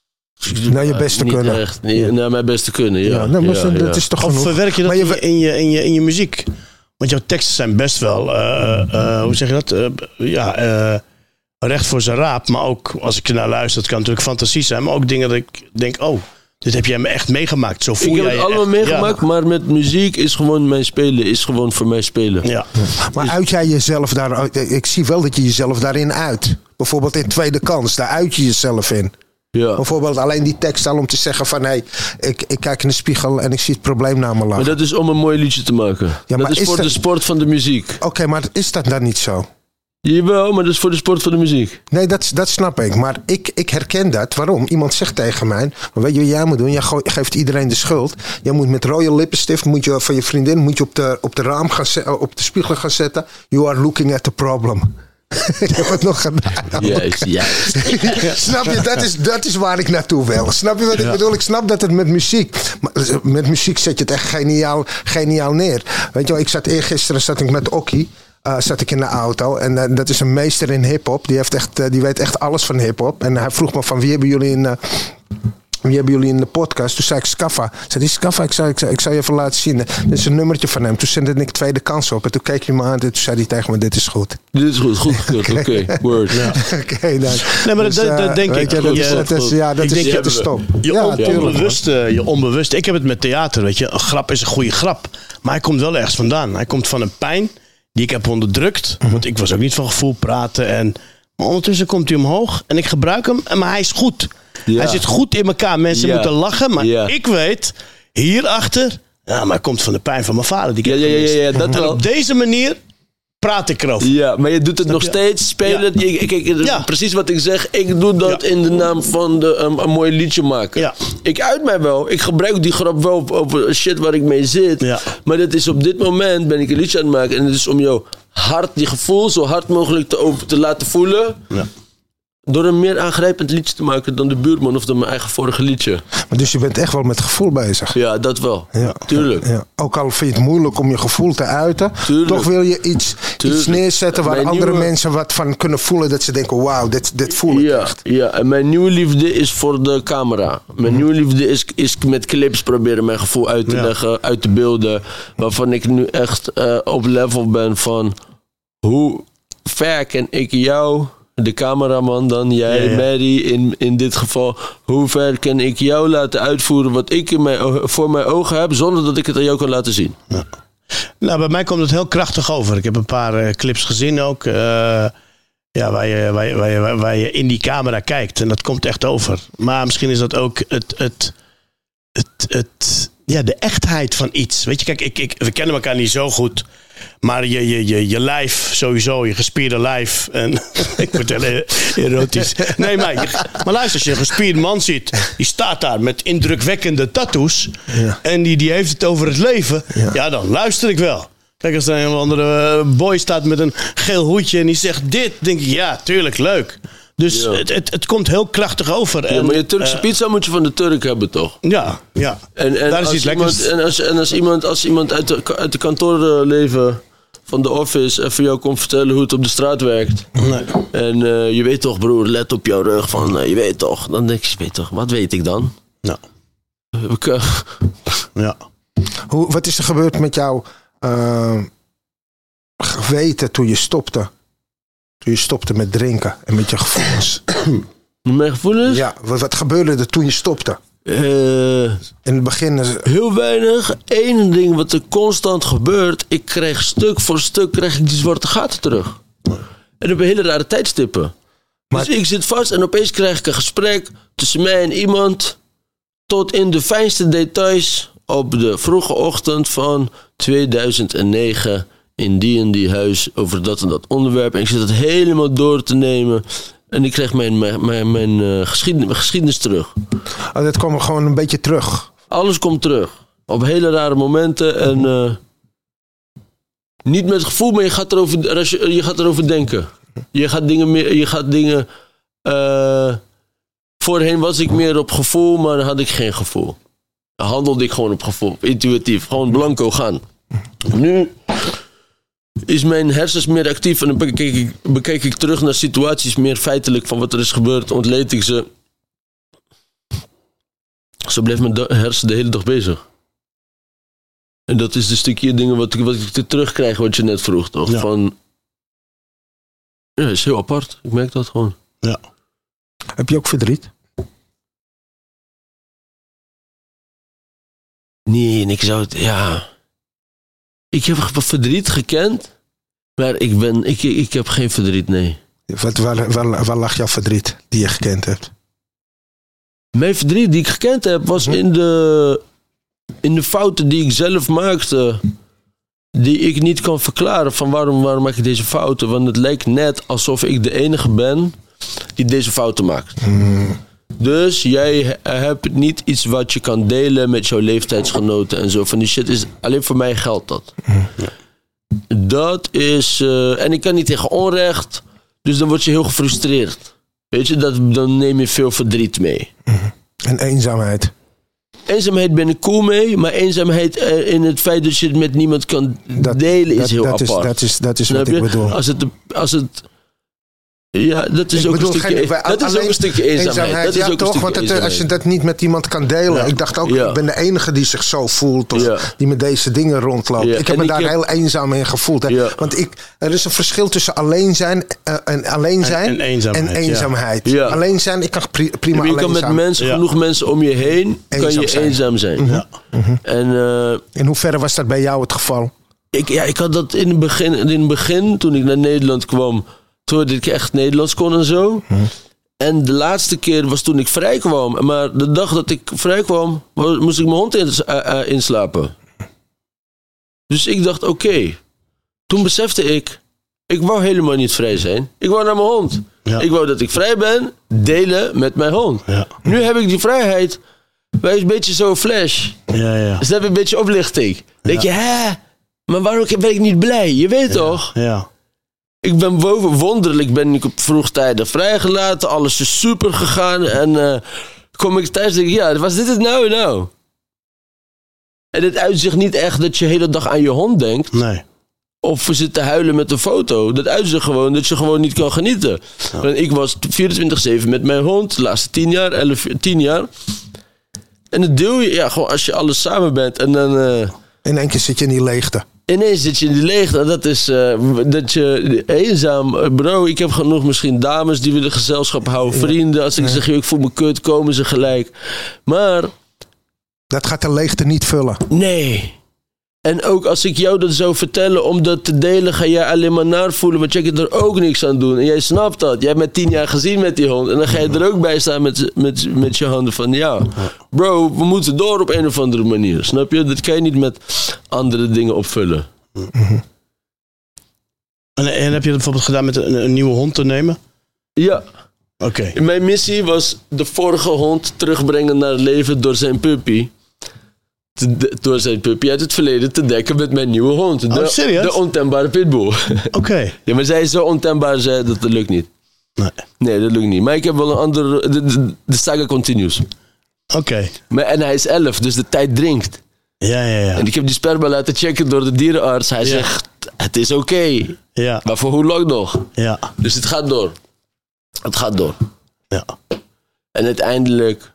[SPEAKER 5] Naar je beste
[SPEAKER 4] niet
[SPEAKER 5] kunnen.
[SPEAKER 4] Echt, niet, ja. Naar mijn beste kunnen, ja.
[SPEAKER 5] Ja, nou, maar
[SPEAKER 4] ja,
[SPEAKER 5] dat
[SPEAKER 4] ja.
[SPEAKER 5] is toch
[SPEAKER 6] Of
[SPEAKER 5] genoeg.
[SPEAKER 6] verwerk je dat
[SPEAKER 5] Maar je
[SPEAKER 6] in, je, in, je, in, je, in je muziek? Want jouw teksten zijn best wel, uh, uh, hoe zeg je dat? Uh, ja, uh, recht voor zijn raap. Maar ook, als ik ernaar luister, het kan natuurlijk fantasie zijn. Maar ook dingen dat ik denk, oh, dit heb jij me echt meegemaakt. Zo voel
[SPEAKER 4] ik heb
[SPEAKER 6] jij
[SPEAKER 4] het
[SPEAKER 6] je
[SPEAKER 4] allemaal
[SPEAKER 6] echt.
[SPEAKER 4] meegemaakt,
[SPEAKER 6] Ja.
[SPEAKER 4] maar met muziek is gewoon mijn spelen. Is gewoon voor mij spelen.
[SPEAKER 6] Ja.
[SPEAKER 5] Maar uit jij jezelf daar... Ik zie wel dat je jezelf daarin uit. Bijvoorbeeld in Tweede Kans, daar uit je jezelf in.
[SPEAKER 4] Ja.
[SPEAKER 5] Bijvoorbeeld alleen die tekst al om te zeggen van... hé, hey, ik, ik kijk in de spiegel en ik zie het probleem naar me
[SPEAKER 4] Maar
[SPEAKER 5] lachen.
[SPEAKER 4] dat is om een mooi liedje te maken.
[SPEAKER 5] Ja, maar
[SPEAKER 4] dat is,
[SPEAKER 5] is
[SPEAKER 4] voor
[SPEAKER 5] dat-
[SPEAKER 4] de sport van de muziek.
[SPEAKER 5] Oké, okay, maar is dat dan niet zo?
[SPEAKER 4] Jawel, maar dat is voor de sport van de muziek.
[SPEAKER 5] Nee, dat, dat snap ik. Maar ik, ik herken dat. Waarom? Iemand zegt tegen mij... Maar weet je wat jij moet doen? Jij go- geeft iedereen de schuld. Jij moet met rode lippenstift... Moet je, van je vriendin moet je op de, op de raam gaan ze- op de spiegel gaan zetten. You are looking at the problem. Ik heb het nog gedaan.
[SPEAKER 4] Juist, juist.
[SPEAKER 5] Snap je? Dat is, dat is waar ik naartoe wil. Snap je wat ik bedoel? Ik snap dat het met muziek... maar met muziek zet je het echt geniaal, geniaal neer. Weet je wel, ik zat eergisteren zat ik met Okkie... Uh, zat ik in de auto en uh, dat is een meester in hiphop. Die, heeft echt, uh, die weet echt alles van hiphop. En hij vroeg me van wie hebben jullie in, uh, wie hebben jullie in de podcast? Toen zei ik Skaffa. Zei die Skaffa, ik zou, ik, zou, ik zou je even laten zien. Dit is een nummertje van hem. Toen zette ik Tweede Kans op. En toen keek hij me aan en toen zei hij tegen me, dit is goed.
[SPEAKER 4] Dit is goed, goed gekeurd. Oké, okay, word. Ja.
[SPEAKER 5] Oké, okay, dan.
[SPEAKER 6] Nee, maar
[SPEAKER 5] Dus,
[SPEAKER 6] dat,
[SPEAKER 5] uh,
[SPEAKER 6] dat denk
[SPEAKER 5] weet
[SPEAKER 6] ik.
[SPEAKER 5] Je, dat
[SPEAKER 6] Je-
[SPEAKER 5] is, dat is, ja, dat
[SPEAKER 6] ik
[SPEAKER 5] is
[SPEAKER 6] denk,
[SPEAKER 5] je
[SPEAKER 6] je
[SPEAKER 5] te
[SPEAKER 6] hebt-
[SPEAKER 5] stop.
[SPEAKER 6] Je,
[SPEAKER 5] Ja,
[SPEAKER 6] on-
[SPEAKER 5] tuurlijk, man.
[SPEAKER 6] onbewust, uh, je onbewust. Ik heb het met theater, weet je. Een grap is een goede grap. Maar hij komt wel ergens vandaan. Hij komt van een pijn die ik heb onderdrukt. Want ik was ook niet van gevoel praten. En, maar ondertussen komt hij omhoog. En ik gebruik hem. En, maar hij is goed.
[SPEAKER 4] Ja.
[SPEAKER 6] Hij zit goed in elkaar. Mensen
[SPEAKER 4] Ja.
[SPEAKER 6] moeten lachen. Maar
[SPEAKER 4] Ja.
[SPEAKER 6] ik weet, hierachter... Ja, maar hij komt van de pijn van mijn vader. Die ik
[SPEAKER 4] Ja,
[SPEAKER 6] heb
[SPEAKER 4] ja, ja,
[SPEAKER 6] gemist.
[SPEAKER 4] ja, dat
[SPEAKER 6] en
[SPEAKER 4] wel.
[SPEAKER 6] op deze manier praat ik erover.
[SPEAKER 4] Ja, maar je doet het nog
[SPEAKER 6] je?
[SPEAKER 4] steeds, spelen.
[SPEAKER 6] Ja.
[SPEAKER 4] Ik, ik, ik-
[SPEAKER 6] Ja.
[SPEAKER 4] Precies wat ik zeg. Ik doe dat
[SPEAKER 6] Ja.
[SPEAKER 4] in de naam van de, um, een mooi liedje maken.
[SPEAKER 6] Ja.
[SPEAKER 4] Ik uit mij wel. Ik gebruik die grap wel op- over shit waar ik mee zit.
[SPEAKER 6] Ja.
[SPEAKER 4] Maar dat is op dit moment ben ik een liedje aan het maken. En het is om jouw hart, die gevoel zo hard mogelijk te, over, te laten voelen.
[SPEAKER 6] Ja.
[SPEAKER 4] Door een meer aangrijpend liedje te maken dan de buurman of dan mijn eigen vorige liedje.
[SPEAKER 5] Maar dus je bent echt wel met gevoel bezig.
[SPEAKER 4] Ja, dat wel.
[SPEAKER 5] Ja.
[SPEAKER 4] Tuurlijk.
[SPEAKER 5] Ja. Ook al vind je het moeilijk om je gevoel te uiten,
[SPEAKER 4] Tuurlijk.
[SPEAKER 5] toch wil je iets,
[SPEAKER 4] Tuurlijk.
[SPEAKER 5] iets neerzetten waar
[SPEAKER 4] Mijn
[SPEAKER 5] andere
[SPEAKER 4] nieuwe-
[SPEAKER 5] mensen wat van kunnen voelen. Dat ze denken, wauw, dit, dit voel ik
[SPEAKER 4] Ja,
[SPEAKER 5] echt.
[SPEAKER 4] ja, en mijn nieuwe liefde is voor de camera. Mijn nieuwe liefde is, is met clips proberen mijn gevoel uit te
[SPEAKER 6] Ja.
[SPEAKER 4] leggen, uit te beelden. Waarvan ik nu echt eh, op level ben van hoe ver kan ik jou, de cameraman dan, jij,
[SPEAKER 6] Ja, ja.
[SPEAKER 4] Mary in, in dit geval, hoe ver kan ik jou laten uitvoeren wat ik in mijn, o- voor mijn ogen heb, zonder dat ik het aan jou kan laten zien.
[SPEAKER 6] Nou, bij mij komt het heel krachtig over. Ik heb een paar eh, clips gezien ook. eh, ja, waar, je, waar, je, waar, je, waar je in die camera kijkt. En dat komt echt over. Maar misschien is dat ook het, het, het, het, ja, de echtheid van iets. Weet je, kijk, ik, ik, we kennen elkaar niet zo goed. Maar je, je, je, je lijf, sowieso, je gespierde lijf. En ik word heel erotisch. Nee, maar, je, maar luister, als je een gespierde man ziet, die staat daar met indrukwekkende tattoos.
[SPEAKER 5] Ja.
[SPEAKER 6] En die, die heeft het over het leven.
[SPEAKER 5] Ja.
[SPEAKER 6] Ja, dan luister ik wel. Kijk, als er een of andere eh, boy staat met een geel hoedje en die zegt dit, denk ik, ja, tuurlijk, leuk. Dus
[SPEAKER 4] Ja.
[SPEAKER 6] het, het, het komt heel krachtig over.
[SPEAKER 4] Ja,
[SPEAKER 6] En,
[SPEAKER 4] maar je Turkse
[SPEAKER 6] eh,
[SPEAKER 4] pizza moet je van de Turk hebben, toch?
[SPEAKER 6] Ja, ja.
[SPEAKER 4] En, en,
[SPEAKER 6] Daar is
[SPEAKER 4] als
[SPEAKER 6] iets
[SPEAKER 4] iemand,
[SPEAKER 6] lekkers.
[SPEAKER 4] en, als, en als iemand, als iemand uit de, uit de kantoorleven van de office even jou komt vertellen hoe het op de straat werkt.
[SPEAKER 6] Nee.
[SPEAKER 4] En eh, je weet toch, broer, let op jouw rug. Van, eh, je weet toch. Dan denk je, je weet toch, wat weet ik dan?
[SPEAKER 6] Ja.
[SPEAKER 4] Ik, eh,
[SPEAKER 6] Ja.
[SPEAKER 5] Hoe, wat is er gebeurd met jouw uh, geweten toen je stopte? Toen je stopte met drinken en met je gevoelens.
[SPEAKER 4] mijn gevoelens?
[SPEAKER 5] Ja, wat, wat gebeurde er toen je stopte?
[SPEAKER 4] Eh,
[SPEAKER 5] In het begin... is-
[SPEAKER 4] heel weinig. Eén ding wat er constant gebeurt. Ik krijg stuk voor stuk krijg ik die zwarte gaten terug. En op een hele rare tijdstippen.
[SPEAKER 5] Maar-
[SPEAKER 4] Dus ik zit vast en opeens krijg ik een gesprek tussen mij en iemand. Tot in de fijnste details op de vroege ochtend van tweeduizend negen in die en die huis over dat en dat onderwerp. En ik zit het helemaal door te nemen. En ik kreeg mijn, mijn, mijn, mijn, uh, geschiedenis, mijn geschiedenis terug.
[SPEAKER 5] Oh, dat kwam gewoon een beetje terug.
[SPEAKER 4] Alles komt terug. Op hele rare momenten. En uh, niet met gevoel, maar je gaat erover, je gaat erover denken. Je gaat dingen meer... Je gaat dingen uh, voorheen was ik meer op gevoel, maar dan had ik geen gevoel. Dan handelde ik gewoon op gevoel. Intuïtief. Gewoon blanco gaan. Nu is mijn hersens meer actief en dan bekijk ik, bekijk ik terug naar situaties meer feitelijk van wat er is gebeurd. Ontleed ik ze. Zo blijft mijn hersen de hele dag bezig. En dat is de stukje dingen wat ik, wat ik terugkrijg wat je net vroeg, toch?
[SPEAKER 6] Ja.
[SPEAKER 4] Van, ja, is heel apart. Ik merk dat gewoon.
[SPEAKER 6] Ja.
[SPEAKER 5] Heb je ook verdriet?
[SPEAKER 4] Nee, en ik zou het, ja... Ik heb verdriet gekend, maar ik, ben, ik, ik heb geen verdriet, nee.
[SPEAKER 5] Wat, waar, waar, waar lag jouw verdriet die je gekend hebt?
[SPEAKER 4] Mijn verdriet die ik gekend heb was hm? in, de, in de fouten die ik zelf maakte, die ik niet kan verklaren van waarom, waarom maak ik deze fouten. Want het lijkt net alsof ik de enige ben die deze fouten maakt.
[SPEAKER 5] Mm.
[SPEAKER 4] Dus jij hebt niet iets wat je kan delen met jouw leeftijdsgenoten en zo. Van die shit is alleen voor mij geldt dat.
[SPEAKER 5] Mm.
[SPEAKER 4] Dat is... Uh, en ik kan niet tegen onrecht. Dus dan word je heel gefrustreerd. Weet je, dat, dan neem je veel verdriet mee.
[SPEAKER 5] Mm. En eenzaamheid?
[SPEAKER 4] Eenzaamheid ben ik cool mee. Maar eenzaamheid in het feit dat je het met niemand kan
[SPEAKER 5] dat,
[SPEAKER 4] delen is
[SPEAKER 5] dat,
[SPEAKER 4] heel
[SPEAKER 5] dat
[SPEAKER 4] apart.
[SPEAKER 5] Is, dat is, dat is
[SPEAKER 4] Snap
[SPEAKER 5] wat
[SPEAKER 4] je?
[SPEAKER 5] ik bedoel.
[SPEAKER 4] Als het... Als het ja, dat is, ook,
[SPEAKER 5] bedoel,
[SPEAKER 4] een stukje,
[SPEAKER 5] geen,
[SPEAKER 4] dat is ook een stukje eenzaamheid. eenzaamheid. Dat
[SPEAKER 5] ja,
[SPEAKER 4] is ook
[SPEAKER 5] toch?
[SPEAKER 4] een
[SPEAKER 5] Want het, als je dat niet met iemand kan delen. Ja. Ik dacht ook, ja. ik ben de enige die zich zo voelt. Of ja. die met deze dingen rondloopt. Ja. Ik heb en me ik daar heb... heel eenzaam in gevoeld. Ja. Want ik, er is een verschil tussen alleen zijn uh, en, alleen zijn en,
[SPEAKER 6] en eenzaamheid.
[SPEAKER 5] En eenzaamheid.
[SPEAKER 6] Ja.
[SPEAKER 5] Ja. Alleen zijn, ik kan pri- prima alleen zijn.
[SPEAKER 4] Je kan met mensen, ja. genoeg mensen om je heen, eenzaam kan je zijn. eenzaam zijn.
[SPEAKER 5] Mm-hmm. Ja. Mm-hmm.
[SPEAKER 4] En, uh,
[SPEAKER 5] in hoeverre was dat bij jou het geval?
[SPEAKER 4] Ik, ja, ik had dat in het begin, in het begin toen ik naar Nederland kwam... Toen ik echt Nederlands kon en zo. Hmm. En de laatste keer was toen ik vrij kwam. Maar de dag dat ik vrij kwam, moest ik mijn hond ins- uh, uh, inslapen. Dus ik dacht, oké. Okay. Toen besefte ik, ik wou helemaal niet vrij zijn. Ik wou naar mijn hond. Ja. Ik wou dat ik vrij ben, delen met mijn hond. Ja. Nu heb ik die vrijheid. Maar een beetje zo'n flash.
[SPEAKER 6] Ja, ja.
[SPEAKER 4] Dus dan heb je een beetje oplichting. Dan ja. denk je, hè? Maar waarom ben ik niet blij? Je weet
[SPEAKER 6] ja.
[SPEAKER 4] toch?
[SPEAKER 6] Ja.
[SPEAKER 4] Ik ben boven, wonderlijk ben ik op vroegtijdig vrijgelaten. Alles is super gegaan. En uh, kom ik thuis en denk ik, ja, was dit het nou nou? En het uitzicht niet echt dat je de hele dag aan je hond denkt.
[SPEAKER 6] Nee.
[SPEAKER 4] Of we zitten huilen met een foto. Dat uitzicht gewoon dat je gewoon niet kan genieten. Ja. En ik was vierentwintig zeven met mijn hond. De laatste tien jaar, elf, tien jaar. En dat deel je, ja, gewoon als je alles samen bent. En dan... Uh,
[SPEAKER 5] in één keer zit je in die leegte.
[SPEAKER 4] Ineens zit je in die leegte. Dat is uh, dat je eenzaam. Bro, ik heb genoeg misschien dames die willen gezelschap houden. Ja. Vrienden. Als ik ja. zeg, ik voel me kut, komen ze gelijk. Maar...
[SPEAKER 5] dat gaat de leegte niet vullen.
[SPEAKER 4] Nee. En ook als ik jou dat zou vertellen om dat te delen, ga jij alleen maar naar voelen. Want jij kunt er ook niks aan doen. En jij snapt dat. Jij hebt me tien jaar gezien met die hond. En dan ga je er ook bij staan met, met, met je handen van ja. Bro, we moeten door op een of andere manier. Snap je? Dat kan je niet met andere dingen opvullen.
[SPEAKER 6] Mm-hmm. En, en heb je dat bijvoorbeeld gedaan met een, een nieuwe hond te nemen?
[SPEAKER 4] Ja.
[SPEAKER 6] Oké. Okay.
[SPEAKER 4] Mijn missie was de vorige hond terugbrengen naar het leven door zijn puppy. De, door zijn puppy uit het verleden te dekken met mijn nieuwe hond. De,
[SPEAKER 6] oh, serieus?
[SPEAKER 4] De ontembare pitbull.
[SPEAKER 6] Oké. Okay.
[SPEAKER 4] Ja, maar zij is zo ontembaar, zij, dat, dat lukt niet.
[SPEAKER 6] Nee.
[SPEAKER 4] Nee, dat lukt niet. Maar ik heb wel een andere... De, de, de saga continues.
[SPEAKER 6] Oké. Okay.
[SPEAKER 4] En hij is elf, dus de tijd dringt.
[SPEAKER 6] Ja, ja, ja.
[SPEAKER 4] En ik heb die sperma laten checken door de dierenarts. Hij ja. zegt, het is oké. Okay.
[SPEAKER 6] Ja.
[SPEAKER 4] Maar voor hoe lang nog?
[SPEAKER 6] Ja.
[SPEAKER 4] Dus het gaat door. Het gaat door.
[SPEAKER 6] Ja.
[SPEAKER 4] En uiteindelijk...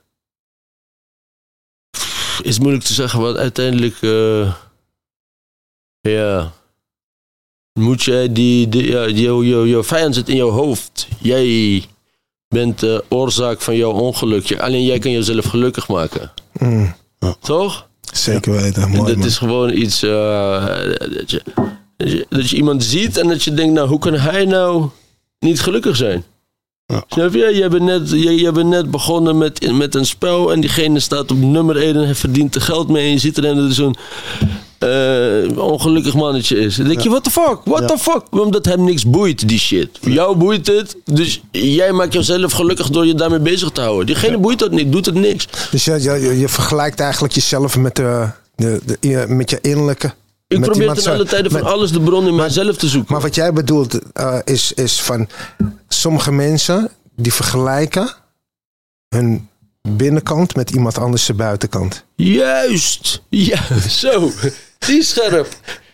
[SPEAKER 4] is moeilijk te zeggen, want uiteindelijk... Uh, ja... moet jij die... die ja, jouw, jouw, jouw vijand zit in jouw hoofd. Jij bent de oorzaak van jouw ongeluk. Alleen jij kan jezelf gelukkig maken.
[SPEAKER 5] Mm.
[SPEAKER 4] Ja. Toch?
[SPEAKER 5] Zeker weten. Mooi,
[SPEAKER 4] dat
[SPEAKER 5] man.
[SPEAKER 4] is gewoon iets... Uh, dat, je, dat, je, dat je iemand ziet en dat je denkt... nou, hoe kan hij nou niet gelukkig zijn?
[SPEAKER 6] Ja.
[SPEAKER 4] Snap je? Je bent net, je, je bent net begonnen met, met een spel en diegene staat op nummer één en hij verdient er geld mee. En je ziet erin dat er zo'n uh, ongelukkig mannetje is. Dan denk je, what the fuck? What
[SPEAKER 6] Ja.
[SPEAKER 4] the fuck? Omdat hem niks boeit, die shit. Voor jou boeit het, dus jij maakt jezelf gelukkig door je daarmee bezig te houden. Diegene boeit dat niet, doet het niks.
[SPEAKER 5] Dus je, je, je vergelijkt eigenlijk jezelf met, de, de, de, met je innerlijke.
[SPEAKER 4] Ik
[SPEAKER 5] met
[SPEAKER 4] probeer
[SPEAKER 5] iemand
[SPEAKER 4] ten
[SPEAKER 5] zo-
[SPEAKER 4] alle tijden van
[SPEAKER 5] met-
[SPEAKER 4] alles de bron in mijzelf te zoeken.
[SPEAKER 5] Maar wat jij bedoelt uh, is, is van sommige mensen die vergelijken hun binnenkant met iemand anders zijn buitenkant.
[SPEAKER 4] Juist. Ja, zo. Die is scherp.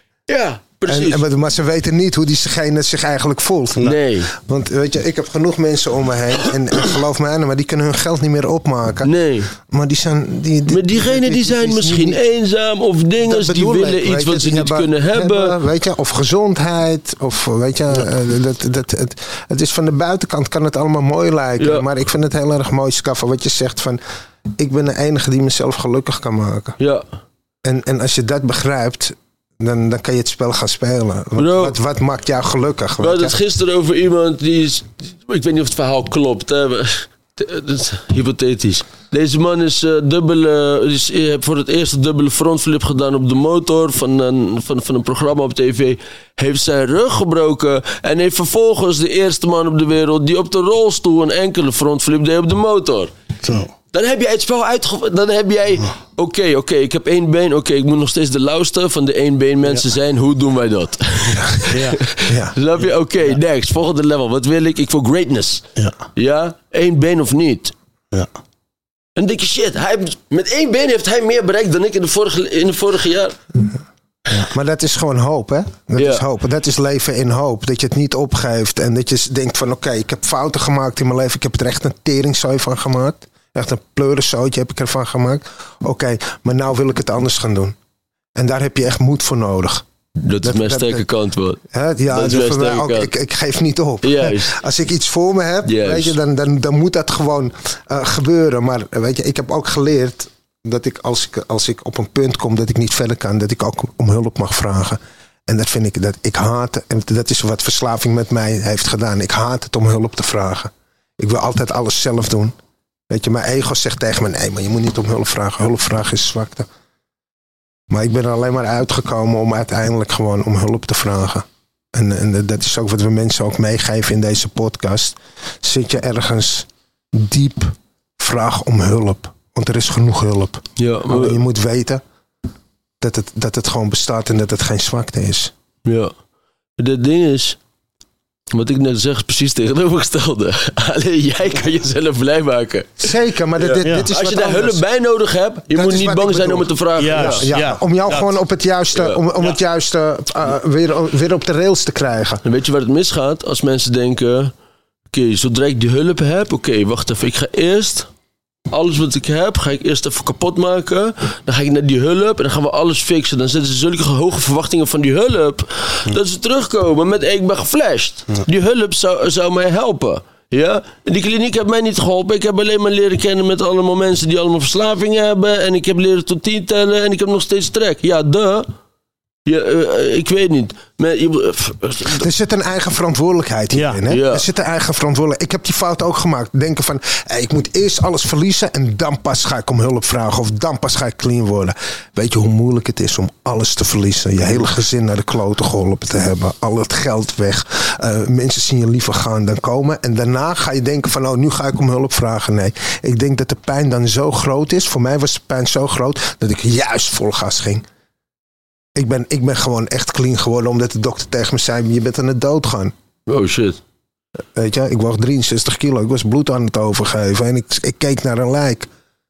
[SPEAKER 4] Ja, precies.
[SPEAKER 5] En, en, maar ze weten niet hoe diegene zich eigenlijk voelt.
[SPEAKER 4] Nee.
[SPEAKER 5] Want weet je, ik heb genoeg mensen om me heen. En, en geloof mij, maar die kunnen hun geld niet meer opmaken.
[SPEAKER 4] Nee.
[SPEAKER 5] Maar die zijn... Die, die,
[SPEAKER 4] Maar diegenen die zijn
[SPEAKER 5] is
[SPEAKER 4] misschien
[SPEAKER 5] niet-
[SPEAKER 4] eenzaam of dingen,
[SPEAKER 5] dat
[SPEAKER 4] die
[SPEAKER 5] bedoel
[SPEAKER 4] willen
[SPEAKER 5] ik,
[SPEAKER 4] iets
[SPEAKER 5] weet
[SPEAKER 4] wat
[SPEAKER 5] je,
[SPEAKER 4] ze
[SPEAKER 5] die
[SPEAKER 4] niet
[SPEAKER 5] hebben-
[SPEAKER 4] kunnen hebben.
[SPEAKER 5] Weet je, of gezondheid. Of weet je, eh, dat, dat, het, het is van de buitenkant kan het allemaal mooi lijken.
[SPEAKER 4] Ja.
[SPEAKER 5] Maar ik vind het heel erg mooi, Scaffa, wat je zegt van... Ik ben de enige die mezelf gelukkig kan maken.
[SPEAKER 4] Ja.
[SPEAKER 5] En, en als je dat begrijpt, dan, dan kan je het spel gaan spelen. Wat,
[SPEAKER 4] Bro.
[SPEAKER 5] wat, wat maakt jou gelukkig?
[SPEAKER 4] We
[SPEAKER 5] weet
[SPEAKER 4] hadden
[SPEAKER 5] je?
[SPEAKER 4] het gisteren over iemand die is... Ik weet niet of het verhaal klopt. Hè. Dat is hypothetisch. Deze man is, uh, dubbele, is uh, voor het eerst een dubbele frontflip gedaan op de motor van een, van, van een programma op tv. Heeft zijn rug gebroken en heeft vervolgens de eerste man op de wereld die op de rolstoel een enkele frontflip deed op de motor.
[SPEAKER 6] Zo.
[SPEAKER 4] Dan heb jij het spel uitgevoerd. Dan heb jij... Oké, okay, oké, okay, ik heb één been. Oké, okay, ik moet nog steeds de lauwste van de één been mensen ja. zijn. Hoe doen wij dat?
[SPEAKER 6] Ja.
[SPEAKER 5] Ja.
[SPEAKER 4] Snap je? Oké, okay, ja. next. Volgende level. Wat wil ik? Ik wil greatness.
[SPEAKER 6] Ja.
[SPEAKER 4] Ja? Eén been of niet?
[SPEAKER 6] Ja.
[SPEAKER 4] En dan denk je, shit. Hij, met één been heeft hij meer bereikt dan ik in de vorige, in de vorige jaar.
[SPEAKER 5] Ja, maar dat is gewoon hoop, hè? Dat
[SPEAKER 4] Ja.
[SPEAKER 5] is hoop. Dat is leven in hoop. Dat je het niet opgeeft. En dat je denkt van, oké, okay, ik heb fouten gemaakt in mijn leven. Ik heb er echt een teringzooi van gemaakt. Echt een pleurenzootje heb ik ervan gemaakt. Oké, okay, maar nou wil ik het anders gaan doen. En daar heb je echt moed voor nodig.
[SPEAKER 4] Dat is
[SPEAKER 5] Dat-
[SPEAKER 4] mijn
[SPEAKER 5] dat-
[SPEAKER 4] sterke
[SPEAKER 5] dat-
[SPEAKER 4] kant, man.
[SPEAKER 5] Hè? Ja,
[SPEAKER 4] Dat is
[SPEAKER 5] dus
[SPEAKER 4] mijn
[SPEAKER 5] voor mij
[SPEAKER 4] sterke
[SPEAKER 5] ook,
[SPEAKER 4] kant.
[SPEAKER 5] ik, ik geef niet op.
[SPEAKER 4] Juist.
[SPEAKER 5] Als ik iets voor me heb,
[SPEAKER 4] Juist.
[SPEAKER 5] weet je, dan, dan, dan moet dat gewoon uh, gebeuren. Maar weet je, ik heb ook geleerd dat ik als, ik als ik op een punt kom dat ik niet verder kan, dat ik ook om hulp mag vragen. En dat vind ik, dat ik haat, en dat is wat verslaving met mij heeft gedaan. Ik haat het om hulp te vragen. Ik wil altijd alles zelf doen. Weet je, mijn ego zegt tegen me, nee, maar je moet niet om hulp vragen. Hulp vragen is zwakte. Maar ik ben er alleen maar uitgekomen om uiteindelijk gewoon om hulp te vragen. En, en dat is ook wat we mensen ook meegeven in deze podcast. Zit je ergens diep, vraag om hulp. Want er is genoeg hulp.
[SPEAKER 4] Ja,
[SPEAKER 5] Maar
[SPEAKER 4] maar,
[SPEAKER 5] je moet weten dat het, dat het gewoon bestaat en dat het geen zwakte is.
[SPEAKER 4] ja. Het ding is... Wat ik net zeg is precies tegenovergestelde. Alleen jij kan jezelf blij maken.
[SPEAKER 5] Zeker, maar dit,
[SPEAKER 4] Ja.
[SPEAKER 5] dit,
[SPEAKER 6] Ja.
[SPEAKER 5] dit is
[SPEAKER 4] Als je
[SPEAKER 5] wat
[SPEAKER 4] daar
[SPEAKER 5] anders.
[SPEAKER 4] hulp bij nodig hebt, je
[SPEAKER 5] Dat
[SPEAKER 4] moet
[SPEAKER 5] is
[SPEAKER 4] niet
[SPEAKER 5] wat
[SPEAKER 4] bang
[SPEAKER 5] ik
[SPEAKER 4] zijn om
[SPEAKER 5] bedoel.
[SPEAKER 4] het te vragen.
[SPEAKER 6] Juist.
[SPEAKER 5] Ja,
[SPEAKER 6] Ja,
[SPEAKER 5] om jou
[SPEAKER 6] dat.
[SPEAKER 5] gewoon op het juiste,
[SPEAKER 4] Ja.
[SPEAKER 5] om, om
[SPEAKER 6] Ja.
[SPEAKER 5] het juiste uh, weer, weer op de rails te krijgen.
[SPEAKER 4] En weet je waar het misgaat? Als mensen denken... Oké, okay, zodra ik die hulp heb... Oké, okay, wacht even. Ik ga eerst... Alles wat ik heb, ga ik eerst even kapot maken. Dan ga ik naar die hulp en dan gaan we alles fixen. Dan zetten ze zulke hoge verwachtingen van die hulp... dat ze terugkomen met... Ik ben geflasht. Die hulp zou, zou mij helpen. Ja? En die kliniek heeft mij niet geholpen. Ik heb alleen maar leren kennen met allemaal mensen... die allemaal verslavingen hebben. En ik heb leren tot tien tellen. En ik heb nog steeds trek. Ja, duh. Ja, uh, ik weet niet. Maar je,
[SPEAKER 5] Er zit een eigen verantwoordelijkheid
[SPEAKER 6] Ja,
[SPEAKER 5] hierin. Hè?
[SPEAKER 4] ja.
[SPEAKER 5] Er zit een eigen verantwoordelijkheid. Ik heb die fout ook gemaakt. Denken van, hey, ik moet eerst alles verliezen en dan pas ga ik om hulp vragen. Of dan pas ga ik clean worden. Weet je hoe moeilijk het is om alles te verliezen? Je hele gezin naar de kloten geholpen te hebben. Al het geld weg. Uh, mensen zien je liever gaan dan komen. En daarna ga je denken van, oh, nu ga ik om hulp vragen. Nee, ik denk dat de pijn dan zo groot is. Voor mij was de pijn zo groot dat ik juist vol gas ging. Ik ben, ik ben gewoon echt clean geworden omdat de dokter tegen me zei, je bent aan het doodgaan.
[SPEAKER 4] oh shit.
[SPEAKER 5] Weet je, ik woog drieënzestig kilo. Ik was bloed aan het overgeven. En ik, ik keek naar een lijk.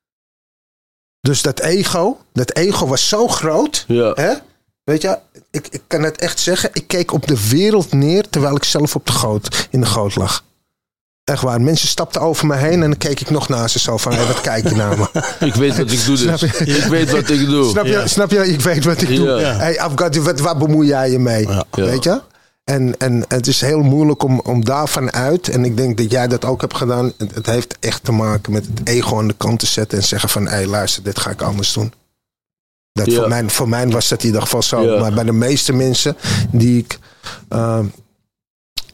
[SPEAKER 5] Dus dat ego, dat ego was zo groot.
[SPEAKER 4] Ja.
[SPEAKER 5] Hè? Weet je, ik, ik kan het echt zeggen. Ik keek op de wereld neer terwijl ik zelf op de goot, in de goot lag. Echt waar. Mensen stapten over me heen en dan keek ik nog naast ze zo van, hey, wat kijk je naar me?
[SPEAKER 4] Ik weet wat ik doe dus.
[SPEAKER 5] Snap je?
[SPEAKER 4] Ik weet wat ik doe.
[SPEAKER 5] Snap je?
[SPEAKER 6] Ja.
[SPEAKER 5] Snap je? Ik weet wat ik
[SPEAKER 4] Ja.
[SPEAKER 5] doe.
[SPEAKER 6] Ja.
[SPEAKER 5] Hey, Afghat, wat, waar bemoei jij je mee?
[SPEAKER 6] Ja.
[SPEAKER 5] Weet je? En, en het is heel moeilijk om, om daarvan uit, en ik denk dat jij dat ook hebt gedaan, het, het heeft echt te maken met het ego aan de kant te zetten en zeggen van, hé hey, luister, dit ga ik anders doen. Dat
[SPEAKER 4] Ja.
[SPEAKER 5] voor, mij, voor mij was dat in ieder geval zo.
[SPEAKER 4] Ja.
[SPEAKER 5] Maar bij de meeste mensen die ik, uh,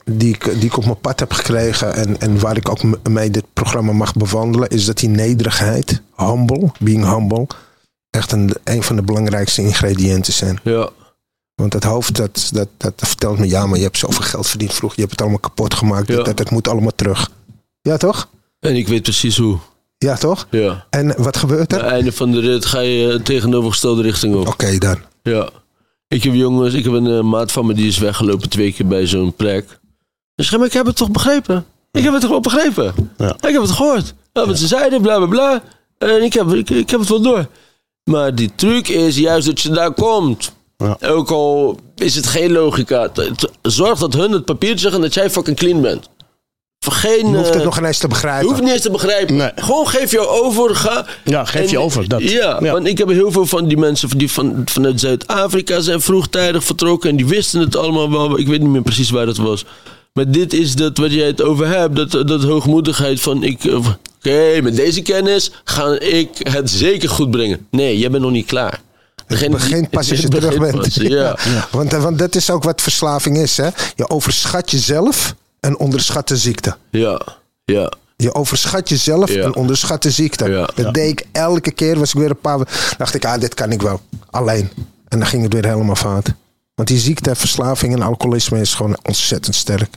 [SPEAKER 5] die ik, die ik op mijn pad heb gekregen en, en waar ik ook m- mee dit programma mag bewandelen, is dat die nederigheid, humble, being humble, echt een, een van de belangrijkste ingrediënten zijn.
[SPEAKER 4] Ja.
[SPEAKER 5] Want het hoofd, dat, dat, dat vertelt me, ja, maar je hebt zoveel geld verdiend vroeger, je hebt het allemaal kapot gemaakt,
[SPEAKER 4] Ja.
[SPEAKER 5] dat, dat, dat moet allemaal terug. Ja, toch?
[SPEAKER 4] En ik weet precies hoe.
[SPEAKER 5] Ja, toch?
[SPEAKER 4] Ja.
[SPEAKER 5] En wat gebeurt er?
[SPEAKER 4] Aan het einde van de rit ga je uh, tegenovergestelde richting op.
[SPEAKER 5] Oké, okay, dan.
[SPEAKER 4] Ja. Ik heb jongens, ik heb een uh, maat van me die is weggelopen twee keer bij zo'n plek. Dus ik heb het toch begrepen? Ik heb het toch wel begrepen?
[SPEAKER 6] Ja.
[SPEAKER 4] Ik heb het gehoord. Ja, wat
[SPEAKER 6] Ja.
[SPEAKER 4] ze zeiden, bla bla bla. En ik heb, ik, ik heb het wel door. Maar die truc is juist dat je daar komt.
[SPEAKER 6] Ja.
[SPEAKER 4] Ook al is het geen logica. T- t- Zorg dat hun het papier zeggen dat jij fucking clean bent. Geen,
[SPEAKER 5] Je hoeft het
[SPEAKER 4] uh,
[SPEAKER 5] nog ineens te
[SPEAKER 4] je
[SPEAKER 5] begrijpen.
[SPEAKER 4] hoeft niet eens te begrijpen.
[SPEAKER 6] Nee.
[SPEAKER 4] Gewoon geef je over. Ga.
[SPEAKER 6] Ja, geef
[SPEAKER 4] En-
[SPEAKER 6] je over. Dat.
[SPEAKER 4] Ja,
[SPEAKER 6] Ja.
[SPEAKER 4] want ik heb heel veel van die mensen die van, vanuit Zuid-Afrika zijn vroegtijdig vertrokken. En die wisten het allemaal wel. Ik weet niet meer precies waar het was. Maar dit is dat wat jij het over hebt. Dat, dat hoogmoedigheid van ik... Oké, okay, met deze kennis ga ik het zeker goed brengen. Nee, jij bent nog niet klaar.
[SPEAKER 5] Het begint pas als je
[SPEAKER 4] het
[SPEAKER 5] terug
[SPEAKER 4] begint
[SPEAKER 5] bent.
[SPEAKER 4] pas, ja.
[SPEAKER 5] Ja. Want, want dat is ook wat verslaving is. Hè? Je overschat jezelf en onderschat de ziekte.
[SPEAKER 4] Ja, ja.
[SPEAKER 5] Je overschat jezelf
[SPEAKER 4] Ja.
[SPEAKER 5] en onderschat de ziekte.
[SPEAKER 4] Ja.
[SPEAKER 5] Dat
[SPEAKER 6] Ja.
[SPEAKER 5] deed ik elke keer. Was ik weer een paar... dacht ik, ah, dit kan ik wel. Alleen. En dan ging het weer helemaal fout. Want die ziekte, verslaving en alcoholisme is gewoon ontzettend sterk.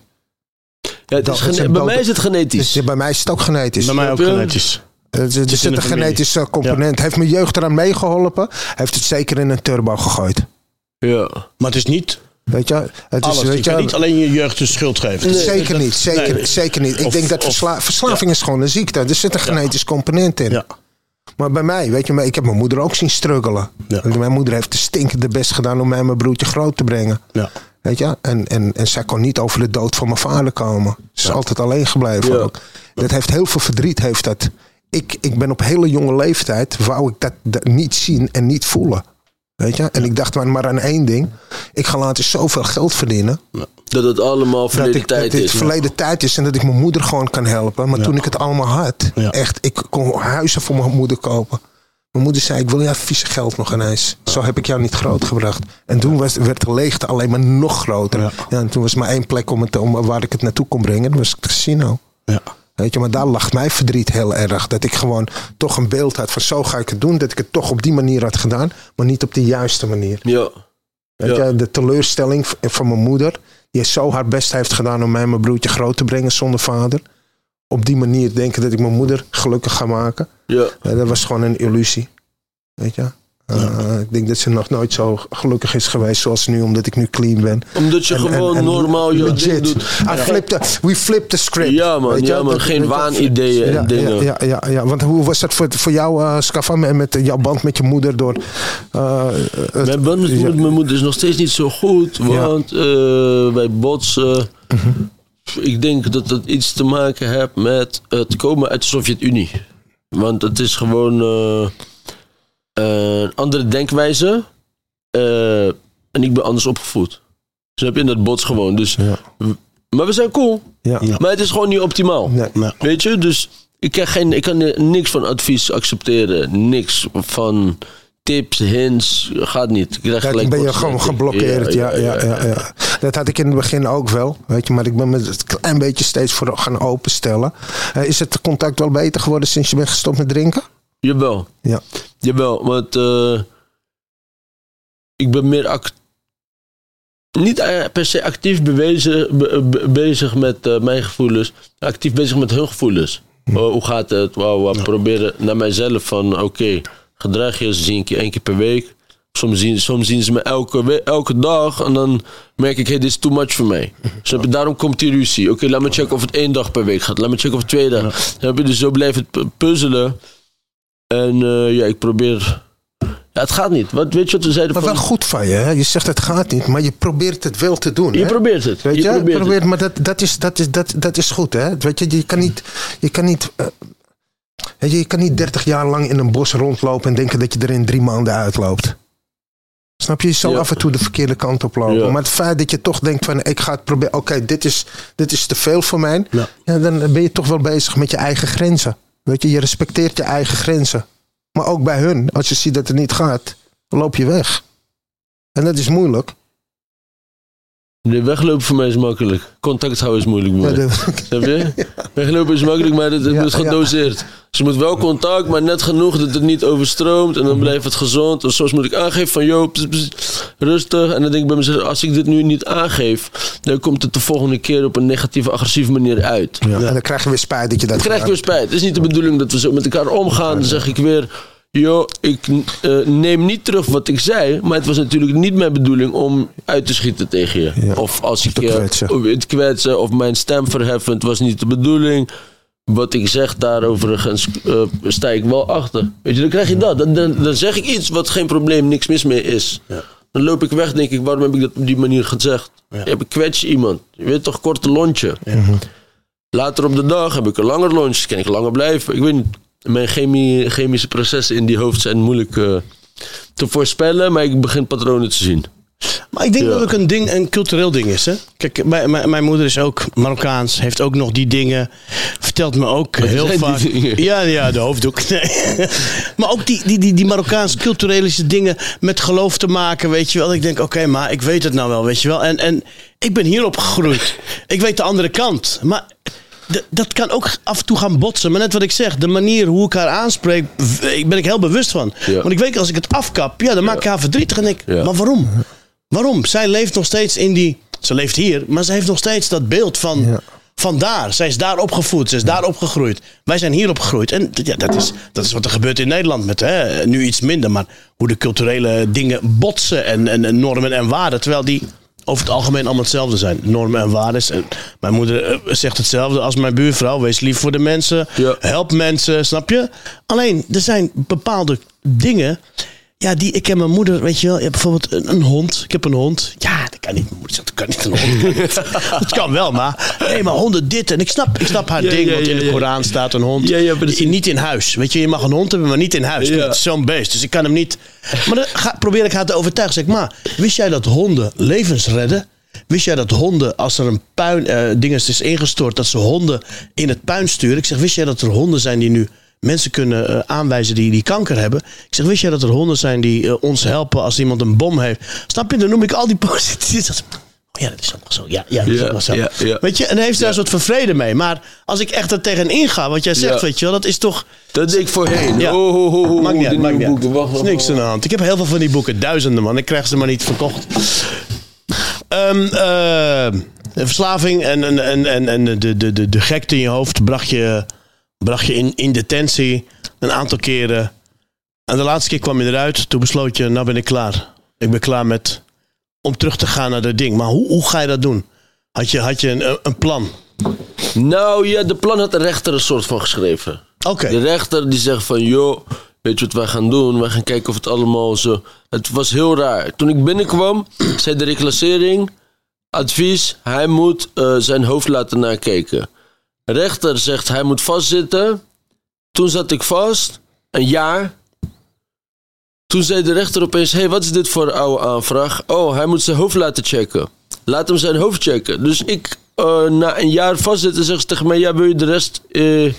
[SPEAKER 4] Ja, het
[SPEAKER 5] Dat-
[SPEAKER 4] is
[SPEAKER 5] het
[SPEAKER 4] gene-
[SPEAKER 5] zijn
[SPEAKER 4] bij
[SPEAKER 5] dood-
[SPEAKER 4] mij is het genetisch.
[SPEAKER 5] Dus bij mij is het ook genetisch.
[SPEAKER 6] Bij mij ook
[SPEAKER 4] Snap je?
[SPEAKER 6] genetisch.
[SPEAKER 5] Er, er
[SPEAKER 6] in
[SPEAKER 5] zit
[SPEAKER 6] de
[SPEAKER 5] een
[SPEAKER 6] familie.
[SPEAKER 5] genetische component. Heeft mijn jeugd eraan meegeholpen? Heeft het zeker in een turbo gegooid.
[SPEAKER 4] Ja.
[SPEAKER 6] Maar het is niet
[SPEAKER 5] Weet je? Het
[SPEAKER 6] alles.
[SPEAKER 5] is,
[SPEAKER 6] Je
[SPEAKER 5] weet
[SPEAKER 6] kan
[SPEAKER 5] je,
[SPEAKER 6] niet alleen je jeugd de schuld geven.
[SPEAKER 5] zeker niet. Zeker,
[SPEAKER 6] nee.
[SPEAKER 5] zeker niet. Ik
[SPEAKER 6] Of-
[SPEAKER 5] denk dat
[SPEAKER 6] of-
[SPEAKER 5] versla- verslaving is gewoon een ziekte. Er zit een genetisch component in.
[SPEAKER 6] Ja.
[SPEAKER 5] Maar bij mij, weet je, maar ik heb mijn moeder ook zien struggelen.
[SPEAKER 6] Ja.
[SPEAKER 5] Mijn moeder heeft de stinkende best gedaan om mij en mijn broertje groot te brengen.
[SPEAKER 6] Ja.
[SPEAKER 5] Weet je? En, en, en zij kon niet over de dood van mijn vader komen. Ze is altijd alleen gebleven.
[SPEAKER 4] Ja.
[SPEAKER 5] Ook. Dat heeft heel veel verdriet. Heeft dat. Ik, ik ben op hele jonge leeftijd, wou ik dat, dat niet zien en niet voelen. Weet je? En ik dacht maar, maar aan één ding. Ik ga later zoveel geld verdienen.
[SPEAKER 4] Dat het allemaal
[SPEAKER 5] Dat,
[SPEAKER 4] verleden
[SPEAKER 5] ik, dat
[SPEAKER 4] tijd
[SPEAKER 5] dit
[SPEAKER 4] is.
[SPEAKER 5] verleden tijd is en dat ik mijn moeder gewoon kan helpen. Maar
[SPEAKER 6] Ja.
[SPEAKER 5] toen ik het allemaal had,
[SPEAKER 6] Ja.
[SPEAKER 5] echt, ik kon huizen voor mijn moeder kopen. Mijn moeder zei, ik wil jou vieze geld nog ineens. Zo heb ik jou niet grootgebracht. En toen was, werd de leegte alleen maar nog groter.
[SPEAKER 6] Ja.
[SPEAKER 5] Ja, en toen was maar één plek om het, om, waar ik het naartoe kon brengen. Dat was het casino.
[SPEAKER 6] Ja.
[SPEAKER 5] Weet je, maar daar lag mijn verdriet heel erg. Dat ik gewoon toch een beeld had van zo ga ik het doen. Dat ik het toch op die manier had gedaan. Maar niet op de juiste manier.
[SPEAKER 4] Ja.
[SPEAKER 5] Weet
[SPEAKER 4] Ja.
[SPEAKER 5] je, de teleurstelling v- van mijn moeder. Die zo haar best heeft gedaan om mij en mijn broertje groot te brengen zonder vader. Op die manier denken dat ik mijn moeder gelukkig ga maken.
[SPEAKER 4] Ja.
[SPEAKER 5] Ja, dat was gewoon een illusie. Weet je. Uh, ik denk dat ze nog nooit zo gelukkig is geweest zoals nu. Omdat ik nu clean ben.
[SPEAKER 4] Omdat je
[SPEAKER 5] En- en-
[SPEAKER 4] gewoon
[SPEAKER 5] en
[SPEAKER 4] normaal je ding
[SPEAKER 5] legit.
[SPEAKER 4] doet.
[SPEAKER 5] I flipped the, we flipped the script.
[SPEAKER 4] Ja man,
[SPEAKER 5] Weet je?
[SPEAKER 4] ja, man.
[SPEAKER 5] Dat-
[SPEAKER 4] Geen
[SPEAKER 5] weet je?
[SPEAKER 4] waanideeën en
[SPEAKER 5] Ja,
[SPEAKER 4] dingen.
[SPEAKER 5] ja, ja, ja, ja. Want hoe was dat voor, voor jou, uh, Skafan, met, met jouw band met je moeder door... Uh, het-
[SPEAKER 4] Mijn band met
[SPEAKER 5] ja.
[SPEAKER 4] met mijn moeder is nog steeds niet zo goed. Want eh, wij botsen. Ik denk dat het iets te maken heeft met het komen uit de Sovjet-Unie. Want het is gewoon eh, eh, een andere denkwijze. Eh, en ik ben anders opgevoed. Snap je? En dat bots gewoon. Dus,
[SPEAKER 5] Ja.
[SPEAKER 4] maar we zijn cool.
[SPEAKER 5] Ja.
[SPEAKER 6] Ja.
[SPEAKER 4] Maar het is gewoon niet optimaal.
[SPEAKER 5] Nee.
[SPEAKER 6] Nee.
[SPEAKER 4] Weet je, dus ik, krijg geen, ik kan er niks van advies accepteren. Niks van tips, hints. Gaat niet. Ik krijg
[SPEAKER 5] Ja,
[SPEAKER 4] gelijk
[SPEAKER 5] dan ben je
[SPEAKER 4] botsing.
[SPEAKER 5] gewoon geblokkeerd. Ja, ja, ja, ja. Dat had ik in het begin ook wel. Weet je, maar ik ben me het klein beetje steeds voor gaan openstellen. Uh, is het contact wel beter geworden sinds je bent gestopt met drinken?
[SPEAKER 4] Jawel.
[SPEAKER 5] Ja.
[SPEAKER 4] Jawel, want eh, ik ben meer act- niet eh, per se actief bewezen, be- be- bezig met eh, mijn gevoelens. Actief bezig met hun gevoelens. Oh, hoe gaat het? Wow, we proberen naar mijzelf van oké, gedrag je zie ik je één keer per week. Soms zien, soms zien ze me elke, we- elke dag en dan merk ik, hey, dit is too much voor mij. Snap je? Daarom komt die ruzie. Oké, laat me checken of het één dag per week gaat. Laat me checken of het twee dagen. Snap je? Dus zo blijft het pu- puzzelen. En eh, ja, ik probeer... Ja, het gaat niet. Wat, weet je wat we zeiden
[SPEAKER 5] Maar
[SPEAKER 4] van...
[SPEAKER 5] wel goed van je. Hè? Je zegt het gaat niet, maar je probeert het wel te doen.
[SPEAKER 4] Je
[SPEAKER 5] hè?
[SPEAKER 4] probeert het.
[SPEAKER 5] Weet
[SPEAKER 4] je
[SPEAKER 5] je,
[SPEAKER 4] probeert
[SPEAKER 5] probeert,
[SPEAKER 4] het.
[SPEAKER 5] maar dat, dat, is, dat, is, dat, dat is goed. Hè? Weet je, je kan niet, je kan niet, uh, weet je, je kan niet dertig jaar lang in een bos rondlopen en denken dat je er in drie maanden uitloopt. Snap je? Je zal
[SPEAKER 4] Ja.
[SPEAKER 5] af en toe de verkeerde kant op lopen.
[SPEAKER 4] Ja.
[SPEAKER 5] Maar het feit dat je toch denkt van ik ga het proberen. Oké, dit, is, dit is te veel voor mij.
[SPEAKER 6] Ja.
[SPEAKER 5] Ja, dan ben je toch wel bezig met je eigen grenzen. Weet je, je respecteert je eigen grenzen. Maar ook bij hun, als je ziet dat het niet gaat, dan loop je weg. En dat is moeilijk.
[SPEAKER 4] Nee, weglopen voor mij is makkelijk. Contact houden is moeilijk.
[SPEAKER 5] Ja, de-
[SPEAKER 4] Snap je? Weglopen is makkelijk, maar het, het
[SPEAKER 5] Ja,
[SPEAKER 4] is
[SPEAKER 5] ja.
[SPEAKER 4] gedoseerd. Dus je moet wel contact, maar net genoeg dat het niet overstroomt. En dan blijft het gezond. En soms moet ik aangeven van, yo, pss, pss, rustig. En dan denk ik bij mezelf, als ik dit nu niet aangeef, dan komt het de volgende keer op een negatieve, agressieve manier uit.
[SPEAKER 5] Ja. En dan krijg je weer spijt dat je dat
[SPEAKER 4] Dan krijg ik weer spijt. Het is niet de bedoeling dat we zo met elkaar omgaan. Dan zeg ik weer, joh, ik uh, neem niet terug wat ik zei. Maar het was natuurlijk niet mijn bedoeling om uit te schieten tegen je.
[SPEAKER 5] Ja,
[SPEAKER 4] Of als ik
[SPEAKER 5] te
[SPEAKER 4] je
[SPEAKER 5] kwetsen.
[SPEAKER 4] of het kwetsen of mijn stem verheffen. Het was niet de bedoeling. Wat ik zeg daaroverigens, uh, sta ik wel achter. Weet je, dan krijg je dat. Dan, dan, dan zeg ik iets wat geen probleem, niks mis mee is.
[SPEAKER 6] Ja.
[SPEAKER 4] Dan loop ik weg, denk ik, waarom heb ik dat op die manier gezegd?
[SPEAKER 6] Ja.
[SPEAKER 4] Ja, ik kwets je iemand. Je weet toch, korte lontje. Later op de dag heb ik een langer lunch. Kan ik langer blijven. Ik weet niet. Mijn chemie, chemische processen in die hoofd zijn moeilijk uh, te voorspellen. Maar ik begin patronen te zien.
[SPEAKER 6] Maar ik denk
[SPEAKER 4] Ja.
[SPEAKER 6] dat het ook een ding, een cultureel ding is. Hè? Kijk, mijn, mijn, mijn moeder is ook Marokkaans. Heeft ook nog die dingen. Vertelt me ook heel
[SPEAKER 4] zijn die
[SPEAKER 6] vaak.
[SPEAKER 4] dingen?
[SPEAKER 6] Ja, ja, de hoofddoek. Nee. Maar ook die, die, die, die Marokkaanse culturele dingen met geloof te maken. Weet je wel. Ik denk, oké, okay, maar ik weet het nou wel. Weet je wel. En, en ik ben hierop gegroeid. Ik weet de andere kant. Maar d- dat kan ook af en toe gaan botsen. Maar net wat ik zeg, de manier hoe ik haar aanspreek, v- ben ik heel bewust van.
[SPEAKER 4] Ja.
[SPEAKER 6] Want ik weet, als ik het afkap, ja, dan maak ik haar verdrietig. En ik,
[SPEAKER 4] Ja.
[SPEAKER 6] maar waarom? Waarom? Zij leeft nog steeds in die... Ze leeft hier, maar ze heeft nog steeds dat beeld van...
[SPEAKER 5] Ja.
[SPEAKER 6] Van daar. Zij is daar opgevoed. Ze is daar opgegroeid. Wij zijn hier opgegroeid. En ja, dat, is, dat is wat er gebeurt in Nederland. Met, hè, nu iets minder. Maar hoe de culturele dingen botsen. En, en, en normen en waarden. Terwijl die over het algemeen allemaal hetzelfde zijn. Normen en waarden. En mijn moeder eh, zegt hetzelfde als mijn buurvrouw. Wees lief voor de mensen.
[SPEAKER 4] Ja.
[SPEAKER 6] Help mensen. Snap je? Alleen, er zijn bepaalde dingen... Ja, die, ik heb mijn moeder, weet je wel, je hebt bijvoorbeeld een, een hond. Ik heb een hond. Ja, dat kan niet. Mijn moeder zegt, dat kan niet een hond. Kan niet. Dat kan wel, maar nee, maar honden dit. En ik snap, ik snap haar
[SPEAKER 4] Ja,
[SPEAKER 6] ding,
[SPEAKER 4] ja,
[SPEAKER 6] want in de
[SPEAKER 4] ja, ja.
[SPEAKER 6] Koran staat een hond.
[SPEAKER 4] Ja, ja, precies.
[SPEAKER 6] niet in huis. Weet je, je mag een hond hebben, maar niet in huis.
[SPEAKER 4] Ja.
[SPEAKER 6] Het is zo'n beest, dus ik kan hem niet... Maar dan ga, probeer ik haar te overtuigen. Zeg ik, maar wist jij dat honden levens redden? Wist jij dat honden, als er een puin, uh, ding is, is ingestort, dat ze honden in het puin sturen? Ik zeg, wist jij dat er honden zijn die nu mensen kunnen uh, aanwijzen die, die kanker hebben? Ik zeg, wist jij dat er honden zijn die uh, ons helpen als iemand een bom heeft? Snap je? Dan noem ik al die positieve... Oh ja, dat is ook nog zo. Ja, ja, dat is
[SPEAKER 4] Ja,
[SPEAKER 6] ook nog zo.
[SPEAKER 4] ja, ja.
[SPEAKER 6] Weet je, en dan heeft ze daar
[SPEAKER 4] Ja.
[SPEAKER 6] een soort van vrede mee. Maar als ik echt er tegenin ga, wat jij zegt,
[SPEAKER 4] Ja.
[SPEAKER 6] weet je wel, dat is toch...
[SPEAKER 4] Dat deed ik voorheen.
[SPEAKER 6] Ja.
[SPEAKER 4] Oh, oh, oh, oh,
[SPEAKER 6] Maakt niet
[SPEAKER 4] die
[SPEAKER 6] uit, maakt
[SPEAKER 4] nieuwe
[SPEAKER 6] niet uit.
[SPEAKER 4] boeken. Wacht,
[SPEAKER 6] Er is
[SPEAKER 4] wacht,
[SPEAKER 6] niks aan
[SPEAKER 4] wacht.
[SPEAKER 6] de hand. Ik heb heel veel van die boeken, duizenden man. Ik krijg ze maar niet verkocht. Ehm, eh, de verslaving en, en, en, en, en de, de, de, de gekte in je hoofd bracht je, bracht je in, in detentie een aantal keren. En de laatste keer kwam je eruit. Toen besloot je, nou ben ik klaar. Ik ben klaar met om terug te gaan naar dat ding. Maar hoe, hoe ga je dat doen? Had je, had je een, een plan?
[SPEAKER 4] Nou ja, de plan had de rechter een soort van geschreven.
[SPEAKER 6] Oké.
[SPEAKER 4] De rechter die zegt van, joh, weet je wat wij gaan doen? Wij gaan kijken of het allemaal zo... Het was heel raar. Toen ik binnenkwam, zei de reclassering, advies, hij moet uh, zijn hoofd laten nakijken. De rechter zegt, hij moet vastzitten. Toen zat ik vast, een jaar. Toen zei de rechter opeens, hé, hey, wat is dit voor een oude aanvraag? Oh, hij moet zijn hoofd laten checken. Laat hem zijn hoofd checken. Dus ik, uh, na een jaar vastzitten, zegt ze tegen mij, ja, wil je de rest... Uh,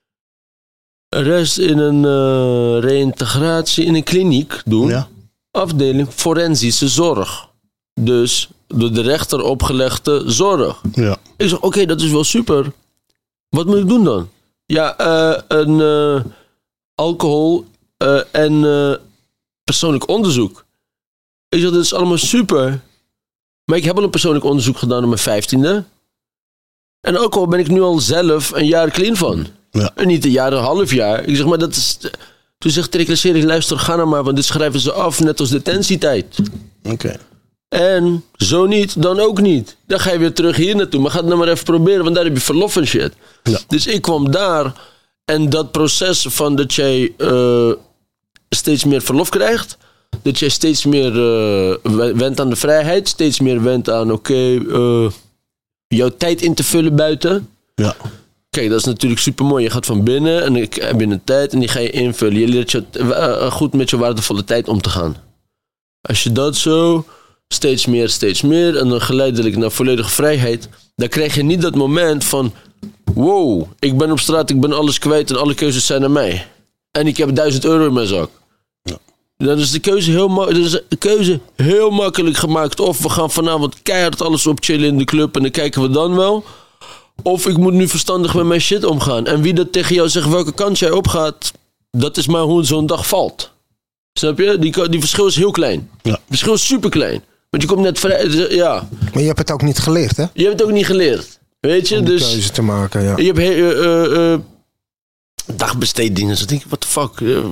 [SPEAKER 4] rest in een uh, reïntegratie in een kliniek doen.
[SPEAKER 6] Ja.
[SPEAKER 4] Afdeling forensische zorg. Dus door de rechter opgelegde zorg.
[SPEAKER 6] Ja.
[SPEAKER 4] Ik zeg, oké, okay, dat is wel super. Wat moet ik doen dan? Ja, uh, een uh, alcohol uh, en uh, persoonlijk onderzoek. Ik zeg, dat is allemaal super. Maar ik heb al een persoonlijk onderzoek gedaan op mijn vijftiende. En alcohol ben ik nu al zelf een jaar clean van.
[SPEAKER 6] Ja.
[SPEAKER 4] En niet een jaar, een half jaar. Ik zeg, maar dat is... Toen zegt de reclassering, luister, ga nou maar, want dit schrijven ze af, net als detentietijd.
[SPEAKER 6] Oké. Okay.
[SPEAKER 4] En zo niet, dan ook niet. Dan ga je weer terug hier naartoe. Maar ga het nou maar even proberen, want daar heb je verlof en shit.
[SPEAKER 6] Ja.
[SPEAKER 4] Dus ik kwam daar en dat proces van dat jij uh, steeds meer verlof krijgt. Dat jij steeds meer uh, went aan de vrijheid. Steeds meer went aan, oké, okay, uh, jouw tijd in te vullen buiten.
[SPEAKER 6] Ja.
[SPEAKER 4] Kijk, dat is natuurlijk super mooi. Je gaat van binnen en ik heb binnen tijd en die ga je invullen. Je leert je uh, goed met je waardevolle tijd om te gaan. Als je dat zo steeds meer, steeds meer en dan geleidelijk naar volledige vrijheid, dan krijg je niet dat moment van, wow, ik ben op straat, ik ben alles kwijt en alle keuzes zijn aan mij. En ik heb duizend euro in mijn zak.
[SPEAKER 6] Ja.
[SPEAKER 4] Dan is de keuze heel, ma- dan is de keuze heel makkelijk gemaakt. Of we gaan vanavond keihard alles op chillen in de club en dan kijken we dan wel. Of ik moet nu verstandig met mijn shit omgaan. En wie dat tegen jou zegt welke kant jij opgaat, dat is maar hoe zo'n dag valt. Snap je? Die, die verschil is heel klein.
[SPEAKER 6] Ja.
[SPEAKER 4] Het verschil is super klein. Want je komt net vrij. Ja.
[SPEAKER 5] Maar je hebt het ook niet geleerd, hè?
[SPEAKER 4] Je hebt het ook niet geleerd. Weet je?
[SPEAKER 5] Om die
[SPEAKER 4] Dus
[SPEAKER 5] keuze te maken, ja.
[SPEAKER 4] je hebt he- uh, uh, uh, dagbesteeddiensten. Dan denk ik, what the fuck? Uh,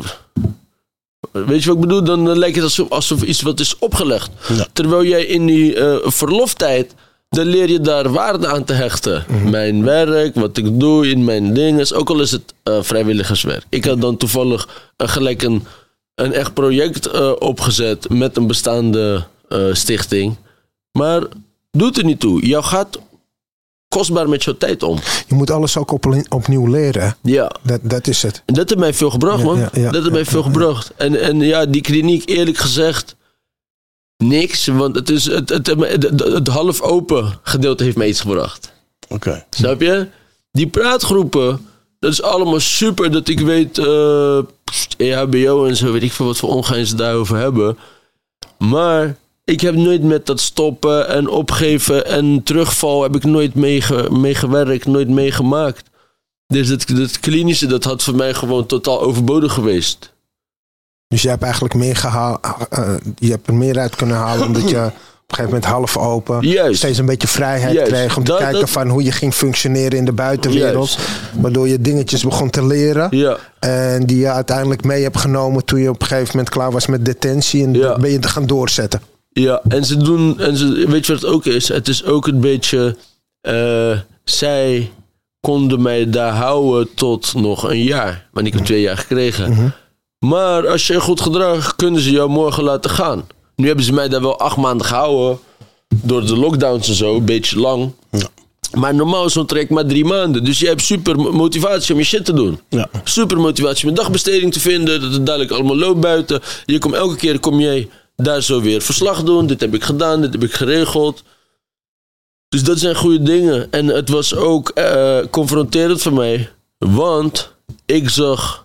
[SPEAKER 4] weet je wat ik bedoel? Dan uh, lijkt het alsof, alsof iets wat is opgelegd.
[SPEAKER 6] Ja.
[SPEAKER 4] Terwijl jij in die uh, verloftijd, dan leer je daar waarde aan te hechten. Mm-hmm. Mijn werk, wat ik doe in mijn dingen. Ook al is het uh, vrijwilligerswerk. Ik had dan toevallig uh, gelijk een, een echt project uh, opgezet met een bestaande uh, stichting. Maar doet er niet toe. Jou gaat kostbaar met jouw tijd om.
[SPEAKER 5] Je moet alles ook op, opnieuw leren.
[SPEAKER 4] Ja.
[SPEAKER 5] Dat, dat is het.
[SPEAKER 4] En dat heeft mij veel gebracht, man.
[SPEAKER 5] Ja, ja, ja,
[SPEAKER 4] dat heeft mij
[SPEAKER 5] ja,
[SPEAKER 4] veel
[SPEAKER 5] ja,
[SPEAKER 4] gebracht. En, en ja, die kliniek, eerlijk gezegd, niks. Want het, is, het, het, het, het, het half open gedeelte heeft mij iets gebracht.
[SPEAKER 6] Oké. Okay.
[SPEAKER 4] Snap je? Die praatgroepen, dat is allemaal super. Dat ik weet, uh, E H B O en zo, weet ik veel wat voor ongein ze daarover hebben. Maar ik heb nooit met dat stoppen en opgeven en terugval heb ik nooit meegewerkt, mee nooit meegemaakt. Dus dat, dat klinische, dat had voor mij gewoon totaal overbodig geweest.
[SPEAKER 5] Dus je hebt eigenlijk meer gehaald, uh, je hebt er meer uit kunnen halen omdat je op een gegeven moment half open,
[SPEAKER 4] Juist.
[SPEAKER 5] steeds een beetje vrijheid
[SPEAKER 4] Juist.
[SPEAKER 5] kreeg om te
[SPEAKER 4] dat,
[SPEAKER 5] kijken
[SPEAKER 4] dat...
[SPEAKER 5] van hoe je ging functioneren in de buitenwereld. Juist. Waardoor je dingetjes begon te leren.
[SPEAKER 4] Ja.
[SPEAKER 5] En die je uiteindelijk mee hebt genomen toen je op een gegeven moment klaar was met detentie en ja. ben je te gaan doorzetten.
[SPEAKER 4] Ja, en ze doen, en ze, weet je wat het ook is? Het is ook een beetje, uh, zij konden mij daar houden tot nog een jaar. Want ik heb twee jaar gekregen. Mm-hmm. Maar als je goed gedrag, kunnen ze jou morgen laten gaan. Nu hebben ze mij daar wel acht maanden gehouden. Door de lockdowns en zo, een beetje lang. Ja. Maar normaal is zo'n traject maar drie maanden. Dus je hebt super motivatie om je shit te doen. Ja. Super motivatie om een dagbesteding te vinden. Dat het duidelijk allemaal loopt buiten. Je komt elke keer kom jij daar zo weer verslag doen. Dit heb ik gedaan, dit heb ik geregeld. Dus dat zijn goede dingen. En het was ook uh, confronterend voor mij. Want ik zag...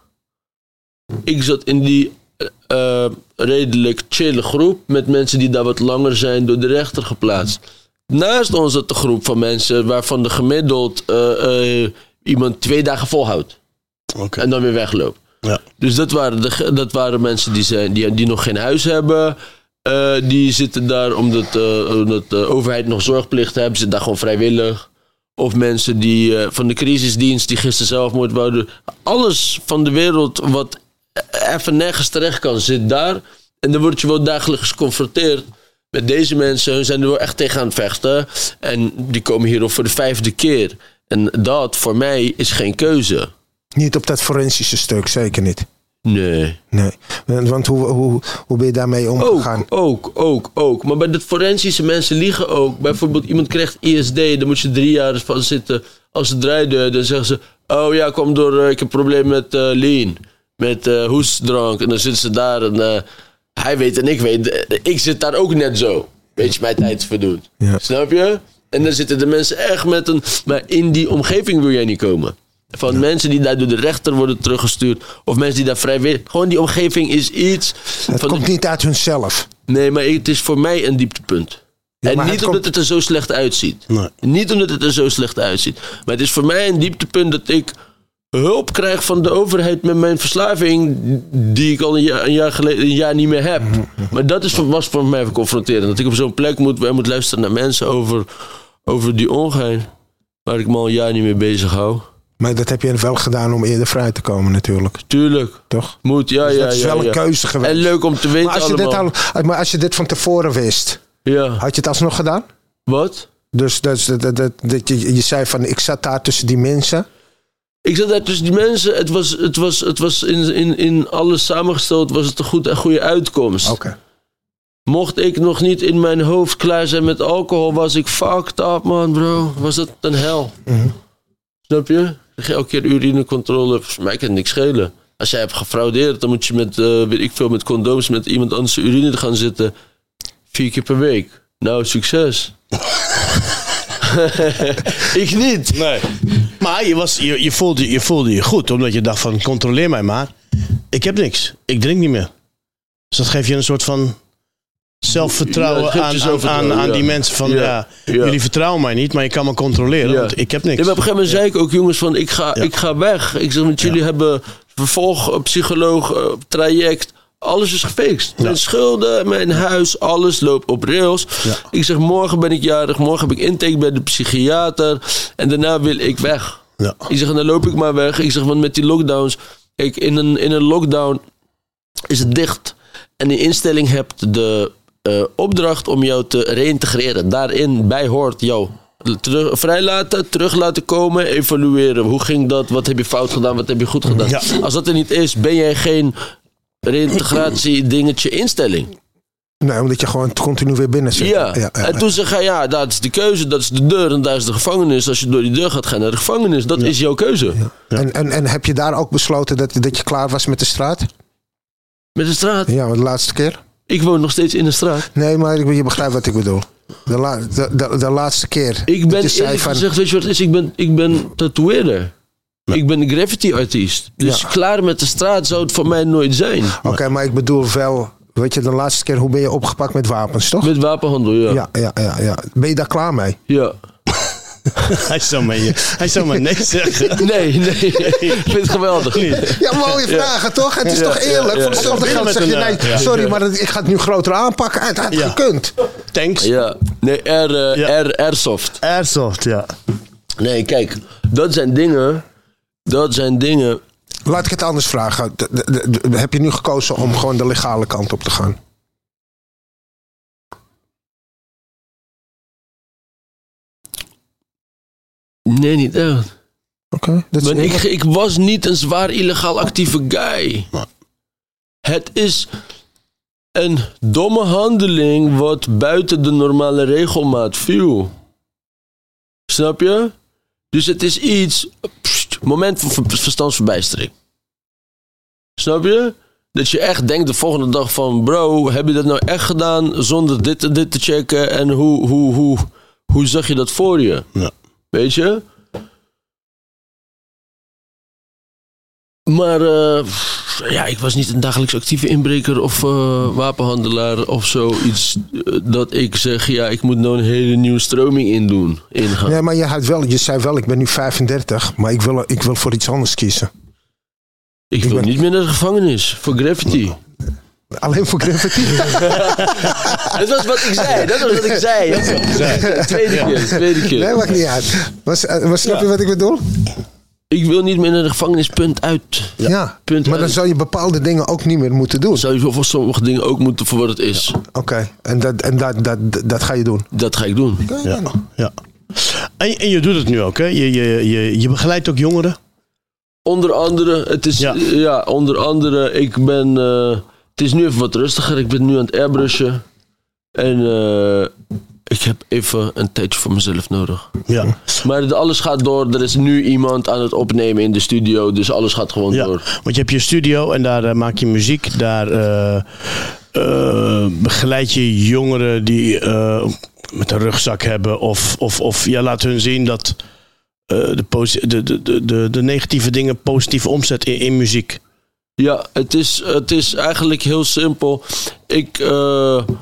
[SPEAKER 4] Ik zat in die uh, redelijk chille groep. Met mensen die daar wat langer zijn door de rechter geplaatst. Naast ons zat de groep van mensen waarvan de gemiddeld uh, uh, iemand twee dagen volhoudt. Okay. En dan weer wegloopt. Ja. Dus dat waren, de, dat waren mensen die, zijn, die, die nog geen huis hebben. Uh, die zitten daar omdat, uh, omdat de overheid nog zorgplicht heeft. Zitten daar gewoon vrijwillig. Of mensen die uh, van de crisisdienst die gisteren zelfmoord wouden. Alles van de wereld wat even nergens terecht kan, zit daar. En dan word je wel dagelijks geconfronteerd met deze mensen. Hun zijn er wel echt tegen aan het vechten. En die komen hier op voor de vijfde keer. En dat voor mij is geen keuze.
[SPEAKER 5] Niet op dat forensische stuk, zeker niet.
[SPEAKER 4] Nee.
[SPEAKER 5] Nee. Want hoe, hoe, hoe ben je daarmee omgegaan?
[SPEAKER 4] Ook, ook, ook, ook. Maar bij de forensische mensen liegen ook. Bijvoorbeeld iemand krijgt I S D, dan moet je drie jaar van zitten. Als ze draaien, dan zeggen ze... Oh ja, kom door, uh, ik heb een probleem met uh, lean. Met uh, hoestdrank. En dan zitten ze daar en uh, hij weet en ik weet. Uh, ik zit daar ook net zo. Weet je, mijn tijd te verdoen. Ja. Snap je? En dan zitten de mensen echt met een... Maar in die omgeving wil jij niet komen. Van ja. mensen die daar door de rechter worden teruggestuurd. Of mensen die daar vrijwillig... Gewoon die omgeving is iets...
[SPEAKER 5] Het
[SPEAKER 4] van
[SPEAKER 5] komt
[SPEAKER 4] de...
[SPEAKER 5] niet uit hunzelf.
[SPEAKER 4] Nee, maar het is voor mij een dieptepunt. Ja, en niet het omdat komt... het er zo slecht uitziet. Nee. Niet omdat het er zo slecht uitziet. Maar het is voor mij een dieptepunt dat ik hulp krijg van de overheid met mijn verslaving. Die ik al een jaar, een jaar geleden een jaar niet meer heb. Maar dat is, was voor mij confronterend. Dat ik op zo'n plek moet, moet luisteren naar mensen over, over die ongein. Waar ik me al een jaar niet mee bezig hou.
[SPEAKER 5] Maar dat heb je wel gedaan om eerder vrij te komen natuurlijk.
[SPEAKER 4] Tuurlijk.
[SPEAKER 5] Toch?
[SPEAKER 4] Moet, ja,
[SPEAKER 5] dus
[SPEAKER 4] ja,
[SPEAKER 5] dat is
[SPEAKER 4] ja,
[SPEAKER 5] wel
[SPEAKER 4] ja.
[SPEAKER 5] een keuze geweest.
[SPEAKER 4] En leuk om te weten
[SPEAKER 5] maar als je
[SPEAKER 4] allemaal.
[SPEAKER 5] Dit al, maar als je dit van tevoren wist,
[SPEAKER 4] ja.
[SPEAKER 5] had je het alsnog gedaan?
[SPEAKER 4] Wat?
[SPEAKER 5] Dus dat, dat, dat, dat, dat je, je zei van, ik zat daar tussen die mensen.
[SPEAKER 4] Ik zat daar tussen die mensen. Het was, het was, het was in, in, in alles samengesteld was het een, goed, een goede uitkomst.
[SPEAKER 5] Oké. Okay.
[SPEAKER 4] Mocht ik nog niet in mijn hoofd klaar zijn met alcohol, was ik fucked up, man, bro. Was dat een hel. Mm-hmm. Snap je? Elke keer urinecontrole, voor mij kan het niks schelen. Als jij hebt gefraudeerd, dan moet je met, uh, weet ik veel, met condooms met iemand anders urine gaan zitten. Vier keer per week. Nou, succes. Ik niet.
[SPEAKER 6] Nee. Maar je, was, je, je, voelde, je voelde je goed, omdat je dacht van, controleer mij maar. Ik heb niks. Ik drink niet meer. Dus dat geeft je een soort van zelfvertrouwen
[SPEAKER 4] Ja,
[SPEAKER 6] aan,
[SPEAKER 4] zelfvertrouwen,
[SPEAKER 6] aan, aan, aan
[SPEAKER 4] ja.
[SPEAKER 6] die mensen van...
[SPEAKER 4] Ja.
[SPEAKER 6] Ja,
[SPEAKER 4] Ja.
[SPEAKER 6] jullie vertrouwen mij niet, maar je kan me controleren,
[SPEAKER 4] Ja.
[SPEAKER 6] want ik heb niks.
[SPEAKER 4] Ja, maar op een gegeven moment zei ik ook, jongens, van ik ga,
[SPEAKER 6] Ja.
[SPEAKER 4] ik ga weg. Ik zeg, want jullie
[SPEAKER 6] Ja.
[SPEAKER 4] hebben vervolg, psycholoog, uh, traject. Alles is gefixt.
[SPEAKER 6] Ja.
[SPEAKER 4] Mijn schulden, mijn huis, alles loopt op rails.
[SPEAKER 6] Ja.
[SPEAKER 4] Ik zeg, morgen ben ik jarig. Morgen heb ik intake bij de psychiater. En daarna wil ik weg.
[SPEAKER 6] Ja.
[SPEAKER 4] Ik zeg, en dan loop ik maar weg. Ik zeg, want met die lockdowns... Kijk, in een, in een lockdown is het dicht. En die instelling hebt de uh, opdracht om jou te reïntegreren. Daarin bij hoort jou terug, vrijlaten, terug laten komen, evalueren. Hoe ging dat? Wat heb je fout gedaan? Wat heb je goed gedaan?
[SPEAKER 6] Ja.
[SPEAKER 4] Als dat er niet is, ben jij geen reïntegratie dingetje instelling.
[SPEAKER 5] Nee, omdat je gewoon continu weer binnen zit.
[SPEAKER 4] Ja.
[SPEAKER 5] ja, ja,
[SPEAKER 4] En toen zeg hij, ja, dat is de keuze, dat is de deur en daar is de gevangenis. Als je door die deur gaat, ga je naar de gevangenis. Dat is jouw keuze.
[SPEAKER 6] Ja.
[SPEAKER 5] En, en, en heb je daar ook besloten dat, dat je klaar was met de straat?
[SPEAKER 4] Met de straat.
[SPEAKER 5] Ja, de laatste keer?
[SPEAKER 4] Ik woon nog steeds in de straat.
[SPEAKER 5] Nee, maar ik- je begrijpt wat ik bedoel. De, la, de, de, de laatste keer.
[SPEAKER 4] Ik
[SPEAKER 5] dat
[SPEAKER 4] ben
[SPEAKER 5] je zei
[SPEAKER 4] eerlijk
[SPEAKER 5] van,
[SPEAKER 4] gezegd, weet je wat het is? Ik ben, ik ben tatoeëerder. Ik ben een graffiti-artiest. Dus
[SPEAKER 5] Ja.
[SPEAKER 4] klaar met de straat zou het voor mij nooit zijn.
[SPEAKER 5] Oké, maar ik bedoel wel... Weet je, de laatste keer, hoe ben je opgepakt met wapens, toch?
[SPEAKER 4] Met wapenhandel, ja.
[SPEAKER 5] Ja, ja, ja, ja. Ben je daar klaar mee?
[SPEAKER 4] Ja.
[SPEAKER 6] Hij zou maar, hij zou maar nee zeggen.
[SPEAKER 4] Nee, nee. Ik vind het geweldig.
[SPEAKER 5] Ja, mooie vragen, toch? Het is
[SPEAKER 4] Ja,
[SPEAKER 5] toch eerlijk?
[SPEAKER 4] ja, ja.
[SPEAKER 5] Voor hetzelfde
[SPEAKER 6] Ja,
[SPEAKER 5] geld
[SPEAKER 6] met
[SPEAKER 5] zeg je,
[SPEAKER 6] een,
[SPEAKER 5] nee,
[SPEAKER 6] eh, ja.
[SPEAKER 5] sorry, maar het- ik ga het nu groter aanpakken. Het had
[SPEAKER 6] Ja.
[SPEAKER 5] gekund.
[SPEAKER 6] Tanks.
[SPEAKER 4] Ja. Nee, R, eh,
[SPEAKER 6] Ja.
[SPEAKER 4] R, Airsoft.
[SPEAKER 6] Airsoft, ja.
[SPEAKER 4] Nee, kijk. Dat zijn dingen... Dat zijn dingen...
[SPEAKER 5] Laat ik het anders vragen. De- de- de- de- heb je nu gekozen om gewoon de legale kant op te gaan?
[SPEAKER 4] Nee, niet echt.
[SPEAKER 5] Oké. dat is
[SPEAKER 4] Want ik,
[SPEAKER 5] eerlijk.
[SPEAKER 4] ik was niet een zwaar illegaal actieve guy. Het is een domme handeling wat buiten de normale regelmaat viel. Snap je? Dus het is iets... pst, moment van ver- verstandsverbijstering. Snap je? Dat je echt denkt de volgende dag van... Bro, heb je dat nou echt gedaan zonder dit en dit te checken? En hoe, hoe, hoe, hoe zag je dat voor je?
[SPEAKER 6] Ja.
[SPEAKER 4] Weet je? Maar uh, ja, ik was niet een dagelijks actieve inbreker of uh, wapenhandelaar of zoiets. Uh, dat ik zeg, ja, ik moet nou een hele nieuwe stroming in doen, ingaan.
[SPEAKER 5] Ja, maar je, had wel, je zei wel, ik ben nu vijfendertig, maar ik wil, ik wil voor iets anders kiezen.
[SPEAKER 4] ik wil
[SPEAKER 5] ben-
[SPEAKER 4] niet meer naar de gevangenis voor graffiti.
[SPEAKER 5] Alleen voor graffiti?
[SPEAKER 4] Dat was wat ik zei, dat was wat ik zei. Tweede keer, tweede keer.
[SPEAKER 5] Nee, maakt niet uit. Maar, eh, maar snap je wat ik bedoel?
[SPEAKER 4] Ik wil niet meer naar de gevangenis, punt uit.
[SPEAKER 5] Ja,
[SPEAKER 4] Punt
[SPEAKER 5] maar dan
[SPEAKER 4] uit.
[SPEAKER 5] zou je bepaalde dingen ook niet meer moeten doen.
[SPEAKER 4] Zou je voor sommige dingen ook moeten voor wat het is.
[SPEAKER 5] Oké, en, dat, en dat, dat, dat ga je doen?
[SPEAKER 4] Dat ga ik doen.
[SPEAKER 6] Ja, ja. En, en je doet het nu ook, hè? Je, je, je, je begeleidt ook jongeren.
[SPEAKER 4] Onder andere, het is,
[SPEAKER 6] Ja.
[SPEAKER 4] ja, onder andere, ik ben, eh, het is nu even wat rustiger. Ik ben nu aan het airbrushen. En eh, ik heb even een tijdje voor mezelf nodig.
[SPEAKER 6] Ja.
[SPEAKER 4] Maar het- alles gaat door. Er is nu iemand aan het opnemen in de studio. Dus alles gaat gewoon
[SPEAKER 6] Ja,
[SPEAKER 4] door.
[SPEAKER 6] want je hebt je studio en daar eh, maak je muziek. Daar eh, eh, begeleid je jongeren die eh, met een rugzak hebben. Of, of, of ja, laat hun zien dat eh, de, posi- de, de, de, de, de negatieve dingen positief omzet in, in muziek.
[SPEAKER 4] Ja, het is, het is eigenlijk heel simpel. Ik, eh, eh,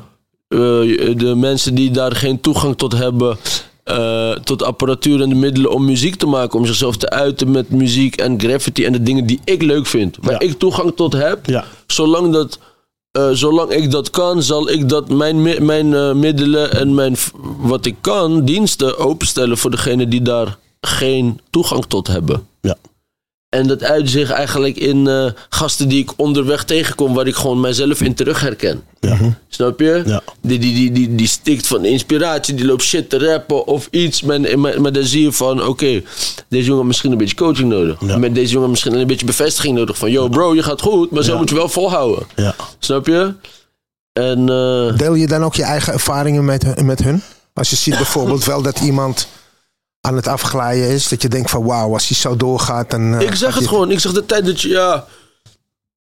[SPEAKER 4] de mensen die daar geen toegang tot hebben... eh, tot apparatuur en de middelen om muziek te maken... om zichzelf te uiten met muziek en graffiti... en de dingen die ik leuk vind. Waar
[SPEAKER 6] Ja.
[SPEAKER 4] ik toegang tot heb...
[SPEAKER 6] Ja.
[SPEAKER 4] Zolang, dat, eh, zolang ik dat kan... zal ik dat mijn, mi- mijn eh, middelen en mijn, f- wat ik kan... diensten openstellen voor degenen die daar geen toegang tot hebben.
[SPEAKER 6] Ja.
[SPEAKER 4] En dat uit zich eigenlijk in eh, gasten die ik onderweg tegenkom... waar ik gewoon mijzelf in terug herken.
[SPEAKER 6] Ja.
[SPEAKER 4] Snap je?
[SPEAKER 6] Ja.
[SPEAKER 4] Die, die, die, die, die stikt van inspiratie, die loopt shit te rappen of iets. Maar, maar, maar dan zie je van, oké, deze jongen heeft misschien een beetje coaching nodig.
[SPEAKER 6] Ja.
[SPEAKER 4] Met deze jongen misschien een beetje bevestiging nodig. Van, yo bro, je gaat goed, maar zo
[SPEAKER 6] Ja.
[SPEAKER 4] moet je wel volhouden.
[SPEAKER 6] Ja.
[SPEAKER 4] Snap je? En eh,
[SPEAKER 5] Deel je dan ook je eigen ervaringen met, met hun? Als je ziet bijvoorbeeld wel dat iemand aan het afglijden is. Dat je denkt van wauw, als hij zo doorgaat. Dan, eh,
[SPEAKER 4] ik zeg
[SPEAKER 5] gaat
[SPEAKER 4] het
[SPEAKER 5] hij-
[SPEAKER 4] gewoon. Ik zeg de tijd dat je, ja...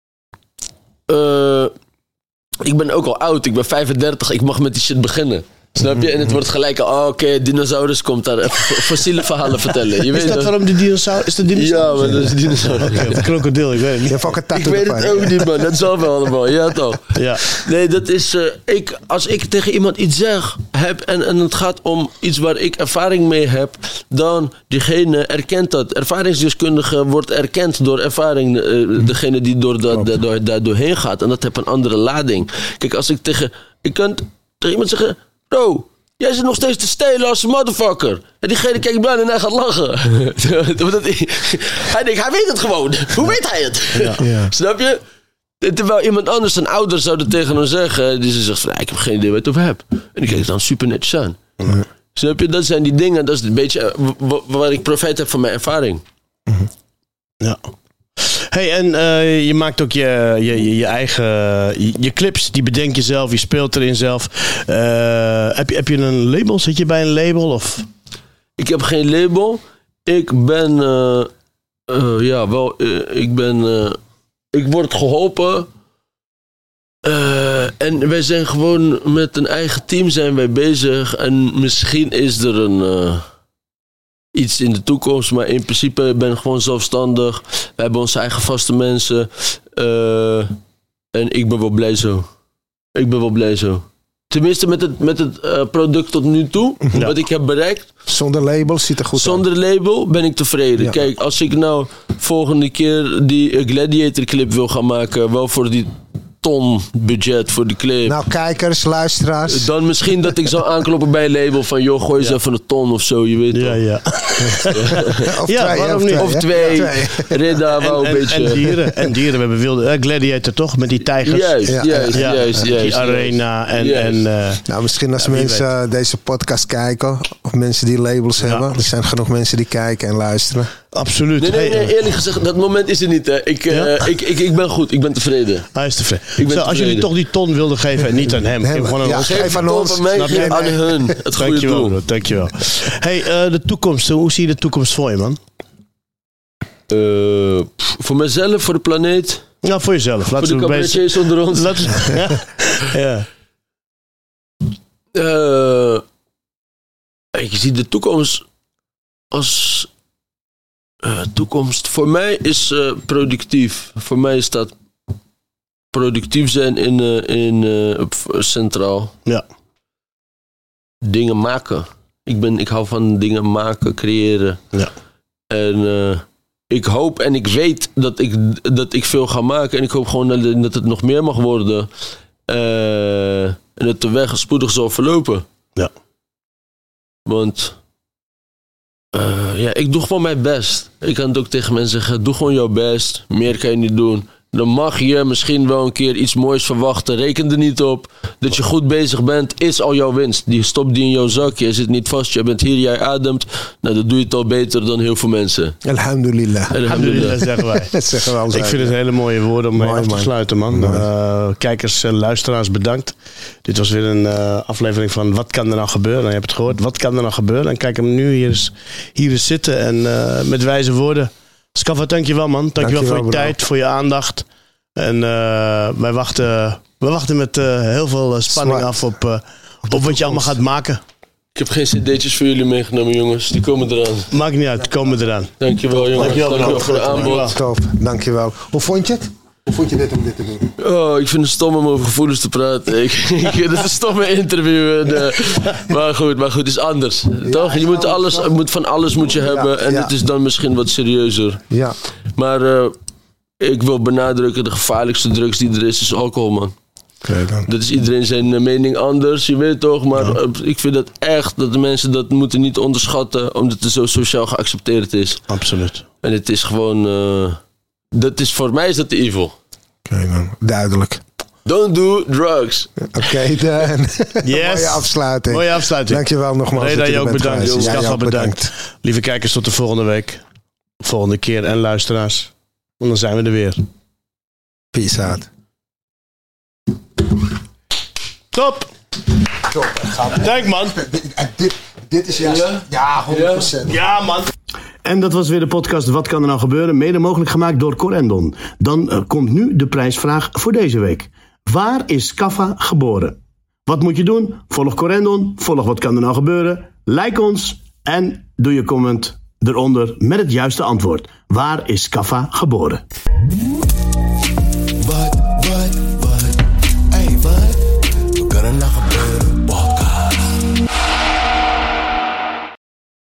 [SPEAKER 4] eh, ik ben ook al oud, ik ben vijfendertig, ik mag met die shit beginnen. Snap je? En het wordt gelijk, oh, oké, okay, dinosaurus komt daar even fossiele verhalen vertellen. Je
[SPEAKER 6] is
[SPEAKER 4] weet
[SPEAKER 6] dat waarom de dinosaurus... Is de dinosaurus?
[SPEAKER 4] Ja, maar dat is dinosaurus.
[SPEAKER 6] Okay, de krokodil, ik weet het niet.
[SPEAKER 5] Je hebt ook een tattoo
[SPEAKER 4] Ik weet
[SPEAKER 5] ervan,
[SPEAKER 4] het ook
[SPEAKER 5] ja.
[SPEAKER 4] niet, man. Dat zal wel allemaal. Ja, toch?
[SPEAKER 6] Ja.
[SPEAKER 4] Nee, dat is... Uh, ik, als ik tegen iemand iets zeg heb en, en het gaat om iets waar ik ervaring mee heb, dan diegene erkent dat. Ervaringsdeskundige wordt erkend door ervaring. Uh, degene die door dat, da, door, daar doorheen gaat. En dat heeft een andere lading. Kijk, als ik tegen... Ik kan tegen iemand zeggen... Bro, jij zit nog steeds te stelen als een motherfucker. En diegene kijkt blij en hij gaat lachen. Hij denkt, hij weet het gewoon. Hoe weet hij het?
[SPEAKER 6] Ja.
[SPEAKER 5] Ja.
[SPEAKER 4] Snap je? Terwijl iemand anders, een ouder, zou dat tegen hem zeggen. Die zegt van, ik heb geen idee waar je het over hebt. En die kijkt dan super netjes aan. Ja. Snap je? Dat zijn die dingen. Dat is een beetje waar ik profijt heb van mijn ervaring.
[SPEAKER 6] Ja. Hey, en uh, je maakt ook je, je, je eigen je, je clips, die bedenk je zelf, je speelt erin zelf. Uh, heb, je, heb je een label? Zit je bij een label? Of?
[SPEAKER 4] Ik heb geen label. Ik ben, uh, uh, ja, wel, uh, ik ben, uh, ik word geholpen. Uh, en wij zijn gewoon met een eigen team zijn wij bezig. En misschien is er een... Uh, iets in de toekomst, maar in principe ben ik gewoon zelfstandig. We hebben onze eigen vaste mensen. Uh, en ik ben wel blij zo. Ik ben wel blij zo. Tenminste met het, met het uh, product tot nu toe, ja. Wat ik heb bereikt.
[SPEAKER 5] Zonder label ziet er goed
[SPEAKER 4] Zonder
[SPEAKER 5] uit.
[SPEAKER 4] label ben ik tevreden. Ja. Kijk, als ik nou volgende keer die Gladiator clip wil gaan maken, wel voor die ton budget voor die clip.
[SPEAKER 5] Nou, kijkers, luisteraars.
[SPEAKER 4] Dan misschien dat ik zou aankloppen bij een label van, joh, gooi eens ja. even een ton of zo, je weet
[SPEAKER 6] ja, ja.
[SPEAKER 5] Of
[SPEAKER 6] ja,
[SPEAKER 5] twee,
[SPEAKER 6] waarom
[SPEAKER 5] of
[SPEAKER 6] niet?
[SPEAKER 4] Of twee. Ja, twee. Ridda, wou een
[SPEAKER 6] en,
[SPEAKER 4] beetje.
[SPEAKER 6] En dieren. En dieren, we hebben wilde uh, Gladiator toch, met die tijgers.
[SPEAKER 4] Juist,
[SPEAKER 5] ja.
[SPEAKER 4] juist,
[SPEAKER 6] ja.
[SPEAKER 4] juist,
[SPEAKER 6] Die
[SPEAKER 4] juist.
[SPEAKER 6] arena en...
[SPEAKER 4] Juist.
[SPEAKER 6] en uh,
[SPEAKER 5] nou, misschien als
[SPEAKER 6] ja,
[SPEAKER 5] mensen weet. deze podcast kijken, of mensen die labels ja. hebben. Er zijn genoeg mensen die kijken en luisteren.
[SPEAKER 6] Absoluut.
[SPEAKER 4] Nee, nee, nee, eerlijk gezegd, dat moment is er niet. Hè. Ik, ja? uh, ik, ik, ik ben goed, ik ben tevreden.
[SPEAKER 6] Hij is tevreden.
[SPEAKER 4] Ik ben
[SPEAKER 6] Zo,
[SPEAKER 4] tevreden.
[SPEAKER 6] Als jullie toch die ton wilden geven en niet aan hem. Geef gewoon aan
[SPEAKER 5] ja,
[SPEAKER 6] ons.
[SPEAKER 5] geef aan ons.
[SPEAKER 4] Van mij,
[SPEAKER 6] Snap je?
[SPEAKER 4] aan hun. Het goede
[SPEAKER 6] Dankjewel,
[SPEAKER 4] doel.
[SPEAKER 6] bro, dankjewel. Hey, uh, de toekomst. Hoe zie je de toekomst voor je, man?
[SPEAKER 4] Uh, pff, voor mezelf, voor de planeet.
[SPEAKER 6] Nou, voor jezelf. Laten
[SPEAKER 4] voor de cabaretiers onder ons.
[SPEAKER 6] Laten ja. ja.
[SPEAKER 4] Uh, je ziet de toekomst als... Uh, toekomst. Voor mij is uh, productief. Voor mij staat productief zijn in, uh, in uh, centraal.
[SPEAKER 6] Ja.
[SPEAKER 4] Dingen maken. Ik, ben, ik hou van dingen maken, creëren.
[SPEAKER 6] Ja.
[SPEAKER 4] En uh, ik hoop en ik weet dat ik, dat ik veel ga maken. En ik hoop gewoon dat, dat het nog meer mag worden. Uh, en dat de weg spoedig zal verlopen.
[SPEAKER 6] Ja.
[SPEAKER 4] Want... Uh, ja, ik doe gewoon mijn best. Ik kan het ook tegen mensen zeggen, doe gewoon jouw best. Meer kan je niet doen. Dan mag je misschien wel een keer iets moois verwachten. Reken er niet op. Dat je goed bezig bent, is al jouw winst. Die stopt die in jouw zak. Je zit niet vast, je bent hier, jij ademt. Nou, dan doe je het al beter dan heel veel mensen.
[SPEAKER 5] Alhamdulillah.
[SPEAKER 6] Alhamdulillah, zeggen wij.
[SPEAKER 5] Dat zeggen we altijd.
[SPEAKER 6] Ik vind het hele mooie woorden om mee
[SPEAKER 5] Mooi,
[SPEAKER 6] af te
[SPEAKER 5] man.
[SPEAKER 6] sluiten, man. Uh, kijkers en luisteraars, bedankt. Dit was weer een uh, aflevering van Wat kan er nou gebeuren? Nou, je hebt het gehoord. Wat kan er nou gebeuren? En kijk hem nu hier eens, hier eens zitten en uh, met wijze woorden. Skaffa, dankjewel, man. Dankjewel, dankjewel voor je bro. tijd, voor je aandacht. En uh, wij wachten, we wachten met uh, heel veel spanning Smart. af op, uh, op wat je allemaal gaat maken.
[SPEAKER 4] Ik heb geen cd'tjes voor jullie meegenomen, jongens. Die komen eraan.
[SPEAKER 6] Maakt niet uit, die komen eraan.
[SPEAKER 4] Dankjewel, jongens.
[SPEAKER 6] Dankjewel,
[SPEAKER 4] dankjewel voor de aanbod.
[SPEAKER 5] Top, dankjewel. Hoe vond je het? Hoe vond je dit om dit te doen?
[SPEAKER 4] Oh, ik vind het stom om over gevoelens te praten. Ik, ik vind het een stomme interview. En, uh, maar goed, maar goed, het is anders. Ja, toch? Je moet alles, moet van alles moet je hebben. Ja, en ja. dit is dan misschien wat serieuzer.
[SPEAKER 5] Ja.
[SPEAKER 4] Maar uh, ik wil benadrukken, de gevaarlijkste drugs die er is, is alcohol, man.
[SPEAKER 5] Okay, dan.
[SPEAKER 4] Dat is iedereen zijn mening anders, je weet toch. Maar ja. uh, ik vind dat echt, dat de mensen dat moeten niet onderschatten. Omdat het zo sociaal geaccepteerd is.
[SPEAKER 6] Absoluut.
[SPEAKER 4] En het is gewoon... Uh, dat is, voor mij is dat de evil.
[SPEAKER 5] Oké, okay, dan. Duidelijk.
[SPEAKER 4] Don't do drugs.
[SPEAKER 5] Oké, okay, dan.
[SPEAKER 6] Yes.
[SPEAKER 5] Mooie afsluiting.
[SPEAKER 6] Mooie afsluiting.
[SPEAKER 5] Dankjewel nogmaals.
[SPEAKER 6] Reda, je ook bedankt.
[SPEAKER 5] Jongens.
[SPEAKER 6] Skaffa
[SPEAKER 5] Ja,
[SPEAKER 6] bedankt.
[SPEAKER 5] bedankt.
[SPEAKER 6] Lieve kijkers, tot de volgende week. Volgende keer en luisteraars. En dan zijn we er weer.
[SPEAKER 5] Peace out.
[SPEAKER 6] Top.
[SPEAKER 5] Top.
[SPEAKER 6] Dank, man.
[SPEAKER 5] Dit, dit is juist... Ja, ja honderd procent.
[SPEAKER 6] Ja, man.
[SPEAKER 2] En dat was weer de podcast Wat kan er nou gebeuren? Mede mogelijk gemaakt door Corendon. Dan uh, komt nu de prijsvraag voor deze week. Waar is Skaffa geboren? Wat moet je doen? Volg Corendon, volg Wat kan er nou gebeuren, like ons en doe je comment eronder met het juiste antwoord. Waar is Kaffa geboren?